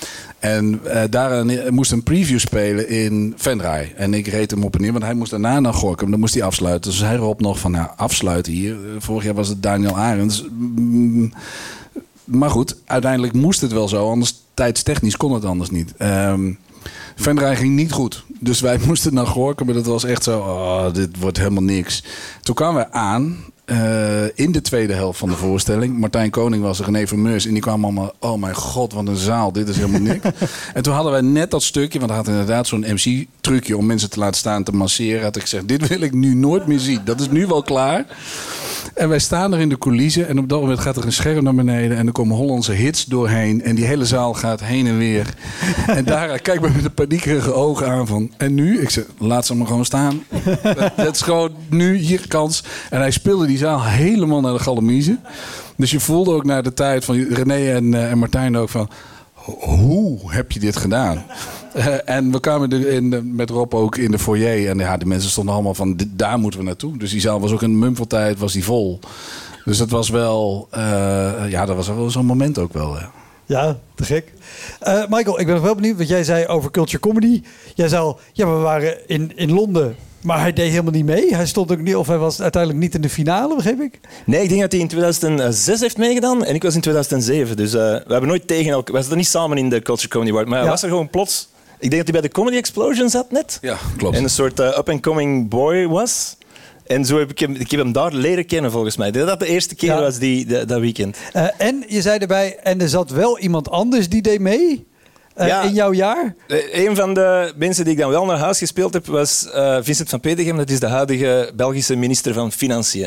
S19: En Dara moest een preview spelen in Venray. En ik reed hem op en neer, want hij moest daarna naar Gorinchem. Dan moest hij afsluiten. Dus hij erop nog van, afsluiten hier. Vorig jaar was het Daniel Arends. Maar goed, uiteindelijk moest het wel zo. Anders tijdstechnisch kon het anders niet. Venray ging niet goed. Dus wij moesten naar Gorinchem. Maar dat was echt zo, dit wordt helemaal niks. Toen kwamen we aan... in de tweede helft van de voorstelling. Martijn Koning was er, René Vermeurs. En die kwamen allemaal, oh mijn god, wat een zaal. Dit is helemaal niks. En toen hadden wij net dat stukje, want hij had inderdaad zo'n MC-trucje om mensen te laten staan te masseren. Had ik gezegd, dit wil ik nu nooit meer zien. Dat is nu wel klaar. En wij staan er in de coulissen en op dat moment gaat er een scherm naar beneden en er komen Hollandse hits doorheen en die hele zaal gaat heen en weer. En Dara kijkt me met de paniekerige ogen aan van, en nu? Ik zeg, laat ze maar gewoon staan. Dat is gewoon nu hier kans. En hij speelde die zaal helemaal naar de Galamiezen. Dus je voelde ook naar de tijd van René en Martijn ook van, hoe heb je dit gedaan? En we kwamen met Rob ook in de foyer. En de mensen stonden allemaal van, daar moeten we naartoe. Dus die zaal was ook in mumfeltijd, was die vol. Dus dat was wel, dat was wel zo'n moment ook wel.
S1: Ja, te gek. Michael, ik ben nog wel benieuwd wat jij zei over Culture Comedy. Jij zei al, we waren in Londen, maar hij deed helemaal niet mee. Hij stond ook niet, of hij was uiteindelijk niet in de finale, begreep ik?
S21: Nee, ik denk dat hij in 2006 heeft meegedaan en ik was in 2007. Dus we hebben nooit tegen elkaar... We zaten niet samen in de Culture Comedy Award, maar hij was er gewoon plots. Ik denk dat hij bij de Comedy Explosion zat net. Ja, klopt. En een soort up-and-coming boy was. En zo heb ik hem daar leren kennen, volgens mij. Dat de eerste keer was dat weekend.
S1: En je zei erbij, en er zat wel iemand anders die deed mee in jouw jaar?
S21: Een van de mensen die ik dan wel naar huis gespeeld heb, was Vincent van Petegem. Dat is de huidige Belgische minister van Financiën.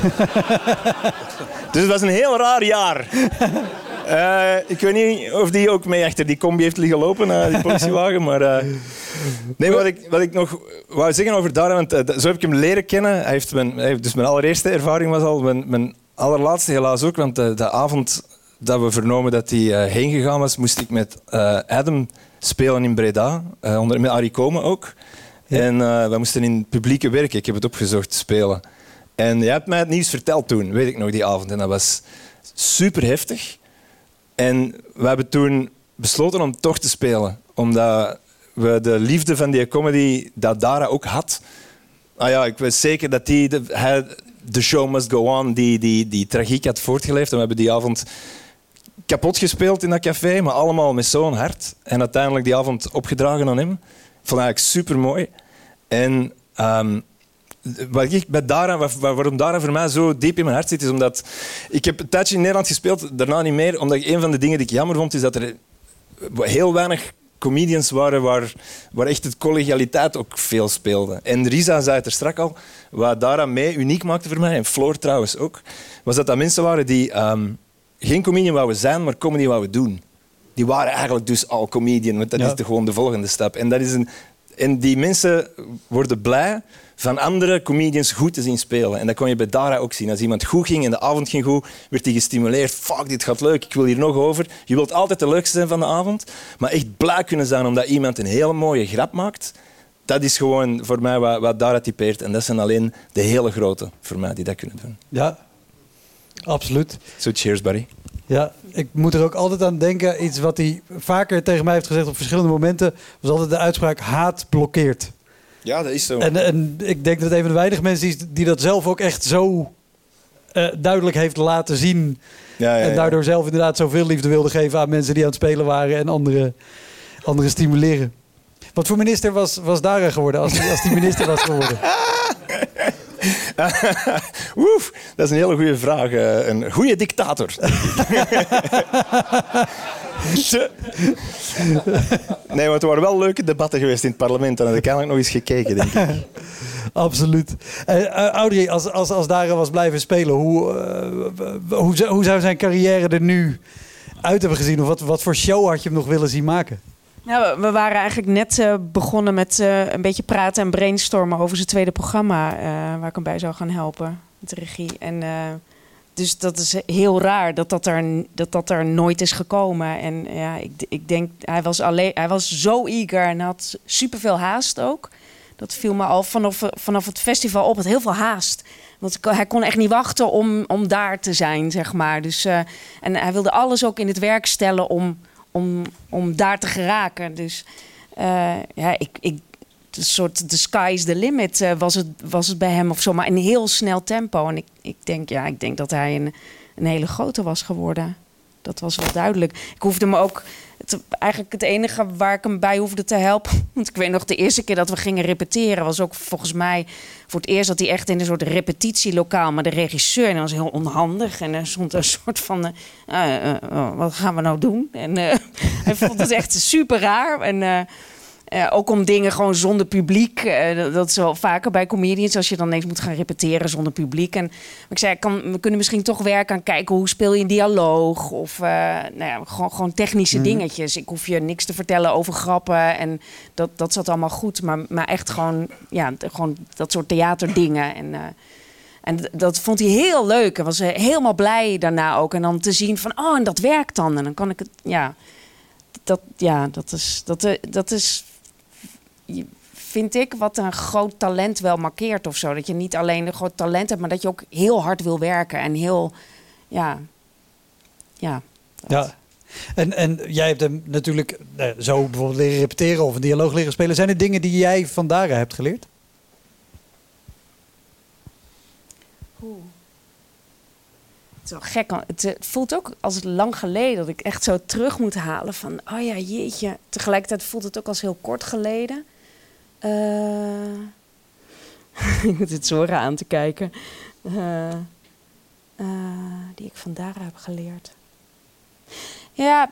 S21: Dus het was een heel raar jaar. Ik weet niet of die ook mee achter die combi heeft liggen lopen, die politiewagen. Maar nee, wat ik nog wou zeggen over Dara, want zo heb ik hem leren kennen. Dus mijn allereerste ervaring was al, mijn allerlaatste helaas ook. Want de avond dat we vernomen dat hij heen gegaan was, moest ik met Adam spelen in Breda. Met Arie Komen ook. Ja. En we moesten in publieke werken. Ik heb het opgezocht, spelen. En jij hebt mij het nieuws verteld toen, weet ik nog, die avond. En dat was super heftig. En we hebben toen besloten om toch te spelen. Omdat we de liefde van die comedy dat Dara ook had. Ik weet zeker dat hij de show must go on, die tragiek had voortgeleefd. En we hebben die avond kapot gespeeld in dat café, maar allemaal met zo'n hart. En uiteindelijk die avond opgedragen aan hem. Ik vond het eigenlijk super mooi. En waarom Dara voor mij zo diep in mijn hart zit, is omdat ik heb een tijdje in Nederland gespeeld, daarna niet meer, omdat een van de dingen die ik jammer vond, is dat er heel weinig comedians waren waar echt het collegialiteit ook veel speelde. En Risa zei het er straks al, wat Dara mee uniek maakte voor mij, en Floor trouwens ook, was dat mensen waren die geen comedian wouden zijn, maar comedy wouden doen. Die waren eigenlijk dus al comedian, want dat is gewoon de volgende stap. En die mensen worden blij van andere comedians goed te zien spelen. En dat kon je bij Dara ook zien. Als iemand goed ging en de avond ging goed, werd hij gestimuleerd. Fuck, dit gaat leuk, ik wil hier nog over. Je wilt altijd de leukste zijn van de avond, maar echt blij kunnen zijn omdat iemand een hele mooie grap maakt. Dat is gewoon voor mij wat Dara typeert. En dat zijn alleen de hele grote voor mij die dat kunnen doen.
S1: Ja, absoluut.
S21: So cheers, buddy.
S1: Ja, ik moet er ook altijd aan denken. Iets wat hij vaker tegen mij heeft gezegd op verschillende momenten, was altijd de uitspraak: haat blokkeert.
S21: Ja, dat is zo.
S1: En ik denk dat het een van de weinige mensen is die dat zelf ook echt zo duidelijk heeft laten zien. Ja, en daardoor zelf inderdaad zoveel liefde wilde geven aan mensen die aan het spelen waren en anderen stimuleren. Wat voor minister was Dara geworden als die minister was geworden?
S21: Woef, dat is een hele goede vraag. Een goede dictator. Nee, want er waren wel leuke debatten geweest in het parlement. En dan heb ik eigenlijk nog eens gekeken, denk ik.
S1: Absoluut. Audrey, als Dara was blijven spelen, hoe zou zijn carrière er nu uit hebben gezien? Of wat voor show had je hem nog willen zien maken?
S20: Nou, we waren eigenlijk net begonnen met een beetje praten en brainstormen over zijn tweede programma, waar ik hem bij zou gaan helpen met de regie. En dus dat is heel raar dat er nooit is gekomen. En ja, ik denk, hij was zo eager en had superveel haast ook. Dat viel me al vanaf het festival op, het heel veel haast. Want hij kon echt niet wachten om daar te zijn, zeg maar. Dus, en hij wilde alles ook in het werk stellen om om daar te geraken. Dus een soort the sky is the limit was het bij hem of zo. Maar in een heel snel tempo. En ik denk dat hij een hele grote was geworden. Dat was wel duidelijk. Ik hoefde me ook... Eigenlijk het enige waar ik hem bij hoefde te helpen... Want ik weet nog, de eerste keer dat we gingen repeteren... was ook volgens mij voor het eerst dat hij echt in een soort repetitielokaal... maar de regisseur, en dat was heel onhandig... en er stond een soort van... wat gaan we nou doen? En hij vond het echt super raar. En ook om dingen gewoon zonder publiek. Dat is wel vaker bij comedians... als je dan eens moet gaan repeteren zonder publiek. En ik zei, we kunnen misschien toch werken aan kijken... hoe speel je een dialoog? Of gewoon technische dingetjes. Ik hoef je niks te vertellen over grappen. En dat zat allemaal goed. Maar echt gewoon dat soort theaterdingen. En dat vond hij heel leuk. Hij was helemaal blij daarna ook. En dan te zien van, en dat werkt dan. En dan kan ik het... Dat is vind ik wat een groot talent wel markeert of zo. Dat je niet alleen een groot talent hebt, maar dat je ook heel hard wil werken. En heel, ja.
S1: En jij hebt hem natuurlijk zo bijvoorbeeld leren repeteren of een dialoog leren spelen. Zijn er dingen die jij van Dara hebt geleerd?
S20: Het is wel gek. Het voelt ook als het lang geleden dat ik echt zo terug moet halen van... oh ja, jeetje. Tegelijkertijd voelt het ook als heel kort geleden. Ik moet het Zora aan te kijken. Die ik van Dara heb geleerd. Ja,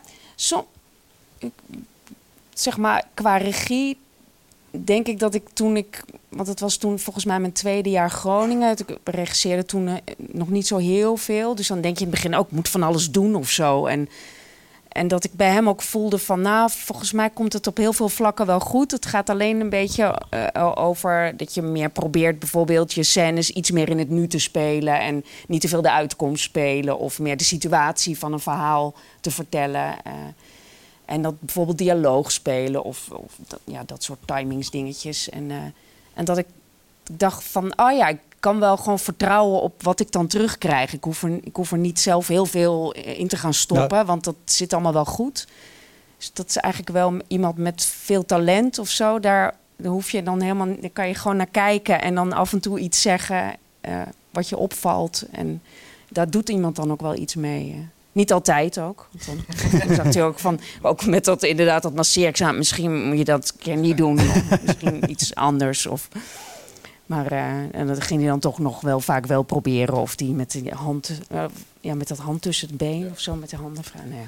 S20: zeg maar qua regie... denk ik dat ik want het was toen volgens mij mijn tweede jaar Groningen. Ik regisseerde toen nog niet zo heel veel. Dus dan denk je in het begin ook, ik moet van alles doen of zo. En dat ik bij hem ook voelde van, volgens mij komt het op heel veel vlakken wel goed. Het gaat alleen een beetje over dat je meer probeert bijvoorbeeld je scènes iets meer in het nu te spelen. En niet te veel de uitkomst spelen. Of meer de situatie van een verhaal te vertellen. En dat bijvoorbeeld dialoog spelen of dat soort timingsdingetjes. En dat ik dacht van, ik kan wel gewoon vertrouwen op wat ik dan terugkrijg. Ik hoef er niet zelf heel veel in te gaan stoppen, want dat zit allemaal wel goed. Dus dat is eigenlijk wel iemand met veel talent of zo. Daar hoef je dan helemaal, daar kan je gewoon naar kijken en dan af en toe iets zeggen wat je opvalt. En daar doet iemand dan ook wel iets mee. Niet altijd ook. Dan zag je ook met dat masseerexamen. Misschien moet je dat een keer niet doen. Misschien iets anders. Maar en dat ging hij dan toch nog wel vaak wel proberen. Of die met die hand, met dat hand tussen het been of zo met de handen.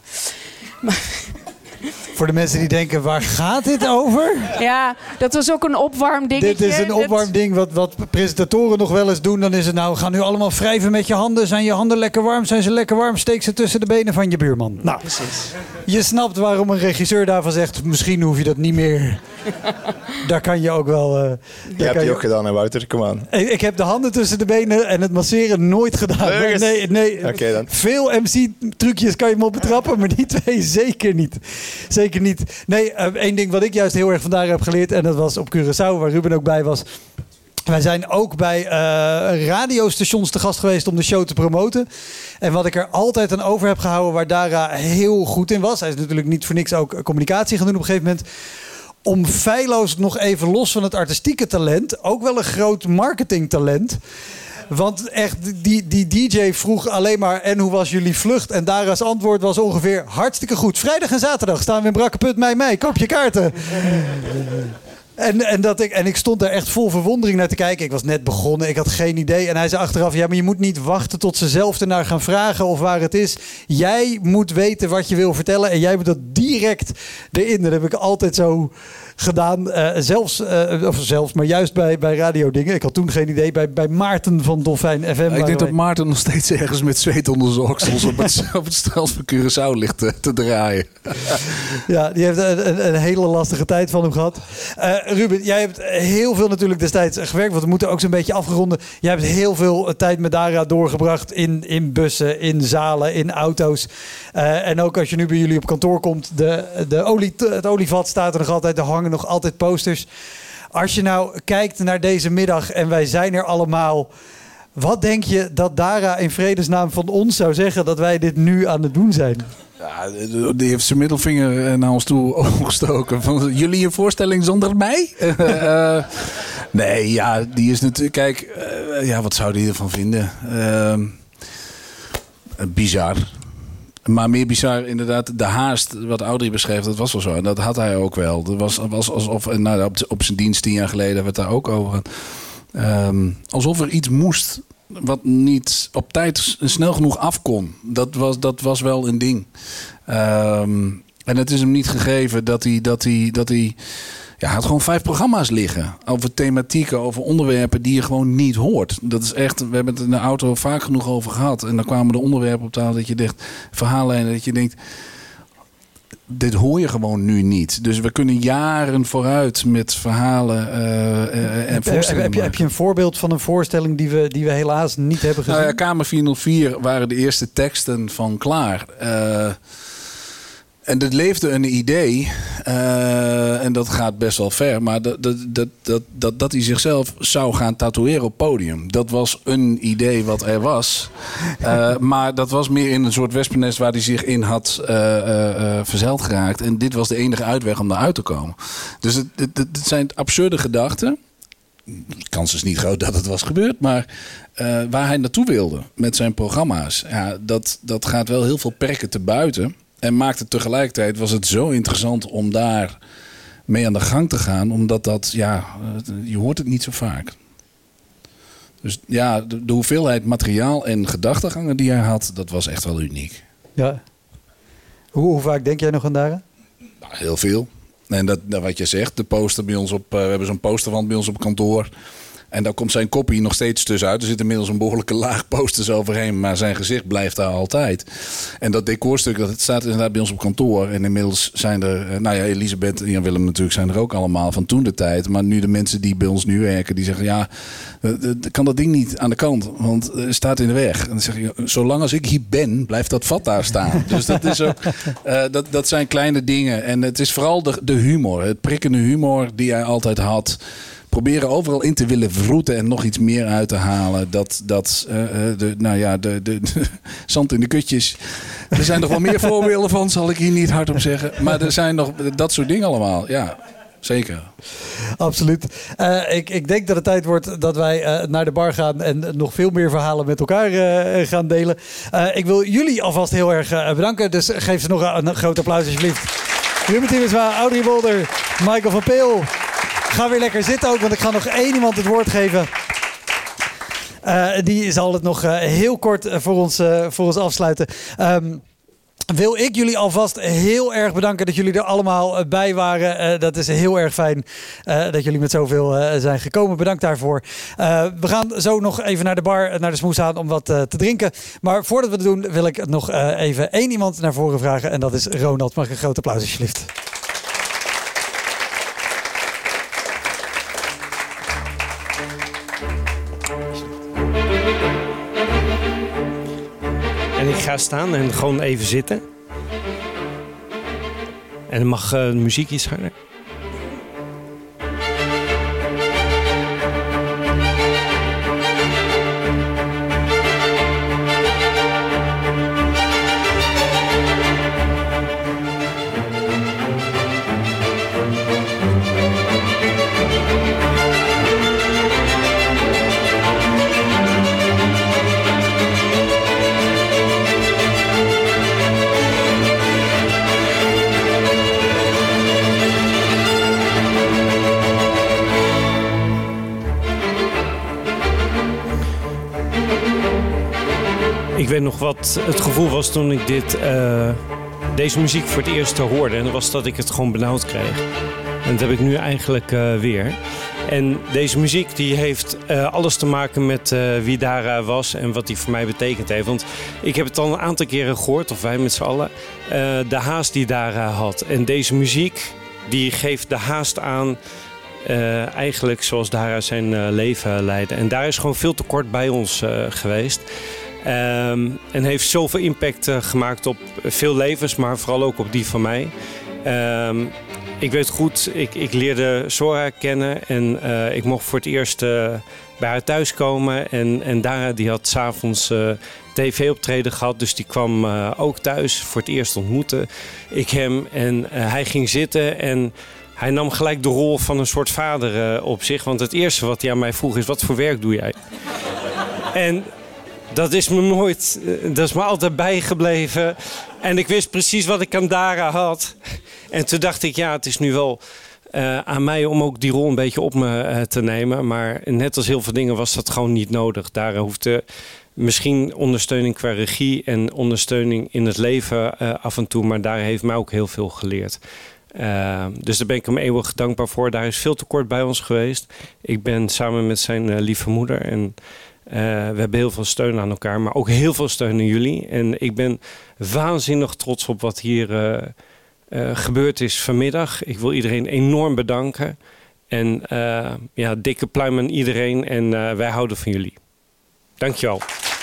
S1: Voor de mensen die denken, waar gaat dit over?
S20: Ja, dat was ook een opwarmdingetje.
S1: Dit is een opwarmding wat presentatoren nog wel eens doen. Dan is het we gaan nu allemaal wrijven met je handen. Zijn je handen lekker warm? Zijn ze lekker warm? Steek ze tussen de benen van je buurman. Nou, precies. Je snapt waarom een regisseur daarvan zegt, misschien hoef je dat niet meer. Daar kan je ook wel...
S21: je hebt die ook gedaan, hè, Wouter? Kom aan.
S1: Ik heb de handen tussen de benen en het masseren nooit gedaan. Nee.
S21: Okay, dan.
S1: Veel MC-trucjes kan je me op betrappen, maar die twee zeker niet. Zeker niet. Nee, één ding wat ik juist heel erg van daar heb geleerd, en dat was op Curaçao, waar Ruben ook bij was. Wij zijn ook bij radiostations te gast geweest om de show te promoten. En wat ik er altijd aan over heb gehouden, waar Dara heel goed in was. Hij is natuurlijk niet voor niks ook communicatie gaan doen op een gegeven moment. Om feilloos nog even los van het artistieke talent, ook wel een groot marketingtalent. Want echt, die DJ vroeg alleen maar, en hoe was jullie vlucht? En Dara's antwoord was ongeveer, hartstikke goed. Vrijdag en zaterdag staan we in Brakkeput, mei, koop je kaarten. En ik stond daar echt vol verwondering naar te kijken. Ik was net begonnen, ik had geen idee. En hij zei achteraf, maar je moet niet wachten tot ze zelf ernaar gaan vragen of waar het is. Jij moet weten wat je wil vertellen en jij moet dat direct erin. Dat heb ik altijd zo gedaan. Maar juist bij radiodingen. Ik had toen geen idee. Bij Maarten van Dolfijn FM.
S19: Ik denk dat Maarten nog steeds ergens met zweet onder zijn oksels op het strand van Curaçao ligt te draaien.
S1: Ja, die heeft een hele lastige tijd van hem gehad. Ruben, jij hebt heel veel natuurlijk destijds gewerkt. Want we moeten ook zo'n beetje afgeronden. Jij hebt heel veel tijd met Dara doorgebracht in bussen, in zalen, in auto's. En ook als je nu bij jullie op kantoor komt, het olievat staat er nog altijd. Er hangen nog altijd posters. Als je nou kijkt naar deze middag en wij zijn er allemaal. Wat denk je dat Dara in vredesnaam van ons zou zeggen dat wij dit nu aan het doen zijn?
S19: Ja, die heeft zijn middelvinger naar ons toe opgestoken. Van, jullie een voorstelling zonder mij? Nee, ja, die is natuurlijk... Kijk, wat zou die ervan vinden? Bizar. Maar meer bizar, inderdaad, de haast wat Audrey beschreef, dat was wel zo. En dat had hij ook wel. Dat was alsof, op zijn dienst 10 jaar geleden werd daar ook over. Alsof er iets moest wat niet op tijd snel genoeg afkon. Dat was wel een ding. En het is hem niet gegeven dat hij hij had gewoon 5 programma's liggen. Over thematieken, over onderwerpen die je gewoon niet hoort. Dat is echt, we hebben het in de auto vaak genoeg over gehad. En dan kwamen de onderwerpen op tafel dat je denkt, verhaallijnen, dat je denkt, dit hoor je gewoon nu niet. Dus we kunnen jaren vooruit met verhalen en voorstellingen.
S1: Heb je een voorbeeld van een voorstelling die we helaas niet hebben gezien?
S19: Nou ja, Kamer 404 waren de eerste teksten van klaar. En er leefde een idee, en dat gaat best wel ver, maar dat hij zichzelf zou gaan tatoeëren op podium. Dat was een idee wat er was. Maar dat was meer in een soort wespennest waar hij zich in had verzeild geraakt. En dit was de enige uitweg om daaruit te komen. Dus het zijn absurde gedachten. De kans is niet groot dat het was gebeurd, maar waar hij naartoe wilde met zijn programma's, ja, dat gaat wel heel veel perken te buiten. En maakte tegelijkertijd, was het zo interessant om daar mee aan de gang te gaan. Omdat je hoort het niet zo vaak. Dus ja, de hoeveelheid materiaal en gedachtegangen die hij had, dat was echt wel uniek.
S1: Ja. Hoe vaak denk jij nog aan Dara?
S19: Nou, heel veel. En dat wat je zegt, de poster bij ons we hebben zo'n posterwand bij ons op kantoor. En daar komt zijn kopie nog steeds tussenuit. Er zit inmiddels een behoorlijke laag posters overheen. Maar zijn gezicht blijft daar altijd. En dat decorstuk, dat staat inderdaad bij ons op kantoor. En inmiddels zijn er... Elisabeth en Jan-Willem natuurlijk zijn er ook allemaal van toen de tijd. Maar nu de mensen die bij ons nu werken, die zeggen... Ja, kan dat ding niet aan de kant. Want het staat in de weg. En dan zeg je, zolang als ik hier ben, blijft dat vat daar staan. Dus dat is ook... dat zijn kleine dingen. En het is vooral de humor. Het prikkende humor die hij altijd had... Proberen overal in te willen vroeten en nog iets meer uit te halen. De zand in de kutjes. Er zijn nog wel meer voorbeelden van, zal ik hier niet hardop zeggen. Maar er zijn nog dat soort dingen allemaal. Ja, zeker.
S1: Absoluut. Ik denk dat het tijd wordt dat wij naar de bar gaan en nog veel meer verhalen met elkaar gaan delen. Ik wil jullie alvast heel erg bedanken. Dus geef ze nog een groot applaus alsjeblieft. Ruben Tiemersma, Audrey Wolder, Michael van Peel. Ga weer lekker zitten ook, want ik ga nog 1 iemand het woord geven. Die zal het nog heel kort voor ons afsluiten. Wil ik jullie alvast heel erg bedanken dat jullie er allemaal bij waren. Dat is heel erg fijn dat jullie met zoveel zijn gekomen. Bedankt daarvoor. We gaan zo nog even naar de bar, naar de smoes aan om wat te drinken. Maar voordat we dat doen wil ik nog even 1 iemand naar voren vragen. En dat is Ronald. Mag ik een groot applaus alsjeblieft.
S4: En ik ga staan en gewoon even zitten. En dan mag de muziek iets harder. Ik weet nog wat het gevoel was toen ik deze muziek voor het eerst hoorde. En dat was dat ik het gewoon benauwd kreeg. En dat heb ik nu eigenlijk weer. En deze muziek die heeft alles te maken met wie Dara was en wat die voor mij betekend heeft. Want ik heb het al een aantal keren gehoord, of wij met z'n allen, de haast die Dara had. En deze muziek die geeft de haast aan eigenlijk zoals Dara zijn leven leidde. En daar is gewoon veel te kort bij ons geweest. En heeft zoveel impact gemaakt op veel levens, maar vooral ook op die van mij. Ik weet goed, ik leerde Zora kennen en ik mocht voor het eerst bij haar thuis komen. En Dara die had 's avonds tv-optreden gehad. Dus die kwam ook thuis voor het eerst ontmoeten. Ik hem en hij ging zitten en hij nam gelijk de rol van een soort vader op zich. Want het eerste wat hij aan mij vroeg is, wat voor werk doe jij? En dat is me altijd bijgebleven. En ik wist precies wat ik aan Dara had. En toen dacht ik, het is nu wel aan mij om ook die rol een beetje op me te nemen. Maar net als heel veel dingen was dat gewoon niet nodig. Dara hoefde misschien ondersteuning qua regie en ondersteuning in het leven af en toe. Maar Dara heeft mij ook heel veel geleerd. Dus daar ben ik hem eeuwig dankbaar voor. Daar is veel te kort bij ons geweest. Ik ben samen met zijn lieve moeder en we hebben heel veel steun aan elkaar, maar ook heel veel steun aan jullie. En ik ben waanzinnig trots op wat hier gebeurd is vanmiddag. Ik wil iedereen enorm bedanken. En dikke pluim aan iedereen. En wij houden van jullie. Dankjewel.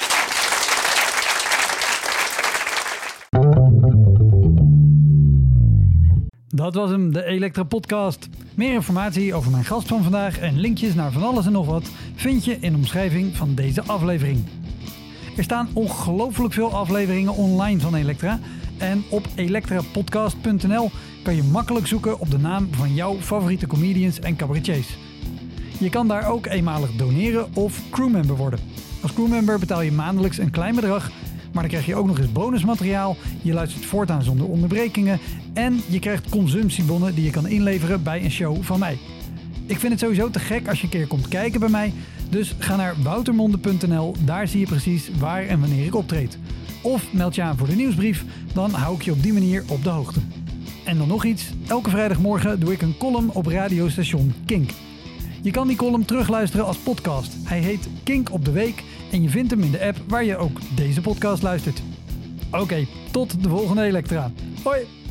S1: Dat was hem, de Elektra Podcast. Meer informatie over mijn gast van vandaag en linkjes naar van alles en nog wat vind je in de omschrijving van deze aflevering. Er staan ongelooflijk veel afleveringen online van Elektra. En op elektrapodcast.nl kan je makkelijk zoeken op de naam van jouw favoriete comedians en cabaretiers. Je kan daar ook eenmalig doneren of crewmember worden. Als crewmember betaal je maandelijks een klein bedrag, maar dan krijg je ook nog eens bonusmateriaal. Je luistert voortaan zonder onderbrekingen en je krijgt consumptiebonnen die je kan inleveren bij een show van mij. Ik vind het sowieso te gek als je een keer komt kijken bij mij, dus ga naar woutermonde.nl, daar zie je precies waar en wanneer ik optreed. Of meld je aan voor de nieuwsbrief, dan hou ik je op die manier op de hoogte. En dan nog iets, elke vrijdagmorgen doe ik een column op radiostation Kink. Je kan die column terugluisteren als podcast. Hij heet Kink op de Week en je vindt hem in de app waar je ook deze podcast luistert. Oké, tot de volgende Elektra. Hoi!